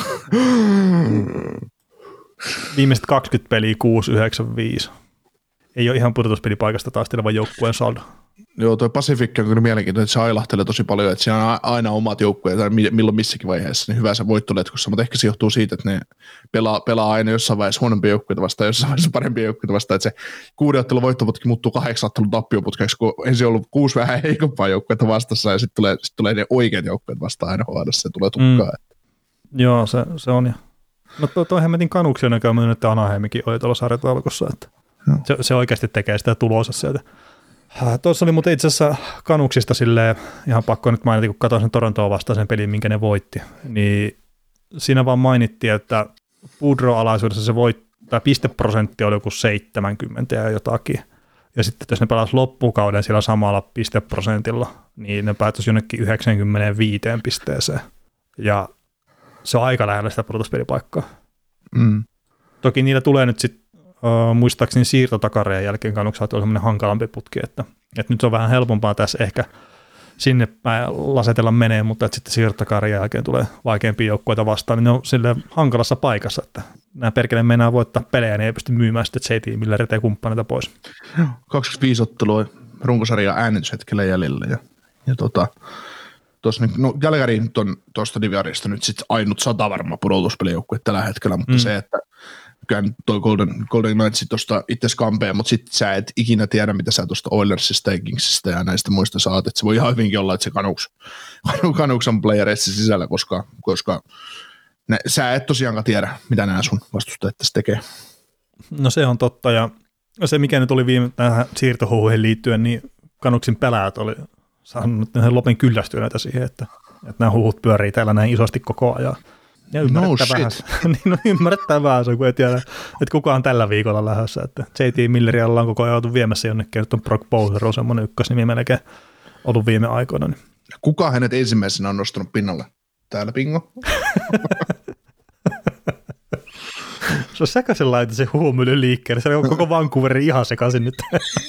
Viimeiset kaksikymmentä peliä kuusi yhdeksän viisi. Ei ole ihan pudotuspelipaikasta taistelevan joukkueen saldo. Joo, toi Pacific on kyllä mielenkiintoinen, että se ailahtelee tosi paljon, että siinä on aina omat joukkueet, tai milloin missäkin vaiheessa, niin hyvä se voittoletkussa, mutta ehkä se johtuu siitä, että ne pelaa, pelaa aina jossain vaiheessa huonompia joukkueita vastaan, jossain vaiheessa parempia joukkueita vastaan, että se kuuden ottelun voittoputki muuttuu kahdeksan ottelun tappioputkeksi, kun ensin on ollut kuusi vähän heikompaa joukkueita vastassa, ja sitten tulee, sit tulee ne oikeat joukkueet vastaan aina huonossa, se tulee tukkaa. Mm. Joo, se, se on. Ja. No toi, toi hemmetin Canucks on näköjään myynyt, että Anaheimikin oli tuolla sarjataulukossa, että se, se oikeasti tekee sitä tulossa sieltä. Tuossa oli muuten itse asiassa Canucksista silleen, ihan pakko nyt mainita, kun katsoin sen Torontoa vastaan sen pelin, minkä ne voitti, niin siinä vaan mainittiin, että Boudreau-alaisuudessa se voittaa, pisteprosentti oli joku seitsemänkymmentä ja jotakin, ja sitten jos ne pelasi loppukauden sillä samalla pisteprosentilla, niin ne päätöisi jonnekin yhdeksänkymmentäviisi pisteeseen, ja se on aika lähellä sitä pudotuspelipaikkaa. Mm. Toki niillä tulee nyt sitten Uh, muistaakseni siirtotakareen jälkeen Canucksaat oli semmoinen hankalampi putki, että, että nyt se on vähän helpompaa tässä ehkä sinne lasetella menee, mutta että sitten siirtotakareen jälkeen tulee vaikeampia joukkueita vastaan, niin ne on silleen hankalassa paikassa, että nämä perkeleen meinaa voittaa pelejä, niin ei pysty myymään sitten J T Millerit ja kumppaneita pois. kaksikymmentäviisi ottelua runkosarjaa äänityshetkellä jäljellä ja, ja tota, tuossa nyt, no Calgary nyt on tuosta diviarista nyt sitten ainut sata varma pudotuspelijoukkue tällä hetkellä, mutta mm. se, että kyllähän toi Golden, Golden Knights tuosta itse kampea, mutta sitten sä et ikinä tiedä, mitä sä tuosta Oilersista ja Kingsista ja näistä muista saat, että se voi ihan hyvinkin olla, että se Canucks, Canucks on playereissa sisällä, koska, koska ne, sä et tosiaankaan tiedä, mitä nämä sun vastustajat tässä tekee. No se on totta, ja se mikä nyt oli viime tähän siirtohuuhiin liittyen, niin Canucksin pelaajat oli saanut lopin kyllästyä näitä siihen, että, että nämä huhut pyörii täällä näin isosti koko ajan. Ja ymmärrettää no vähän, niin no ymmärrettää vähän se, kun ei tiedä, että kuka on tällä viikolla lähdössä. Että J T Milleria ollaan koko ajan oltu viemässä jonnekin, nyt on Brock Bowser on semmoinen ykkösnimi melkein ollut viime aikoina. Niin. Kuka hänet ensimmäisenä on nostanut pinnalle? Täällä Pingo. Se on säkäisen laita se huumyly liikkeelle. Se on koko Vancouverin ihan sekaisin nyt.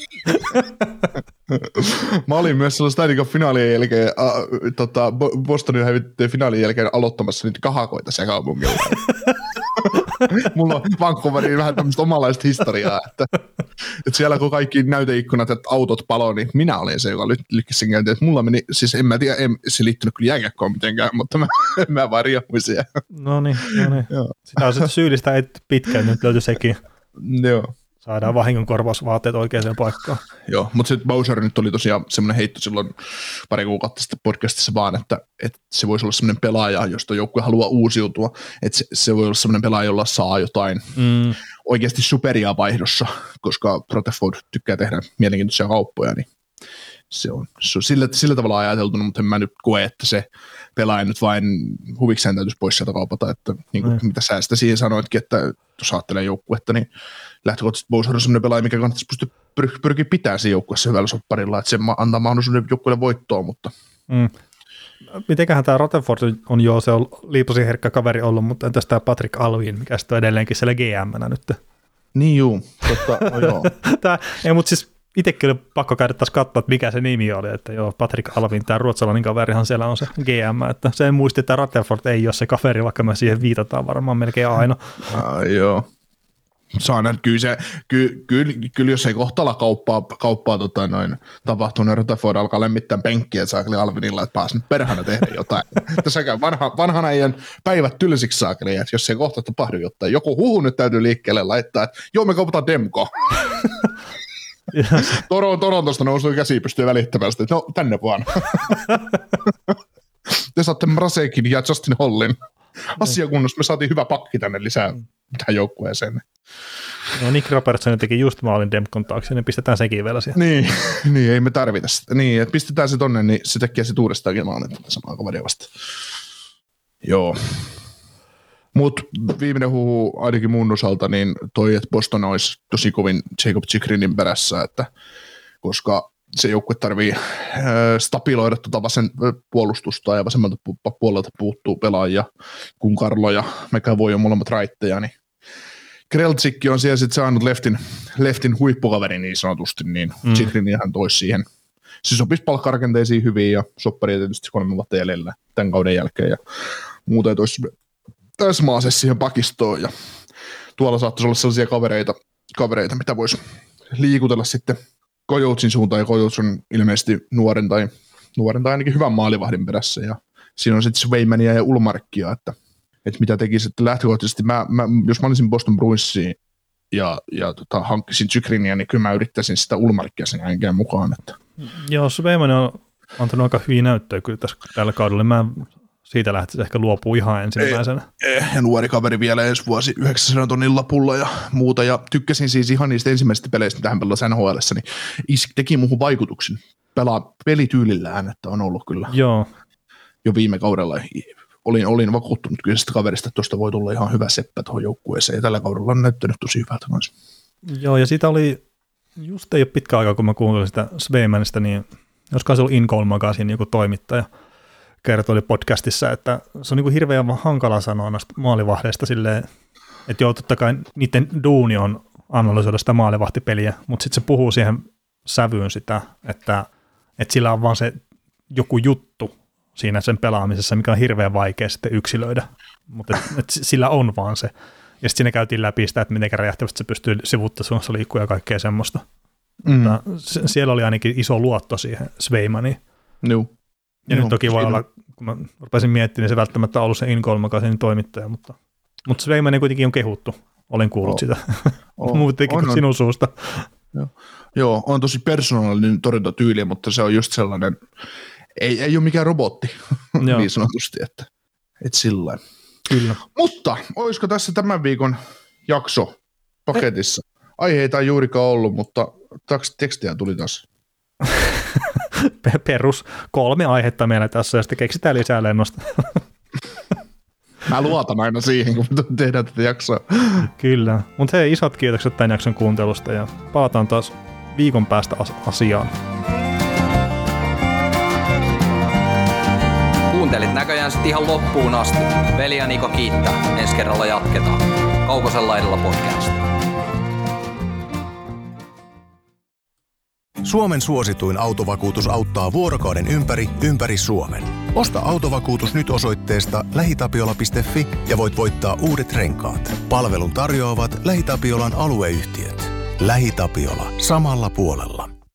Mä olin myös sellaista niin finaalien jälkeen, äh, tota, Bostonin hävittyjen finaalien jälkeen aloittamassa niitä kahakoita siellä kaupungilla. Mulla on Vancouveriin vähän tämmöistä omanlaista historiaa, että, että siellä kun kaikki näyteikkunat, että autot palo, niin minä olin se, joka lykkäsi sen käyntiin. Että mulla meni, siis en mä tiedä, en se liittynyt kyllä jääkiekkoon mitenkään, mutta mä, mä vaan riehuin siellä. No niin, no niin. Sitä on sitten syyllistä, että pitkään nyt löytyi sekin. Joo. Saadaan vahingonkorvausvaatteet oikeaan paikkaan. Joo, mutta sitten Bowser nyt oli tosiaan semmoinen heitto silloin pari kuukautta sitten podcastissa vaan, että, että se voisi olla semmoinen pelaaja, josta joukkue haluaa uusiutua, että se, se voi olla semmoinen pelaaja, jolla saa jotain mm. oikeasti superia vaihdossa, koska Rutherford tykkää tehdä mielenkiintoisia kauppoja, niin se on, se on sillä, sillä tavalla ajateltuna, mutta en mä nyt koe, että se pelaaja nyt vain huvikseen täytyisi pois sieltä kaupata, että niin kuin, mitä sä sitä siihen sanoitkin, että jos ajattelee joukkuetta, niin lähtökohtaisesti Bowser on sellainen pelaaja, mikä kannattaisi pystyä pyr- pyrkiä pitämään siinä joukkueessa hyvällä sopparilla, että se antaa mahdollisuuden joukkueelle voittoon, mutta mm. mitenköhän tämä Rutherford on jo, se on liiposin herkkä kaveri ollut, mutta entäs tämä Patrick Allvin, mikä sitten on edelleenkin siellä G M-nä nyt? Niin juu, totta, no joo. Tää, ei, mutta siis itsekin oli pakko käydä taas katsoa, että mikä se nimi oli, että joo, Patrick Allvin, tämä ruotsalainen kaverihan siellä on se G M, että se muisti, että Rutherford ei ole se kaveri, vaikka me siihen viitataan varmaan melkein aina. Ah, joo. Saa nähdä, kyllä, se, kyllä, kyllä, kyllä jos ei kohtalla kauppaa, kauppaa tota noin, tapahtuu, niin Rutherford alkaa lemmittää penkkiä saakeli Alvinilla, että pääs nyt perhana tehdä jotain. Tässä käy vanha, vanhan ajan päivät tylsiksi saakeli, että jos ei kohta tapahdu jotain. Joku huhu nyt täytyy liikkeelle laittaa, että joo, me kaupataan Demko. Toron, Torontosta nousui käsi pystyy välittämästä, että no tänne vaan. Te saatte Mrasekin ja Justin Hollin. Asiakunnassa me saatiin hyvä pakki tänne lisää tähän joukkueeseen. No Nick Robertson teki just maalin Demkon taakse, niin pistetään sekin vielä siihen. Niin, niin ei me tarvita sitä. Niin, että pistetään se tonne, niin se tekee sit uudestaankin maalin samaa kaveria vasta. Joo. Mutta viimeinen huhu ainakin mun osalta, niin toi, että Boston olisi tosi kovin Jacob Chykrinin perässä, että koska se joukkue tarvii äh, stabiloida tuota vasen puolustusta ja vasemmalta pu- puolelta puuttuu pelaajia, kun Karlo ja McAvoy on molemmat raitteja, niin Kreltsikki on siellä sitten saanut leftin, leftin huippukaveri niin sanotusti, niin mm. Chykrinihän toisi siihen. Se sopisi palkkarakenteisiin hyvin ja sopparia tietysti kolme vuotta jäljellä tämän kauden jälkeen ja muuten toisi täsmaase siihen pakistoon ja tuolla saattaisi olla sellaisia kavereita, kavereita mitä voisi liikutella sitten Kojoutsin suuntaan, ja Kojouts on ilmeisesti nuoren tai, nuoren tai ainakin hyvän maalivahdin perässä, ja siinä on sitten Sveimania ja Ulmarkia, että, että mitä tekisi, että lähtökohtaisesti, mä, mä, jos mä olisin Boston Bruinsiin ja, ja tota, hankkisin Chykrinia, niin kyllä mä yrittäisin sitä Ulmarkia sen jälkeen mukaan. Että. Joo, Sveimania on antanut aika hyviä näyttöjä kyllä tässä tällä kaudella, mä siitä lähtisi ehkä luopuu ihan ensimmäisenä. Ei, ei, ja nuori kaveri vielä ensi vuosi yhdeksänsadan tonnin lapulla ja muuta, ja tykkäsin siis ihan niistä ensimmäisistä peleistä, mitä hän pelasi N H L:ssä, niin Isk teki muuhun vaikutuksen. Pelaa pelityylillään, että on ollut kyllä Joo. jo viime kaudella. Olin, olin vakuuttunut kyllä sitä kaverista, että tuosta voi tulla ihan hyvä seppä tuohon joukkueeseen, ja tällä kaudella on näyttänyt tosi hyvältä kanssa. Joo, ja siitä oli, just ei ole pitkä aika, kun mä kuuntelin sitä Sveimanista, niin joskaan se oli In-Goal Magazine joku toimittaja, kertoi podcastissa, että se on niin kuin hirveän hankala sanoa näistä maalivahdeista silleen, että joo, totta kai niiden duuni on analysoida sitä maalivahtipeliä, mutta sitten se puhuu siihen sävyyn sitä, että, että sillä on vaan se joku juttu siinä sen pelaamisessa, mikä on hirveän vaikea sitten yksilöidä, mutta et, et sillä on vaan se. Ja sitten siinä käytiin läpi sitä, että miten räjähtävästi se pystyy sivuttaisuudessa liikkua ja kaikkea semmoista. Mm. Mutta siellä oli ainakin iso luotto siihen Sveimaniin. Joo. Ja no, nyt toki voi olla, kun mä rupesin miettimään, niin se välttämättä on ollut se In-Goal Magazine toimittaja, mutta, mutta Sveimani kuitenkin on kehuttu. Olen kuullut oh. sitä. Oh. Muutenkin kuin sinun suusta. Joo. Joo, on tosi persoonallinen torjuntatyyli, mutta se on just sellainen, ei, ei ole mikään robotti niin sanotusti, että, että sillä Kyllä. Mutta olisiko tässä tämän viikon jakso paketissa? Aiheita ei juurikaan ollut, mutta tekstiä tuli taas. Perus kolme aihetta meillä tässä, ja sitten keksitään lisää lennosta. Mä luotan aina siihen, kun tehdään tätä jaksoa. Kyllä, mutta hei, isot kiitokset tämän jakson kuuntelusta, ja palataan taas viikon päästä asiaan. Kuuntelit näköjään sitten ihan loppuun asti. Veli ja Niko kiittää. Ensi kerralla jatketaan. Kaukosen laidalla podcast. Suomen suosituin autovakuutus auttaa vuorokauden ympäri, ympäri Suomen. Osta autovakuutus nyt osoitteesta lähitapiola piste fi ja voit voittaa uudet renkaat. Palvelun tarjoavat LähiTapiolan alueyhtiöt. LähiTapiola. Samalla puolella.